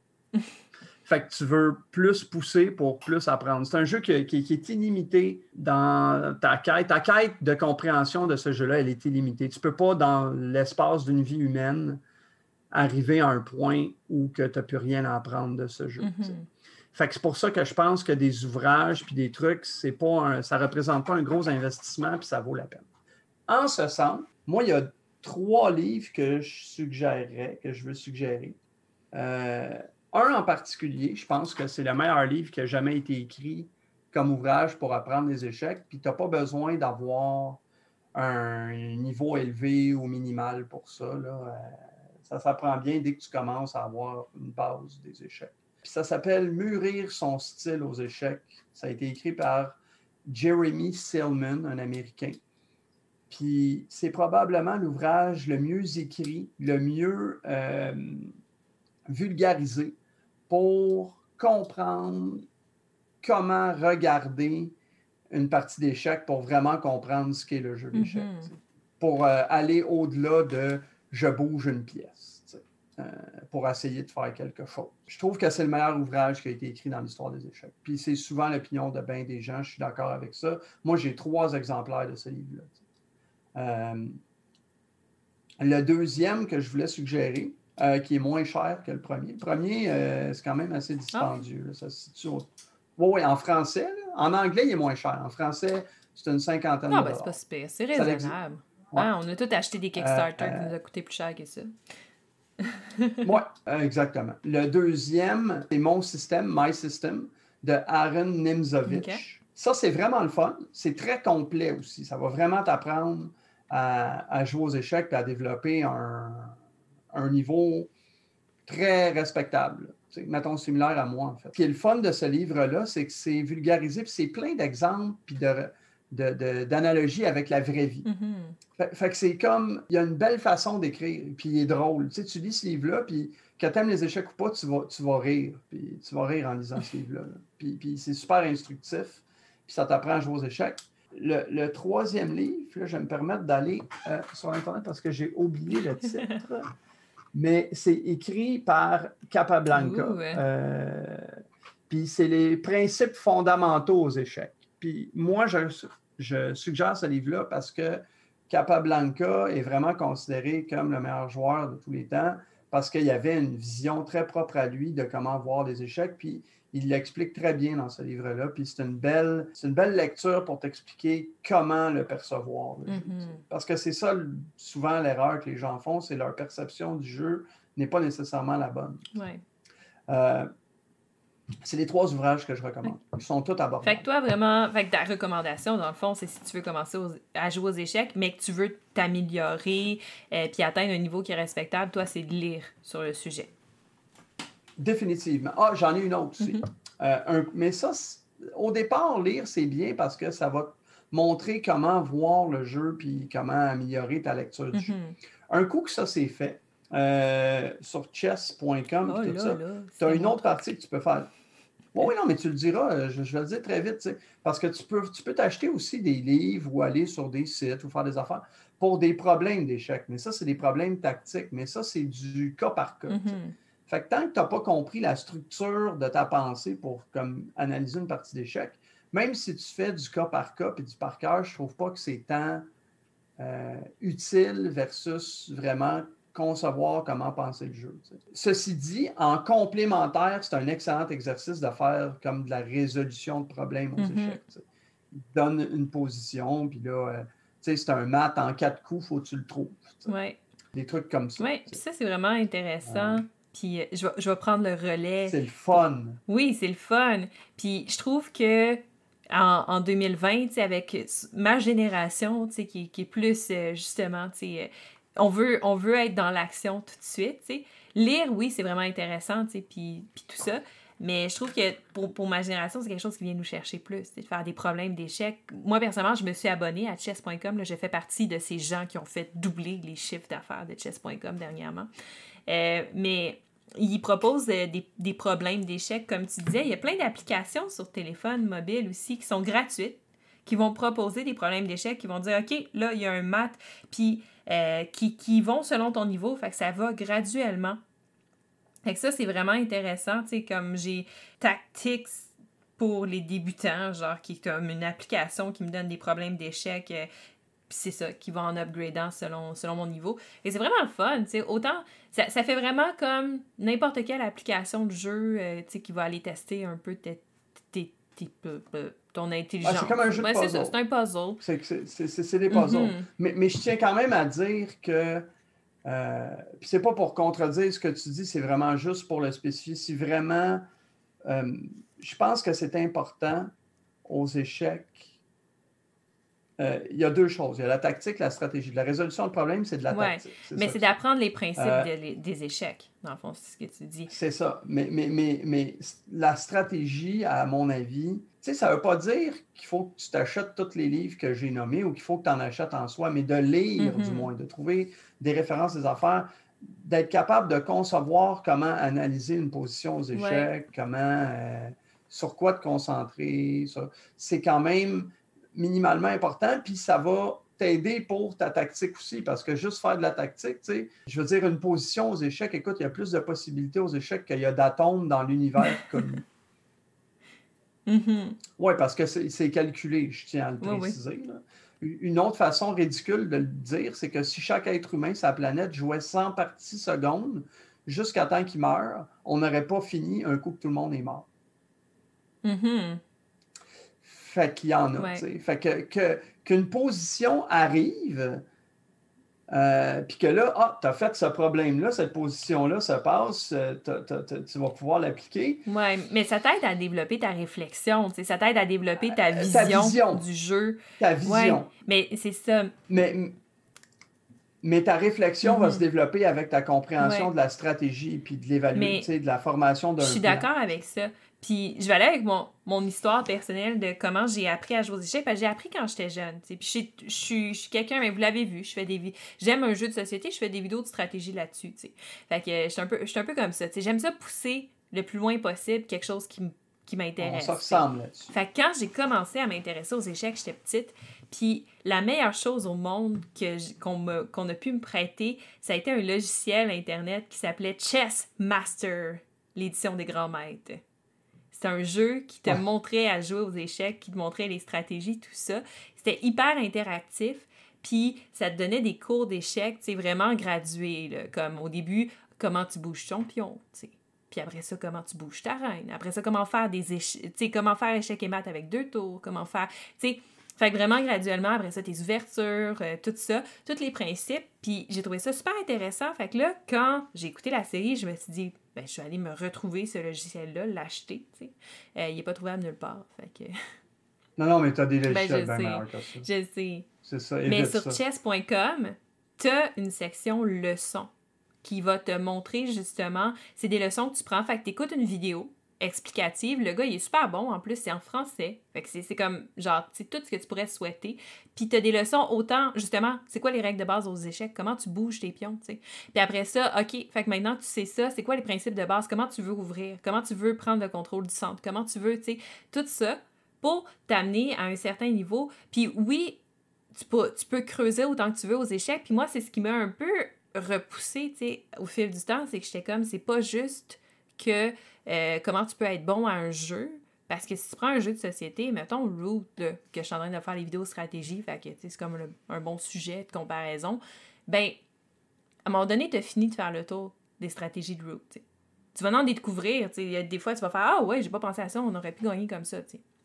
[SPEAKER 2] Fait que tu veux plus pousser pour plus apprendre. C'est un jeu qui, qui- qui est illimité dans ta quête. Ta quête de compréhension de ce jeu-là, elle est illimitée. Tu ne peux pas, dans l'espace d'une vie humaine, arriver à un point où tu n'as plus rien à apprendre de ce jeu. tu sais.
[SPEAKER 1] Mhm.
[SPEAKER 2] Fait que c'est pour ça que je pense que des ouvrages puis des trucs, c'est pas un- ça ne représente pas un gros investissement puis ça vaut la peine. En ce sens, moi, il y a trois livres que je suggérerais, que je veux suggérer. Euh, un en particulier, je pense que c'est le meilleur livre qui a jamais été écrit comme ouvrage pour apprendre les échecs, puis tu n'as pas besoin d'avoir un niveau élevé ou minimal pour ça. Là. Euh, ça s'apprend bien dès que tu commences à avoir une base des échecs. Puis ça s'appelle Mûrir son style aux échecs. Ça a été écrit par Jeremy Silman, un Américain. Puis c'est probablement l'ouvrage le mieux écrit, le mieux euh, vulgarisé pour comprendre comment regarder une partie d'échecs pour vraiment comprendre ce qu'est le jeu d'échecs.
[SPEAKER 1] Mhm.
[SPEAKER 2] tu sais. Pour euh, aller au-delà de je bouge une pièce, tu sais, euh, pour essayer de faire quelque chose. Je trouve que c'est le meilleur ouvrage qui a été écrit dans l'histoire des échecs. Puis c'est souvent l'opinion de bien des gens, je suis d'accord avec ça. Moi, j'ai trois exemplaires de ce livre-là. tu sais. Euh, le deuxième que je voulais suggérer, euh, qui est moins cher que le premier. Le premier, euh, c'est quand même assez dispendieux. là. Ça se situe au... Oui, oui, en français. là. En anglais, il est moins cher. En français, c'est une cinquantaine
[SPEAKER 1] Ah,
[SPEAKER 2] de
[SPEAKER 1] ben, c'est pas
[SPEAKER 2] dollars.
[SPEAKER 1] super. C'est
[SPEAKER 2] Ça existe.
[SPEAKER 1] raisonnable.
[SPEAKER 2] Ouais.
[SPEAKER 1] Hein, on a tous acheté des
[SPEAKER 2] Euh,
[SPEAKER 1] Kickstarter qui
[SPEAKER 2] euh,
[SPEAKER 1] nous a coûté plus cher que ça.
[SPEAKER 2] ouais, euh, exactement. Le deuxième, c'est Mon Système, My System, de Aaron Nimzovich.
[SPEAKER 1] Ok.
[SPEAKER 2] Ça, c'est vraiment le fun. C'est très complet aussi. Ça va vraiment t'apprendre à, à jouer aux échecs et à développer un, un niveau très respectable. C'est, mettons, similaire à moi, en fait. Ce qui est le fun de ce livre-là, c'est que c'est vulgarisé, puis c'est plein d'exemples, puis de, de, de, d'analogie avec la vraie vie.
[SPEAKER 1] Mm-hmm.
[SPEAKER 2] Fait, fait que c'est comme, il y a une belle façon d'écrire, puis il est drôle. Tu sais, tu lis ce livre-là, puis que tu aimes les échecs ou pas, tu vas, tu vas rire. Puis tu vas rire en lisant ce livre-là. Là. Puis, puis c'est super instructif, puis ça t'apprend à jouer aux échecs. Le, le troisième livre, là, je vais me permettre d'aller euh, sur Internet parce que j'ai oublié le titre, mais c'est écrit par Capablanca. Euh, puis c'est les principes fondamentaux aux échecs. Puis moi, je, je suggère ce livre-là parce que Capablanca est vraiment considéré comme le meilleur joueur de tous les temps parce qu'il y avait une vision très propre à lui de comment voir les échecs. Puis il l'explique très bien dans ce livre-là. Puis c'est une belle, c'est une belle lecture pour t'expliquer comment le percevoir. Le mm-hmm. jeu, parce que c'est ça, souvent, l'erreur que les gens font, c'est leur perception du jeu n'est pas nécessairement la bonne.
[SPEAKER 1] Ouais.
[SPEAKER 2] Euh, c'est les trois ouvrages que je recommande. Ils sont tous abordables.
[SPEAKER 1] Fait que toi, vraiment, fait que ta recommandation, dans le fond, c'est si tu veux commencer aux, à jouer aux échecs, mais que tu veux t'améliorer euh, puis atteindre un niveau qui est respectable, toi, c'est de lire sur le sujet.
[SPEAKER 2] Définitivement. Ah, j'en ai une autre aussi.
[SPEAKER 1] Mm-hmm.
[SPEAKER 2] Euh, un, mais ça, au départ, lire, c'est bien parce que ça va montrer comment voir le jeu puis comment améliorer ta lecture du
[SPEAKER 1] mm-hmm.
[SPEAKER 2] jeu. Un coup que ça, c'est fait, euh, sur chess point com,
[SPEAKER 1] oh,
[SPEAKER 2] tout
[SPEAKER 1] là,
[SPEAKER 2] ça, tu as une autre truc. partie que tu peux faire. Bon, oui, non, mais tu le diras, je, je vais le dire très vite, tu sais, parce que tu peux, tu peux t'acheter aussi des livres ou aller sur des sites ou faire des affaires pour des problèmes d'échecs. Mais ça, c'est des problèmes tactiques, mais ça, c'est du cas par cas.
[SPEAKER 1] Mm-hmm.
[SPEAKER 2] Fait que tant que tu n'as pas compris la structure de ta pensée pour comme, analyser une partie d'échecs, même si tu fais du cas par cas et du par cœur, je ne trouve pas que c'est tant euh, utile versus vraiment concevoir comment penser le jeu. T'sais. Ceci dit, en complémentaire, c'est un excellent exercice de faire comme de la résolution de problèmes aux mm-hmm. échecs. T'sais. Il te donne une position, puis là, euh, c'est un mat en quatre coups, il faut que tu le trouves.
[SPEAKER 1] Ouais.
[SPEAKER 2] Des trucs comme ça.
[SPEAKER 1] Oui, puis ça, c'est vraiment intéressant. Euh... Puis je vais, je vais prendre le relais.
[SPEAKER 2] C'est le fun.
[SPEAKER 1] Oui, c'est le fun. Puis je trouve que en, en deux mille vingt, avec ma génération, qui, qui est plus, euh, justement, on veut, on veut être dans l'action tout de suite. T'sais. Lire, oui, c'est vraiment intéressant, puis, puis tout ça. Mais je trouve que pour, pour ma génération, c'est quelque chose qui vient nous chercher plus, de faire des problèmes d'échecs. Moi, personnellement, je me suis abonnée à chess point com. Là, je fais partie de ces gens qui ont fait doubler les chiffres d'affaires de chess point com dernièrement. Euh, mais il propose euh, des, des problèmes d'échecs, comme tu disais. Il y a plein d'applications sur téléphone mobile aussi qui sont gratuites, qui vont proposer des problèmes d'échecs, qui vont dire, OK, là, il y a un mat, puis euh, qui, qui vont selon ton niveau, fait que ça va graduellement. Fait que ça, c'est vraiment intéressant, tu sais, comme j'ai Tactics pour les débutants, genre, qui est comme une application qui me donne des problèmes d'échecs, euh, puis c'est ça, qui va en upgradant selon, selon mon niveau. Et c'est vraiment le fun, tu sais. Autant, ça, ça fait vraiment comme n'importe quelle application de jeu, euh, tu sais, qui va aller tester un peu tes, tes, tes, tes, ton intelligence.
[SPEAKER 2] Ah, c'est comme un jeu
[SPEAKER 1] ouais,
[SPEAKER 2] de puzzle.
[SPEAKER 1] C'est ça, c'est un puzzle.
[SPEAKER 2] C'est, c'est, c'est, c'est des puzzles. Mm-hmm. Mais, mais je tiens quand même à dire que, euh, puis c'est pas pour contredire ce que tu dis, c'est vraiment juste pour le spécifier. Si vraiment, euh, je pense que c'est important aux échecs. Euh, il y a deux choses. Il y a la tactique, la stratégie. La résolution de problème, c'est de la
[SPEAKER 1] ouais,
[SPEAKER 2] tactique. C'est
[SPEAKER 1] mais
[SPEAKER 2] ça,
[SPEAKER 1] c'est d'apprendre les principes
[SPEAKER 2] euh,
[SPEAKER 1] de, des échecs, dans le fond, c'est ce que tu dis.
[SPEAKER 2] C'est ça. Mais, mais, mais, mais la stratégie, à mon avis, tu sais, ça ne veut pas dire qu'il faut que tu t'achètes tous les livres que j'ai nommés ou qu'il faut que tu en achètes en soi, mais de lire, mm-hmm. du moins, de trouver des références, des affaires, d'être capable de concevoir comment analyser une position aux échecs, ouais. comment, euh, sur quoi te concentrer. Sur... C'est quand même minimalement important, puis ça va t'aider pour ta tactique aussi, parce que juste faire de la tactique, tu sais, je veux dire, une position aux échecs, écoute, il y a plus de possibilités aux échecs qu'il y a d'atomes dans l'univers connu.
[SPEAKER 1] Mm-hmm.
[SPEAKER 2] Oui, parce que c'est, c'est calculé, je tiens à le préciser. Oui, oui. Une autre façon ridicule de le dire, c'est que si chaque être humain, sa planète, jouait cent parties secondes jusqu'à temps qu'il meure, on n'aurait pas fini un coup que tout le monde est mort.
[SPEAKER 1] Mm-hmm.
[SPEAKER 2] Fait qu'il y en a,
[SPEAKER 1] ouais.
[SPEAKER 2] tu sais. Fait que, que, qu'une position arrive, euh, puis que là, ah, tu as fait ce problème-là, cette position-là se passe, t'as, t'as, t'as, tu vas pouvoir l'appliquer.
[SPEAKER 1] Oui, mais ça t'aide à développer ta réflexion, tu sais, ça t'aide à développer ta vision,
[SPEAKER 2] ta vision
[SPEAKER 1] du jeu.
[SPEAKER 2] Ta vision.
[SPEAKER 1] Ouais, mais c'est ça.
[SPEAKER 2] Mais, mais ta réflexion mm-hmm. va se développer avec ta compréhension
[SPEAKER 1] ouais.
[SPEAKER 2] de la stratégie, puis de l'évaluation, tu sais, de la formation d'un
[SPEAKER 1] Je suis
[SPEAKER 2] plan.
[SPEAKER 1] d'accord avec ça. Puis je vais aller avec mon, mon histoire personnelle de comment j'ai appris à jouer aux échecs. Parce que j'ai appris quand j'étais jeune. T'sais. Puis je suis, je suis, je suis quelqu'un, mais vous l'avez vu, je fais des vi- j'aime un jeu de société, je fais des vidéos de stratégie là-dessus. T'sais. Fait que je suis un peu, je suis un peu comme ça. T'sais. J'aime ça pousser le plus loin possible quelque chose qui, m- qui m'intéresse.
[SPEAKER 2] On se ressemble là-dessus.
[SPEAKER 1] Fait que quand j'ai commencé à m'intéresser aux échecs, j'étais petite. Puis la meilleure chose au monde que j- qu'on, me, qu'on a pu me prêter, ça a été un logiciel Internet qui s'appelait Chess Master, l'édition des grands maîtres. C'était un jeu qui te
[SPEAKER 2] Ouais.
[SPEAKER 1] montrait à jouer aux échecs, qui te montrait les stratégies, tout ça. C'était hyper interactif, puis ça te donnait des cours d'échecs, tu sais, vraiment gradués, là, comme au début, comment tu bouges ton pion, tu sais. Puis après ça, comment tu bouges ta reine. Après ça, comment faire des échecs, tu sais, comment faire échec et mat avec deux tours, comment faire, tu sais. Fait que vraiment, graduellement, après ça, tes ouvertures, euh, tout ça, tous les principes. Puis j'ai trouvé ça super intéressant. Fait que là, quand j'ai écouté la série, je me suis dit, ben, je suis allée me retrouver ce logiciel-là, l'acheter, tu sais. Euh, il n'est pas trouvable nulle part. Fait que...
[SPEAKER 2] Non, non, mais tu as des
[SPEAKER 1] ben,
[SPEAKER 2] logiciels
[SPEAKER 1] je
[SPEAKER 2] bien
[SPEAKER 1] sais,
[SPEAKER 2] meilleurs que ça.
[SPEAKER 1] je sais.
[SPEAKER 2] C'est ça,
[SPEAKER 1] Mais
[SPEAKER 2] évite
[SPEAKER 1] sur
[SPEAKER 2] ça.
[SPEAKER 1] chess point com, tu as une section leçons qui va te montrer justement, c'est des leçons que tu prends. Fait que tu écoutes une vidéo explicative. Le gars, il est super bon. En plus, c'est en français. Fait que c'est, c'est comme, genre, c'est tout ce que tu pourrais souhaiter. Puis tu as des leçons autant, justement, c'est quoi les règles de base aux échecs? Comment tu bouges tes pions, tu sais? Puis après ça, OK, fait que maintenant tu sais ça, c'est quoi les principes de base? Comment tu veux ouvrir? Comment tu veux prendre le contrôle du centre? Comment tu veux, tu sais, tout ça pour t'amener à un certain niveau. Puis oui, tu peux, tu peux creuser autant que tu veux aux échecs. Puis moi, c'est ce qui m'a un peu repoussé, tu sais, au fil du temps, c'est que j'étais comme, c'est pas juste que euh, comment tu peux être bon à un jeu. Parce que si tu prends un jeu de société, mettons Root, là, que je suis en train de faire les vidéos stratégie, fait que c'est comme le, un bon sujet de comparaison, ben, à un moment donné, tu as fini de faire le tour des stratégies de Root. T'sais. Tu vas en découvrir. T'sais. Des fois, tu vas faire « Ah ouais, j'ai pas pensé à ça, on aurait pu gagner comme ça. »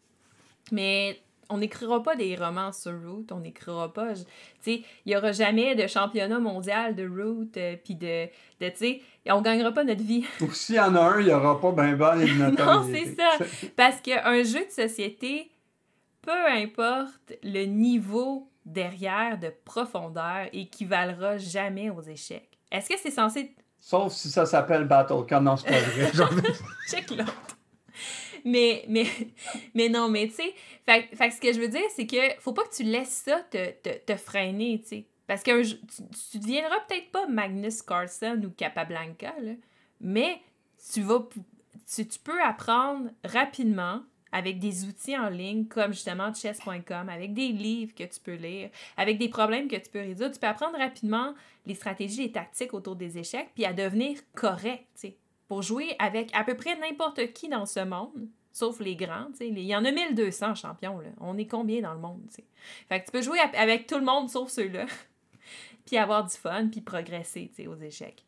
[SPEAKER 1] Mais on n'écrira pas des romans sur Root, on n'écrira pas... Tu sais, il n'y aura jamais de championnat mondial de Root, euh, puis de... de tu sais, on gagnera pas notre vie.
[SPEAKER 2] Ou s'il y en a un, il n'y aura pas ben ben les
[SPEAKER 1] Non, c'est ça. Parce qu'un jeu de société, peu importe le niveau derrière de profondeur, équivalera jamais aux échecs. Est-ce que c'est censé...
[SPEAKER 2] Sauf si ça s'appelle Battlecom. Non, c'est pas vrai.
[SPEAKER 1] Check l'autre. Mais, mais, mais non, mais tu sais, fait, fait, ce que je veux dire, c'est que faut pas que tu laisses ça te, te, te freiner, tu sais. Parce que tu, tu deviendras peut-être pas Magnus Carlsen ou Capablanca, là, mais tu vas tu, tu peux apprendre rapidement avec des outils en ligne comme justement chess point com, avec des livres que tu peux lire, avec des problèmes que tu peux résoudre. Tu peux apprendre rapidement les stratégies et tactiques autour des échecs puis à devenir correct, tu sais, pour jouer avec à peu près n'importe qui dans ce monde, sauf les grands, tu sais. Il y en a mille deux cents champions, là. On est combien dans le monde, tu sais? Fait que tu peux jouer avec tout le monde sauf ceux-là, puis avoir du fun, puis progresser, tu sais, aux échecs.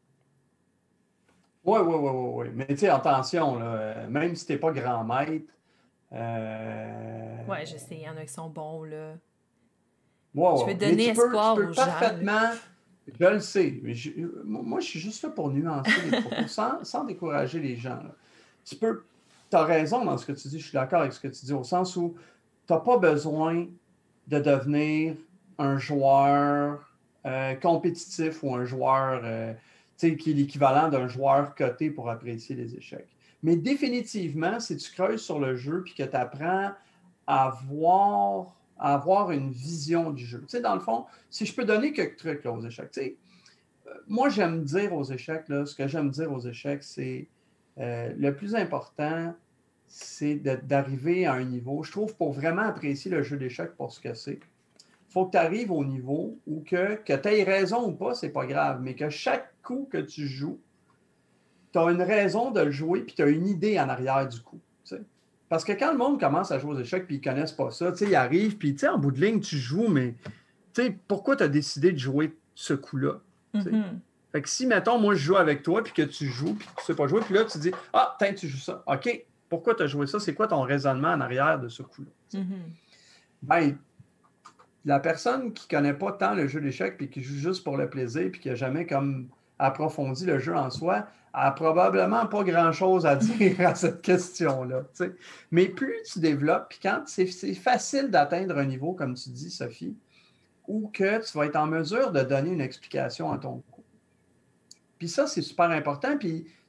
[SPEAKER 2] Oui, oui, oui, oui, oui. Mais tu sais, attention, là, même si tu n'es pas grand maître... Euh...
[SPEAKER 1] Ouais, je sais, il y en a qui sont bons, là.
[SPEAKER 2] Wow,
[SPEAKER 1] je veux donner espoir
[SPEAKER 2] peux, tu peux
[SPEAKER 1] aux
[SPEAKER 2] parfaitement,
[SPEAKER 1] gens.
[SPEAKER 2] Je le sais. Mais je, moi, je suis juste là pour nuancer les propos, sans, sans décourager les gens. Là. Tu peux... Tu as raison dans ce que tu dis, je suis d'accord avec ce que tu dis, au sens où tu n'as pas besoin de devenir un joueur euh, compétitif ou un joueur euh, qui est l'équivalent d'un joueur coté pour apprécier les échecs. Mais définitivement, si tu creuses sur le jeu et que tu apprends à voir, à avoir une vision du jeu. Tu sais, dans le fond, si je peux donner quelques trucs là, aux échecs, tu sais, euh, moi, j'aime dire aux échecs, là, ce que j'aime dire aux échecs, c'est euh, le plus important, c'est de, d'arriver à un niveau, je trouve, pour vraiment apprécier le jeu d'échecs pour ce que c'est. Il faut que tu arrives au niveau où que, que tu aies raison ou pas, c'est pas grave, mais que chaque coup que tu joues, tu as une raison de le jouer puis tu as une idée en arrière du coup. Tu sais. Parce que quand le monde commence à jouer aux échecs puis ils ne connaissent pas ça, tu sais, ils arrivent puis tu sais, en bout de ligne, tu joues, mais tu sais, pourquoi tu as décidé de jouer ce coup-là? Mm-hmm. Fait que si, mettons, moi, je joue avec toi puis que tu joues puis que tu ne sais pas jouer, puis là, tu dis « Ah, tiens, tu joues ça. OK, pourquoi tu as joué ça? C'est quoi ton raisonnement en arrière de ce coup-là? Mm-hmm. » Ben, la personne qui ne connaît pas tant le jeu d'échecs puis qui joue juste pour le plaisir puis qui n'a jamais comme approfondi le jeu en soi, a probablement pas grand-chose à dire à cette question-là. T'sais. Mais plus tu développes, puis quand c'est, c'est facile d'atteindre un niveau, comme tu dis, Sophie, où que tu vas être en mesure de donner une explication à ton coup. Puis ça, c'est super important. Puis, tu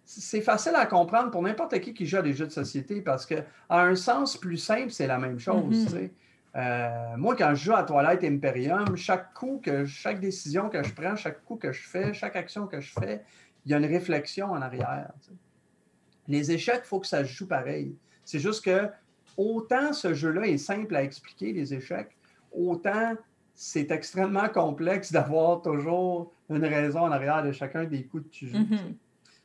[SPEAKER 2] c'est facile à comprendre pour n'importe qui qui joue à des jeux de société parce qu'à un sens plus simple, c'est la même chose. Mm-hmm. Tu sais. Euh, moi, quand je joue à Twilight Imperium, chaque coup, que, chaque décision que je prends, chaque coup que je fais, chaque action que je fais, il y a une réflexion en arrière. Tu sais. Les échecs, il faut que ça se joue pareil. C'est juste que autant ce jeu-là est simple à expliquer, les échecs, autant c'est extrêmement complexe d'avoir toujours une raison en arrière de chacun des coups que tu joues. Mm-hmm. Tu sais.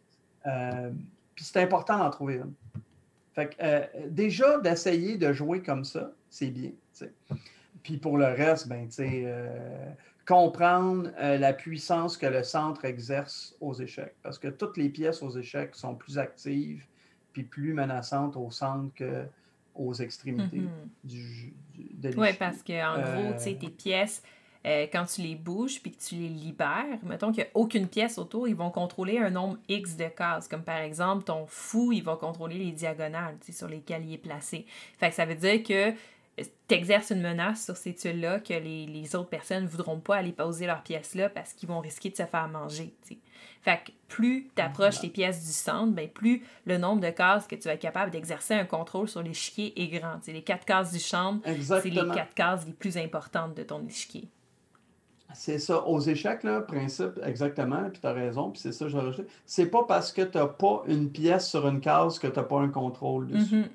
[SPEAKER 2] euh, Puis c'est important d'en trouver une. Fait que, euh, déjà, d'essayer de jouer comme ça, c'est bien. T'sais. Puis pour le reste, ben, euh, comprendre euh, la puissance que le centre exerce aux échecs. Parce que toutes les pièces aux échecs sont plus actives puis plus menaçantes au centre qu'aux extrémités mm-hmm. du, du, de l'échiquier.
[SPEAKER 1] Oui, parce qu'en euh... gros, tu sais, tes pièces, euh, quand tu les bouges puis que tu les libères, mettons qu'il n'y a aucune pièce autour, ils vont contrôler un nombre X de cases. Comme par exemple, ton fou, il va contrôler les diagonales sur lesquelles il est placé. Fait que ça veut dire que tu exerces une menace sur ces tuiles-là que les, les autres personnes ne voudront pas aller poser leurs pièces-là parce qu'ils vont risquer de se faire manger. T'sais. Fait que plus tu approches tes pièces du centre, ben plus le nombre de cases que tu vas être capable d'exercer un contrôle sur l'échiquier est grand. T'sais, les quatre cases du centre, c'est les quatre cases les plus importantes de ton échiquier.
[SPEAKER 2] C'est ça. Aux échecs, là, principe, exactement, puis tu as raison, puis c'est ça que je vais rajouter. C'est pas parce que tu n'as pas une pièce sur une case que tu n'as pas un contrôle dessus.
[SPEAKER 1] Mm-hmm.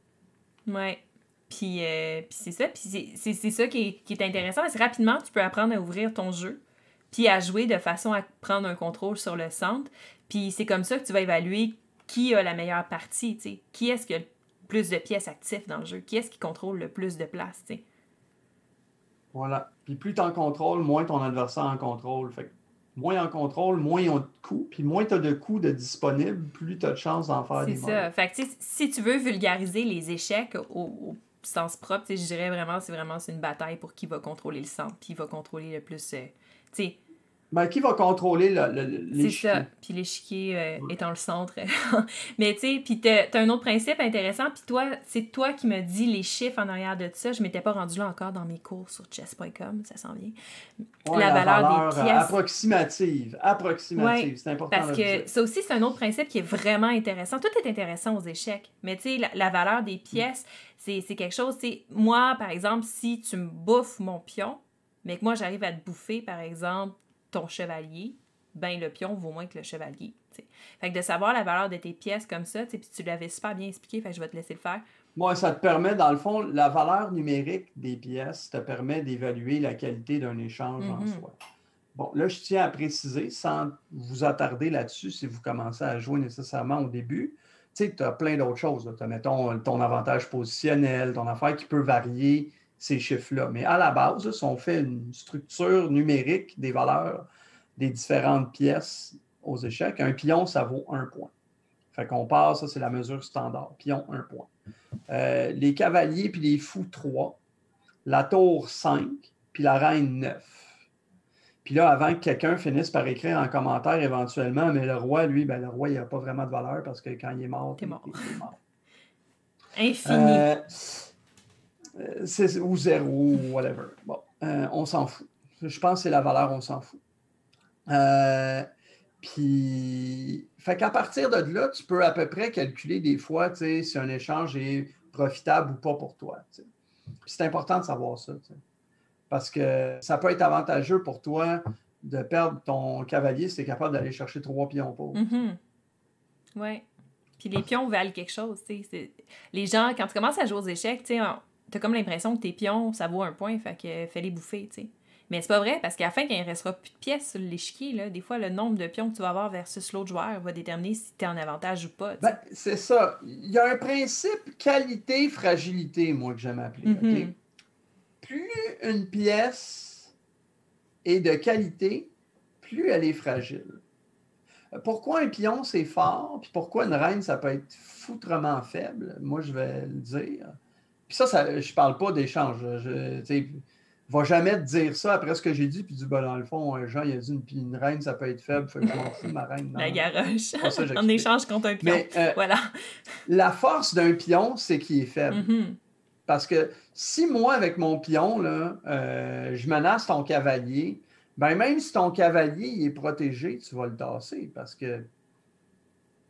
[SPEAKER 1] Oui. Puis, euh, puis c'est ça. Puis c'est, c'est, c'est ça qui est, qui est intéressant. Parce que rapidement, tu peux apprendre à ouvrir ton jeu, puis à jouer de façon à prendre un contrôle sur le centre. Puis c'est comme ça que tu vas évaluer qui a la meilleure partie, tu sais. Qui est-ce qui a le plus de pièces actives dans le jeu? Qui est-ce qui contrôle le plus de place, tu sais?
[SPEAKER 2] Voilà. Puis plus tu en contrôles, moins ton adversaire en contrôle. Fait que moins en contrôle, moins ils ont de coups. Puis moins tu as de coups de disponibles, plus tu as de chances d'en faire
[SPEAKER 1] c'est
[SPEAKER 2] des
[SPEAKER 1] ça. Fait que, si tu veux vulgariser les échecs au, au sens propre, je dirais vraiment, c'est vraiment c'est une bataille pour qui va contrôler le centre, puis va contrôler le plus... Euh, tu sais,
[SPEAKER 2] ben, qui va contrôler le, le, l'échiquier?
[SPEAKER 1] C'est ça. Puis l'échiquier euh, ouais. étant le centre. Mais tu sais, puis t'as, t'as un autre principe intéressant. Puis toi, c'est toi qui me dis les chiffres en arrière de ça. Je m'étais pas rendue là encore dans mes cours sur chess point com. Ça s'en vient.
[SPEAKER 2] Ouais, la, la valeur, valeur des pièces. Approximative. Approximative. Ouais, c'est important.
[SPEAKER 1] Parce que dire. Ça aussi, c'est un autre principe qui est vraiment intéressant. Tout est intéressant aux échecs. Mais tu sais, la, la valeur des pièces, mm. c'est, c'est quelque chose... T'sais, moi, par exemple, si tu me bouffes mon pion, mais que moi, j'arrive à te bouffer, par exemple, ton chevalier, ben le pion vaut moins que le chevalier. T'sais. Fait que de savoir la valeur de tes pièces comme ça, puis tu l'avais super bien expliqué, fait que je vais te laisser le faire.
[SPEAKER 2] Moi, ça te permet, dans le fond, la valeur numérique des pièces te permet d'évaluer la qualité d'un échange mm-hmm. en soi. Bon, là, je tiens à préciser, sans vous attarder là-dessus, si vous commencez à jouer nécessairement au début, tu sais, tu as plein d'autres choses. Tu as, mettons, ton avantage positionnel, ton affaire qui peut varier ces chiffres-là. Mais à la base, là, si on fait une structure numérique des valeurs des différentes pièces aux échecs, un pion, ça vaut un point. Fait qu'on part, ça, c'est la mesure standard. Pion, un point. Euh, les cavaliers puis les fous, trois. La tour, cinq. Puis la reine, neuf. Puis là, avant que quelqu'un finisse par écrire en commentaire éventuellement, mais le roi, lui, ben, le roi, il n'a pas vraiment de valeur parce que quand il est mort,
[SPEAKER 1] T'es mort.
[SPEAKER 2] il est mort.
[SPEAKER 1] Infini.
[SPEAKER 2] Euh, C'est, ou zéro, ou whatever. Bon, euh, on s'en fout. Je pense que c'est la valeur, on s'en fout. Euh, puis, fait qu'à partir de là, tu peux à peu près calculer des fois, tu sais, si un échange est profitable ou pas pour toi. Tu sais. Puis c'est important de savoir ça, tu sais. Parce que ça peut être avantageux pour toi de perdre ton cavalier si tu es capable d'aller chercher trois pions pauvres.
[SPEAKER 1] Mm-hmm. Oui. Puis les pions valent quelque chose, tu sais. C'est... Les gens, quand tu commences à jouer aux échecs, tu sais, on... t'as comme l'impression que tes pions, ça vaut un point, fait que fais-les bouffer, tu sais. Mais c'est pas vrai, parce qu'à la fin, quand il ne restera plus de pièces sur l'échiquier, là, des fois, le nombre de pions que tu vas avoir versus l'autre joueur va déterminer si tu es en avantage ou pas.
[SPEAKER 2] Ben, c'est ça. Il y a un principe qualité-fragilité, moi, que j'aime appeler. Mm-hmm. Okay? Plus une pièce est de qualité, plus elle est fragile. Pourquoi un pion, c'est fort, puis pourquoi une reine, ça peut être foutrement faible, moi, je vais le dire. Puis ça, ça je parle pas d'échange. Je ne va jamais te dire ça après ce que j'ai dit, puis du ben, dans le fond, Jean, il a dit une, une reine, ça peut être faible, fait que je m'en fous, ma reine. Non,
[SPEAKER 1] la garoche. En échange contre un pion.
[SPEAKER 2] Mais, euh,
[SPEAKER 1] voilà.
[SPEAKER 2] La force d'un pion, c'est qu'il est faible.
[SPEAKER 1] Mm-hmm.
[SPEAKER 2] Parce que si moi, avec mon pion, là, euh, je menace ton cavalier, ben même si ton cavalier il est protégé, tu vas le tasser parce que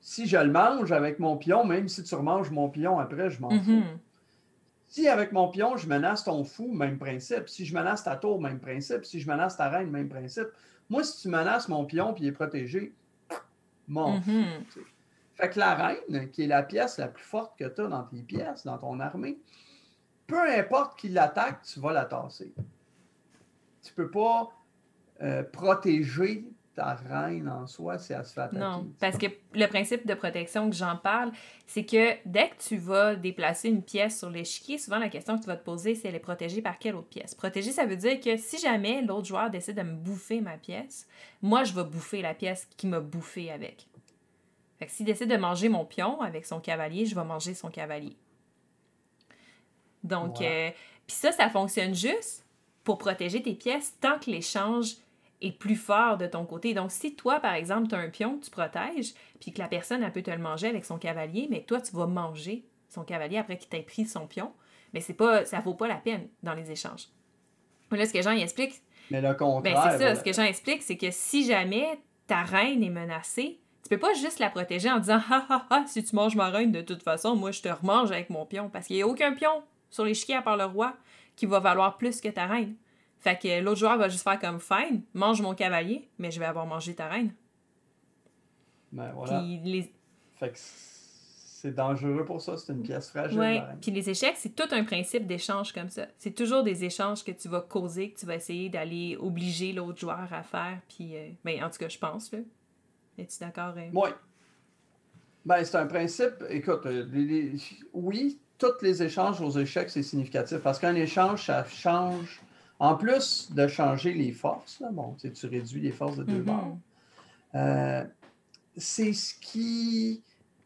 [SPEAKER 2] si je le mange avec mon pion, même si tu remanges mon pion après, je m'en mm-hmm. fous. Si avec mon pion, je menace ton fou, même principe. Si je menace ta tour, même principe. Si je menace ta reine, même principe. Moi, si tu menaces mon pion puis il est protégé, m'en fous. Mm-hmm. Fait que la reine, qui est la pièce la plus forte que tu as dans tes pièces, dans ton armée, peu importe qui l'attaque, tu vas la tasser. Tu ne peux pas euh, protéger ta reine en soi si elle se fait attaquer.
[SPEAKER 1] Non, parce que le principe de protection que j'en parle, c'est que dès que tu vas déplacer une pièce sur l'échiquier, souvent la question que tu vas te poser, c'est elle est protégée par quelle autre pièce? Protégée, ça veut dire que si jamais l'autre joueur décide de me bouffer ma pièce, moi, je vais bouffer la pièce qui m'a bouffé avec. Fait que s'il décide de manger mon pion avec son cavalier, je vais manger son cavalier. Donc, ouais. euh, puis ça, ça fonctionne juste pour protéger tes pièces tant que l'échange est plus fort de ton côté. Donc, si toi, par exemple, tu as un pion que tu protèges, puis que la personne, elle peut te le manger avec son cavalier, mais toi, tu vas manger son cavalier après qu'il t'ait pris son pion, mais c'est pas, ça vaut pas la peine dans les échanges. Là, ce que Jean il explique...
[SPEAKER 2] Mais le contraire...
[SPEAKER 1] Ben, c'est ça,
[SPEAKER 2] voilà.
[SPEAKER 1] Ce que Jean explique, c'est que si jamais ta reine est menacée, tu peux pas juste la protéger en disant « Ha, ha, ha, si tu manges ma reine, de toute façon, moi, je te remange avec mon pion. » Parce qu'il n'y a aucun pion sur l'échiquier à part le roi qui va valoir plus que ta reine. Fait que l'autre joueur va juste faire comme « Fine, mange mon cavalier, mais je vais avoir mangé ta reine. »
[SPEAKER 2] Ben voilà.
[SPEAKER 1] Puis les...
[SPEAKER 2] Fait que c'est dangereux pour ça, c'est une pièce fragile.
[SPEAKER 1] Oui, puis les échecs, c'est tout un principe d'échange comme ça. C'est toujours des échanges que tu vas causer, que tu vas essayer d'aller obliger l'autre joueur à faire. Puis, euh, ben, en tout cas, je pense, là. Es-tu d'accord? Euh...
[SPEAKER 2] Oui. Ben, c'est un principe, écoute, les, les, oui, tous les échanges aux échecs, c'est significatif parce qu'un échange, ça change, en plus de changer les forces, là, bon, tu sais, tu réduis les forces de deux mm-hmm. bords, euh, c'est ce qui...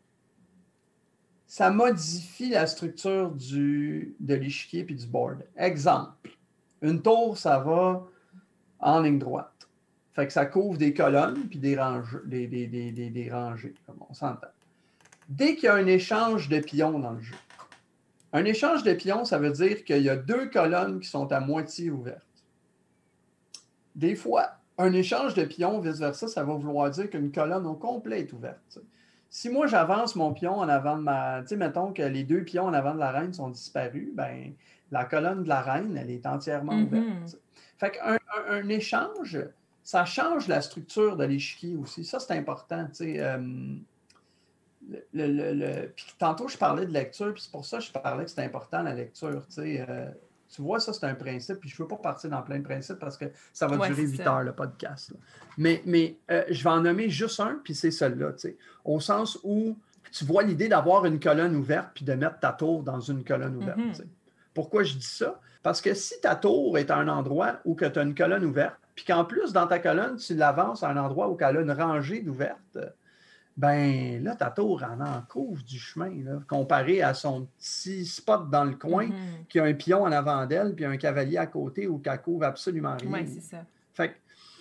[SPEAKER 2] ça modifie la structure du, de l'échiquier puis du board. Exemple, une tour, ça va en ligne droite. Fait que ça couvre des colonnes puis des, range, des, des, des, des, des rangées, comme on s'entend. Dès qu'il y a un échange de pions dans le jeu, un échange de pions, ça veut dire qu'il y a deux colonnes qui sont à moitié ouvertes. Des fois, un échange de pions, vice-versa, ça va vouloir dire qu'une colonne au complet est ouverte. T'sais. Si moi, j'avance mon pion en avant de ma... Tu sais, mettons que les deux pions en avant de la reine sont disparus, ben la colonne de la reine, elle est entièrement mm-hmm. ouverte. T'sais. Fait qu'un un, un échange... ça change la structure de l'échiquier aussi. Ça, c'est important. Euh, le, le, le... Puis tantôt, je parlais de lecture, puis c'est pour ça que je parlais que c'est important, la lecture. Euh, tu vois, ça, c'est un principe, puis je ne veux pas partir dans plein de principes parce que ça va ouais, durer huit heures, le podcast. Là. Mais, mais euh, je vais en nommer juste un, puis c'est celui-là. Au sens où tu vois l'idée d'avoir une colonne ouverte, puis de mettre ta tour dans une colonne ouverte. Mm-hmm. Pourquoi je dis ça? Parce que si ta tour est à un endroit où tu as une colonne ouverte, puis qu'en plus, dans ta colonne, tu l'avances à un endroit où elle a une rangée d'ouvertes, ben là, ta tour en en couvre du chemin, là, comparé à son petit spot dans le coin mm-hmm. qui a un pion en avant d'elle, puis un cavalier à côté où qu'elle couvre absolument rien.
[SPEAKER 1] Oui, c'est ça.
[SPEAKER 2] Fait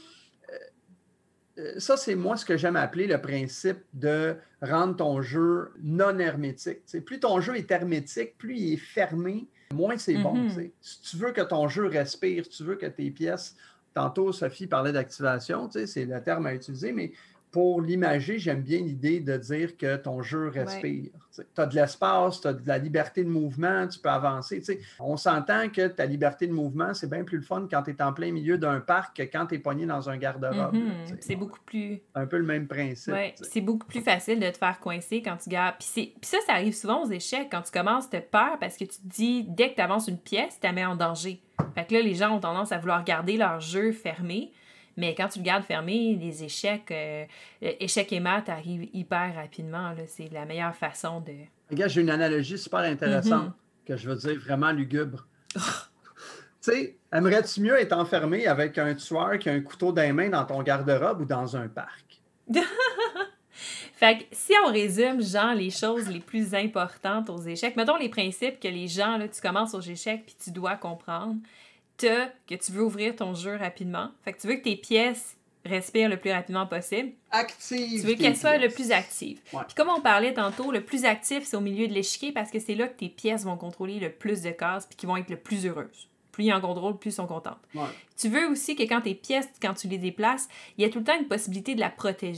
[SPEAKER 2] que, euh, ça, c'est moi ce que j'aime appeler le principe de rendre ton jeu non hermétique. T'sais, plus ton jeu est hermétique, plus il est fermé, moins c'est mm-hmm. bon. T'sais. Si tu veux que ton jeu respire, tu veux que tes pièces... Tantôt, Sophie parlait d'activation, tu sais, c'est le terme à utiliser, mais pour l'imager, j'aime bien l'idée de dire que ton jeu respire. Ouais. Tu as de l'espace, tu as de la liberté de mouvement, tu peux avancer. Tu sais. On s'entend que ta liberté de mouvement, c'est bien plus le fun quand tu es en plein milieu d'un parc que quand tu es pogné dans un garde-robe.
[SPEAKER 1] Mm-hmm. C'est bon, beaucoup plus...
[SPEAKER 2] un peu le même principe.
[SPEAKER 1] Ouais. C'est beaucoup plus facile de te faire coincer quand tu gardes. Puis, Puis ça, ça arrive souvent aux échecs quand tu commences, tu as peur parce que tu te dis, dès que tu avances une pièce, tu la mets en danger. Fait que là, les gens ont tendance à vouloir garder leur jeu fermé. Mais quand tu le gardes fermé, les échecs, euh, échecs et maths arrivent hyper rapidement. Là. C'est la meilleure façon de...
[SPEAKER 2] Regarde, j'ai une analogie super intéressante mm-hmm. que je veux dire vraiment lugubre. Tu sais, aimerais-tu mieux être enfermé avec un tueur qui a un couteau dans les mains dans ton garde-robe ou dans un parc?
[SPEAKER 1] Fait que si on résume, genre, les choses les plus importantes aux échecs, mettons les principes que les gens, là, tu commences aux échecs puis tu dois comprendre. T'as que tu veux ouvrir ton jeu rapidement. Fait que tu veux que tes pièces respirent le plus rapidement possible.
[SPEAKER 2] Active.
[SPEAKER 1] Tu veux qu'elles soient le plus actives. Ouais. Puis comme on parlait tantôt, le plus actif, c'est au milieu de l'échiquier parce que c'est là que tes pièces vont contrôler le plus de cases puis qui vont être le plus heureuses. Plus ils en contrôlent, plus ils sont contentes.
[SPEAKER 2] Ouais.
[SPEAKER 1] Tu veux aussi que quand tes pièces, quand tu les déplaces, il y a tout le temps une possibilité de la protéger.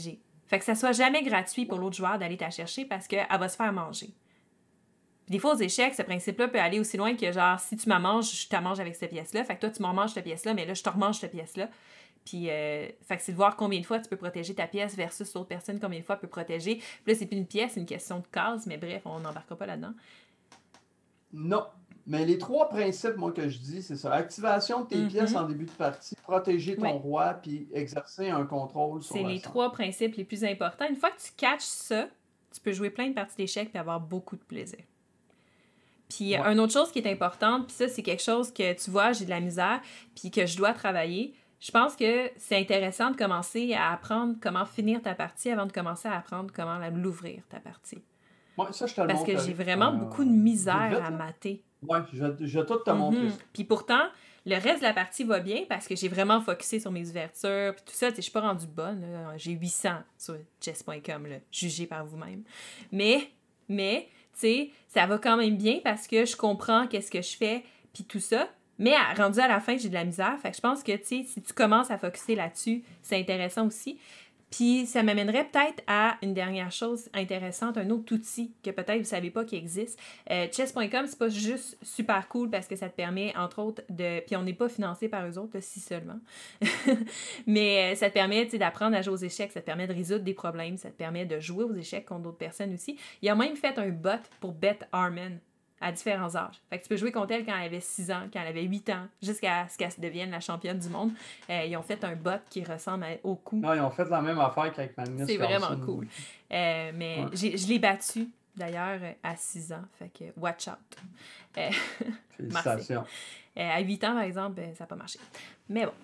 [SPEAKER 1] Fait que ça soit jamais gratuit pour l'autre joueur d'aller t'la chercher parce qu'elle va se faire manger. Puis des fois, aux échecs, ce principe-là peut aller aussi loin que genre, si tu m'en manges, je t'en mange avec cette pièce-là. Fait que toi, tu m'en manges cette pièce-là, mais là, je te remange cette pièce-là. Puis, euh, fait que c'est de voir combien de fois tu peux protéger ta pièce versus l'autre personne, combien de fois elle peut protéger. Puis là, c'est plus une pièce, c'est une question de case, mais bref, on n'embarquera pas là-dedans.
[SPEAKER 2] Non. Mais les trois principes, moi, que je dis, c'est ça. Activation de tes mm-hmm. pièces en début de partie, protéger ton ouais. roi, puis exercer un contrôle sur
[SPEAKER 1] C'est
[SPEAKER 2] la
[SPEAKER 1] les
[SPEAKER 2] centre.
[SPEAKER 1] trois principes les plus importants. Une fois que tu catches ça, tu peux jouer plein de parties d'échecs et avoir beaucoup de plaisir. Puis, ouais. une autre chose qui est importante, puis ça, c'est quelque chose que, tu vois, j'ai de la misère, puis que je dois travailler. Je pense que c'est intéressant de commencer à apprendre comment finir ta partie avant de commencer à apprendre comment l'ouvrir, ta partie.
[SPEAKER 2] Ouais, ça, je te le
[SPEAKER 1] Parce
[SPEAKER 2] montre
[SPEAKER 1] que j'ai vraiment euh, beaucoup de misère vite, à mater.
[SPEAKER 2] Oui, je, je vais tout te montrer
[SPEAKER 1] mm-hmm.
[SPEAKER 2] ça.
[SPEAKER 1] Puis pourtant, le reste de la partie va bien parce que j'ai vraiment focusé sur mes ouvertures, puis tout ça. Je suis pas rendue bonne. Là. J'ai huit cents sur chess point com, là, jugé par vous-même. Mais, mais, tu sais, ça va quand même bien parce que je comprends qu'est-ce que je fais, puis tout ça. Mais rendu à la fin, j'ai de la misère. Fait que je pense que, tu sais, si tu commences à focusser là-dessus, c'est intéressant aussi. Puis ça m'amènerait peut-être à une dernière chose intéressante, un autre outil que peut-être vous ne savez pas qui existe. Euh, chess point com, c'est pas juste super cool parce que ça te permet, entre autres, de... Puis on n'est pas financé par eux autres, là, si seulement. Mais ça te permet, tu sais, d'apprendre à jouer aux échecs, ça te permet de résoudre des problèmes, ça te permet de jouer aux échecs contre d'autres personnes aussi. Il a même fait un bot pour Beth Harmon à différents âges. Fait que tu peux jouer contre elle quand elle avait six ans, quand elle avait huit ans, jusqu'à ce qu'elle devienne la championne du monde. Euh, ils ont fait un bot qui ressemble à, au coup.
[SPEAKER 2] Non, ils ont fait la même affaire qu'avec Magnus
[SPEAKER 1] C'est Carlsen. Vraiment cool. Euh, mais
[SPEAKER 2] ouais.
[SPEAKER 1] j'ai, je l'ai battu, d'ailleurs, à six ans. Fait que watch out. Euh,
[SPEAKER 2] Félicitations.
[SPEAKER 1] Euh, à huit ans, par exemple, ben, ça n'a pas marché. Mais bon.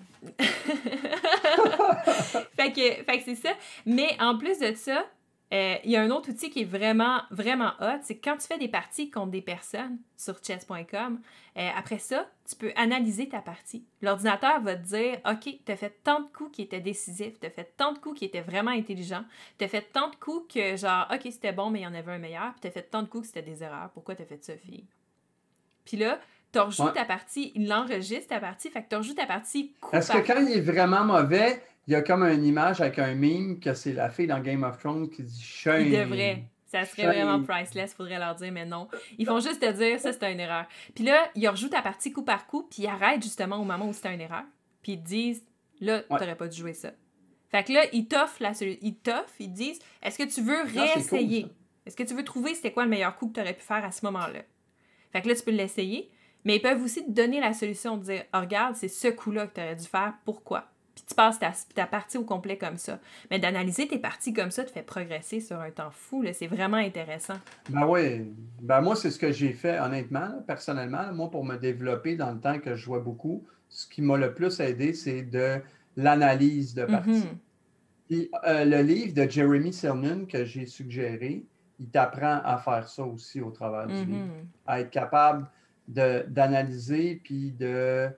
[SPEAKER 1] fait, que, fait que c'est ça. Mais en plus de ça, il euh, y a un autre outil qui est vraiment, vraiment hot, c'est que quand tu fais des parties contre des personnes sur chess point com, euh, après ça, tu peux analyser ta partie. L'ordinateur va te dire, OK, tu as fait tant de coups qui étaient décisifs, tu as fait tant de coups qui étaient vraiment intelligents, tu as fait tant de coups que genre, OK, c'était bon, mais il y en avait un meilleur, puis tu as fait tant de coups que c'était des erreurs. Pourquoi tu as fait ça, fille? Puis là, tu rejoues ouais. ta partie, il enregistre ta partie, fait que tu rejoues ta partie coup
[SPEAKER 2] Est-ce que quand il est vraiment mauvais, il y a comme une image avec un meme que c'est la fille dans Game of Thrones qui dit « Shame ».
[SPEAKER 1] Il devrait. Ça serait Shame. Vraiment priceless, faudrait leur dire, mais non. Ils font juste te dire « ça, c'était une erreur ». Puis là, ils rejouent ta partie coup par coup, puis ils arrêtent justement au moment où c'était une erreur. Puis ils te disent « là, ouais. t'aurais pas dû jouer ça ». Fait que là, ils t'offrent, la solu- ils t'offrent, ils te disent « est-ce que tu veux réessayer? Cool, est-ce que tu veux trouver c'était quoi le meilleur coup que tu aurais pu faire à ce moment-là? » Fait que là, tu peux l'essayer, mais ils peuvent aussi te donner la solution, de dire oh, « regarde, c'est ce coup-là que tu aurais dû faire, pourquoi? » Puis tu passes ta, ta partie au complet comme ça. Mais d'analyser tes parties comme ça te fait progresser sur un temps fou. Là. C'est vraiment intéressant.
[SPEAKER 2] Ben oui. Ben moi, c'est ce que j'ai fait, honnêtement, là, personnellement. Moi, pour me développer dans le temps que je jouais beaucoup, ce qui m'a le plus aidé, c'est de l'analyse de parties. Mm-hmm. Puis euh, le livre de Jeremy Silman que j'ai suggéré, il t'apprend à faire ça aussi au travers du mm-hmm. livre. À être capable de, d'analyser puis de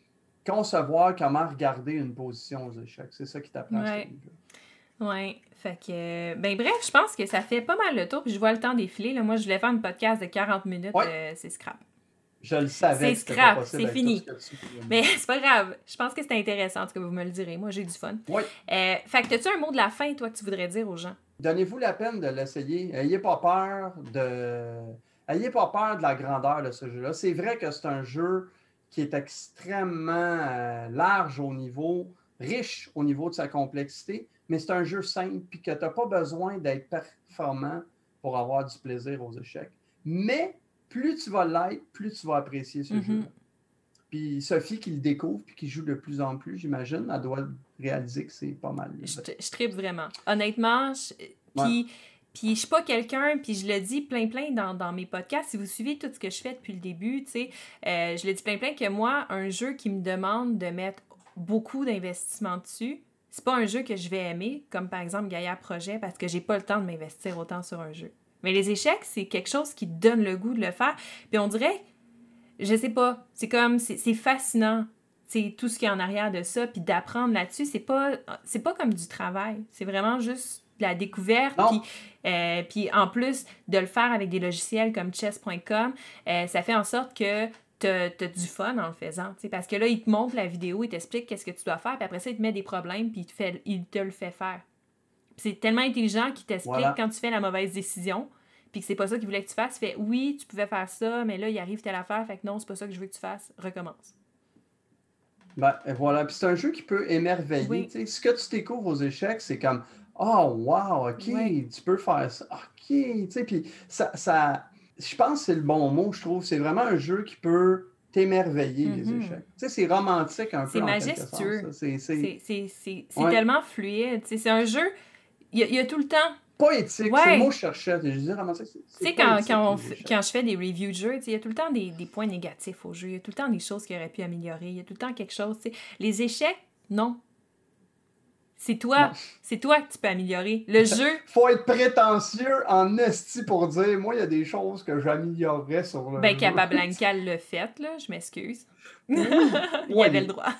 [SPEAKER 2] concevoir comment regarder une position aux échecs. C'est ça qui t'apprend
[SPEAKER 1] ouais.
[SPEAKER 2] ce livre-là.
[SPEAKER 1] Oui. Fait que, ben bref, je pense que ça fait pas mal le tour. Puis je vois le temps défiler. Là. Moi, je voulais faire une podcast de quarante minutes. Ouais. Euh, c'est scrap.
[SPEAKER 2] Je le savais.
[SPEAKER 1] C'est scrap. C'est fini. Mais c'est pas grave. Je pense que c'était intéressant. En tout cas, vous me le direz. Moi, j'ai du fun.
[SPEAKER 2] Oui.
[SPEAKER 1] Euh, fait que, as-tu un mot de la fin, toi, que tu voudrais dire aux gens?
[SPEAKER 2] Donnez-vous la peine de l'essayer. Ayez pas peur de... Ayez pas peur de la grandeur de ce jeu-là. C'est vrai que c'est un jeu qui est extrêmement euh, large au niveau, riche au niveau de sa complexité, mais c'est un jeu simple puis que tu n'as pas besoin d'être performant pour avoir du plaisir aux échecs. Mais plus tu vas l'être, plus tu vas apprécier ce mm-hmm. jeu-là. Puis Sophie qui le découvre puis qui joue de plus en plus, j'imagine, elle doit réaliser que c'est pas mal.
[SPEAKER 1] Je, je tripe vraiment. Honnêtement, je... puis... Ouais. Puis je suis pas quelqu'un, puis je le dis plein plein dans, dans mes podcasts, si vous suivez tout ce que je fais depuis le début, tu sais, euh, je le dis plein plein que moi, un jeu qui me demande de mettre beaucoup d'investissement dessus, c'est pas un jeu que je vais aimer, comme par exemple Gaia Projet, parce que j'ai pas le temps de m'investir autant sur un jeu. Mais les échecs, c'est quelque chose qui donne le goût de le faire, puis on dirait, je sais pas, c'est comme, c'est, c'est fascinant, c'est tout ce qui est en arrière de ça, puis d'apprendre là-dessus, c'est pas, c'est pas comme du travail, c'est vraiment juste de la découverte, puis, euh, puis en plus de le faire avec des logiciels comme chess point com, euh, ça fait en sorte que tu as du fun en le faisant, parce que là, il te montre la vidéo, il t'explique qu'est-ce que tu dois faire, puis après ça, il te met des problèmes, puis il te, fait, il te le fait faire. Puis c'est tellement intelligent qu'il t'explique
[SPEAKER 2] Voilà.
[SPEAKER 1] quand tu fais la mauvaise décision, puis que c'est pas ça qu'il voulait que tu fasses. Il fait « Oui, tu pouvais faire ça, mais là, il arrive telle affaire, fait que non, c'est pas ça que je veux que tu fasses. Recommence. »
[SPEAKER 2] Ben, et voilà. Puis c'est un jeu qui peut émerveiller.
[SPEAKER 1] Oui.
[SPEAKER 2] Tu sais, ce que tu découvres aux échecs, c'est comme « Oh, wow, OK,
[SPEAKER 1] Ouais.
[SPEAKER 2] tu peux faire ça. OK. » Tu sais, puis ça, ça, je pense que c'est le bon mot, je trouve. C'est vraiment un jeu qui peut t'émerveiller, les
[SPEAKER 1] Mhm.
[SPEAKER 2] échecs. Tu sais, c'est romantique un
[SPEAKER 1] C'est
[SPEAKER 2] peu, en quelque
[SPEAKER 1] majestueux.
[SPEAKER 2] sorte. ça. C'est c'est-
[SPEAKER 1] C'est c'est- c'est- c'est
[SPEAKER 2] Ouais.
[SPEAKER 1] tellement fluide. Tu sais, c'est un jeu, il y, a- il y a tout le temps.
[SPEAKER 2] poétique, c'est
[SPEAKER 1] Ouais.
[SPEAKER 2] le mot que je cherchais. Je disais romantique, c'est
[SPEAKER 1] Tu
[SPEAKER 2] c'est
[SPEAKER 1] sais, quand,
[SPEAKER 2] poétique,
[SPEAKER 1] quand, on
[SPEAKER 2] les
[SPEAKER 1] f-
[SPEAKER 2] échecs.
[SPEAKER 1] quand je fais des reviews de jeux, tu sais, il y a tout le temps des, des points négatifs au jeu. Il y a tout le temps des choses qui auraient pu améliorer. Il y a tout le temps quelque chose. Tu sais. Les échecs, non. C'est toi.
[SPEAKER 2] Non.
[SPEAKER 1] C'est toi que tu peux améliorer. Le jeu,
[SPEAKER 2] Faut être prétentieux en esti pour dire, moi, il y a des choses que j'améliorerais sur le
[SPEAKER 1] ben
[SPEAKER 2] jeu.
[SPEAKER 1] Capablanca l'a fait, là. Je m'excuse.
[SPEAKER 2] Oui.
[SPEAKER 1] Il
[SPEAKER 2] Ouais,
[SPEAKER 1] avait
[SPEAKER 2] mais-
[SPEAKER 1] le droit.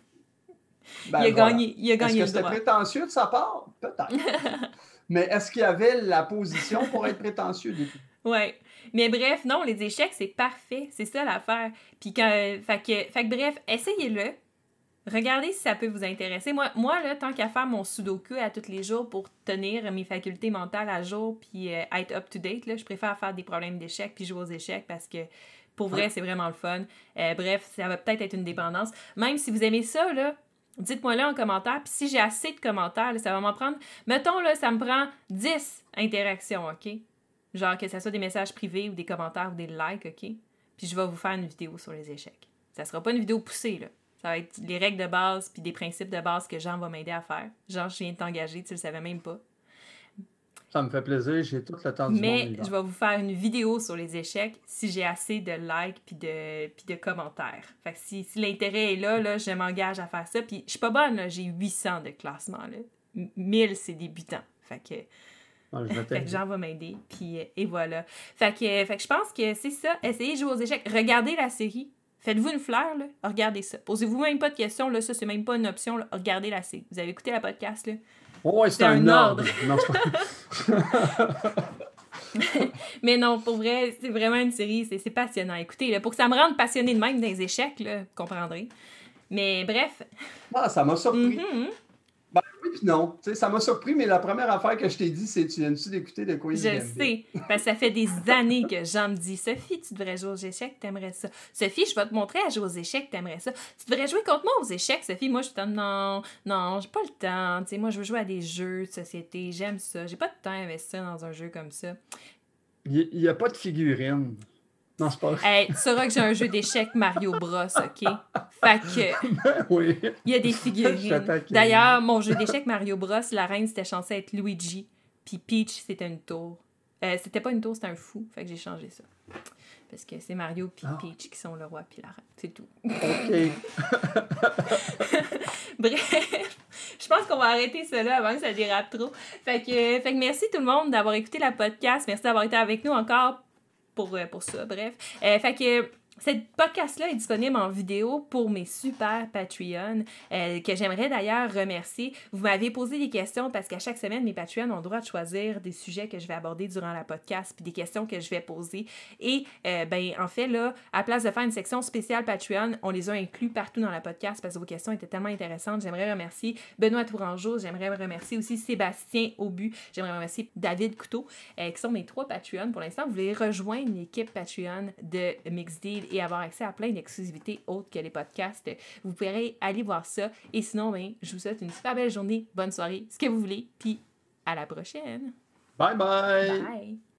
[SPEAKER 2] Ben,
[SPEAKER 1] il a
[SPEAKER 2] voilà.
[SPEAKER 1] gagné, il a
[SPEAKER 2] Est-ce
[SPEAKER 1] gagné
[SPEAKER 2] que
[SPEAKER 1] le
[SPEAKER 2] c'était
[SPEAKER 1] droit.
[SPEAKER 2] prétentieux de sa part? Peut-être. Mais est-ce qu'il y avait la position pour être prétentieux du tout?
[SPEAKER 1] Ouais. Mais bref, non, les échecs, c'est parfait. C'est ça l'affaire. Puis quand. Fait que, fait que bref, essayez-le. Regardez si ça peut vous intéresser. Moi, moi là, tant qu'à faire mon sudoku à tous les jours pour tenir mes facultés mentales à jour puis euh, être up-to-date, là, je préfère faire des problèmes d'échecs puis jouer aux échecs parce que, pour vrai,
[SPEAKER 2] Ouais.
[SPEAKER 1] c'est vraiment le fun. Euh, bref, ça va peut-être être une dépendance. Même si vous aimez ça, là, dites-moi là en commentaire. Puis si j'ai assez de commentaires, là, ça va m'en prendre... Mettons, là, ça me prend dix interactions, OK? Genre que ce soit des messages privés ou des commentaires ou des likes, OK? Puis je vais vous faire une vidéo sur les échecs. Ça sera pas une vidéo poussée, là. Ça va être les règles de base puis des principes de base que Jean va m'aider à faire. Jean, je viens de t'engager, tu le savais même pas.
[SPEAKER 2] Ça me fait plaisir, j'ai tout le temps du monde.
[SPEAKER 1] Mais
[SPEAKER 2] Yvan.
[SPEAKER 1] je vais vous faire une vidéo sur les échecs si j'ai assez de likes puis de, puis de commentaires. Fait que si, si l'intérêt est là, là, je m'engage à faire ça. Puis je suis pas bonne, là, j'ai huit cents de classement. Là. M- mille, c'est débutant. Fait que...
[SPEAKER 2] Ah, je vais
[SPEAKER 1] Fait que
[SPEAKER 2] t'aider.
[SPEAKER 1] Jean va m'aider, puis euh, et voilà. Fait que, euh, fait que je pense que c'est ça. Essayez de jouer aux échecs. Regardez la série. Faites-vous une fleur, là. Regardez ça. Posez-vous même pas de questions, là. Ça, c'est même pas une option, là. Regardez la série. Vous avez écouté la podcast, là.
[SPEAKER 2] Oh, ouais, c'est
[SPEAKER 1] C'est
[SPEAKER 2] un,
[SPEAKER 1] un
[SPEAKER 2] ordre.
[SPEAKER 1] ordre.
[SPEAKER 2] Non, c'est pas...
[SPEAKER 1] Mais non, pour vrai, c'est vraiment une série. C'est, c'est passionnant. Écoutez, là, pour que ça me rende passionnée de même dans les échecs, là, vous comprendrez. Mais bref.
[SPEAKER 2] Ah, ça m'a surpris.
[SPEAKER 1] Mhm.
[SPEAKER 2] Ben oui, puis non. Tu sais, ça m'a surpris, mais la première affaire que je t'ai dit, c'est tu viens-tu d'écouter de Quiz
[SPEAKER 1] Je
[SPEAKER 2] Gambit?
[SPEAKER 1] sais, parce que ça fait des années que Jean me dit « Sophie, tu devrais jouer aux échecs, t'aimerais ça. Sophie, je vais te montrer à jouer aux échecs, t'aimerais ça. Tu devrais jouer contre moi aux échecs, Sophie. » Moi, je suis comme « Non, non, j'ai pas le temps. Tu sais, moi, je veux jouer à des jeux de société. J'aime ça. J'ai pas de temps à investir dans un jeu comme ça.
[SPEAKER 2] Il n'y a pas de figurine. Non, c'est pas vrai.
[SPEAKER 1] Hey, tu sauras que j'ai un jeu d'échecs Mario Bros, OK? Fait que...
[SPEAKER 2] Oui.
[SPEAKER 1] Il y a des
[SPEAKER 2] Je
[SPEAKER 1] figurines.
[SPEAKER 2] t'attaque.
[SPEAKER 1] D'ailleurs, mon jeu d'échecs Mario Bros, la reine, c'était censé être Luigi. Puis Peach, c'était une tour. Euh, c'était pas une tour, c'était un fou. Fait que j'ai changé ça. Parce que c'est Mario puis
[SPEAKER 2] Ah.
[SPEAKER 1] Peach qui sont le roi puis la reine. C'est tout.
[SPEAKER 2] OK.
[SPEAKER 1] Bref, je pense qu'on va arrêter cela avant que ça dérape trop. Fait que, fait que merci tout le monde d'avoir écouté la podcast. Merci d'avoir été avec nous encore pour, euh, pour ça. Bref. Euh, fait que... Cette podcast-là est disponible en vidéo pour mes super Patreons, euh, que j'aimerais d'ailleurs remercier. Vous m'avez posé des questions parce qu'à chaque semaine, mes Patreons ont le droit de choisir des sujets que je vais aborder durant la podcast, puis des questions que je vais poser. Et, euh, ben, en fait, là, à place de faire une section spéciale Patreon, on les a inclus partout dans la podcast parce que vos questions étaient tellement intéressantes. J'aimerais remercier Benoît Tourangeau, j'aimerais remercier aussi Sébastien Aubu, j'aimerais remercier David Couteau, euh, qui sont mes trois Patreons. Pour l'instant, vous voulez rejoindre l'équipe Patreon de Mixed Deal et avoir accès à plein d'exclusivités autres que les podcasts, vous pourrez aller voir ça. Et sinon, ben, je vous souhaite une super belle journée, bonne soirée, ce que vous voulez, puis à la prochaine.
[SPEAKER 2] Bye bye.
[SPEAKER 1] Bye!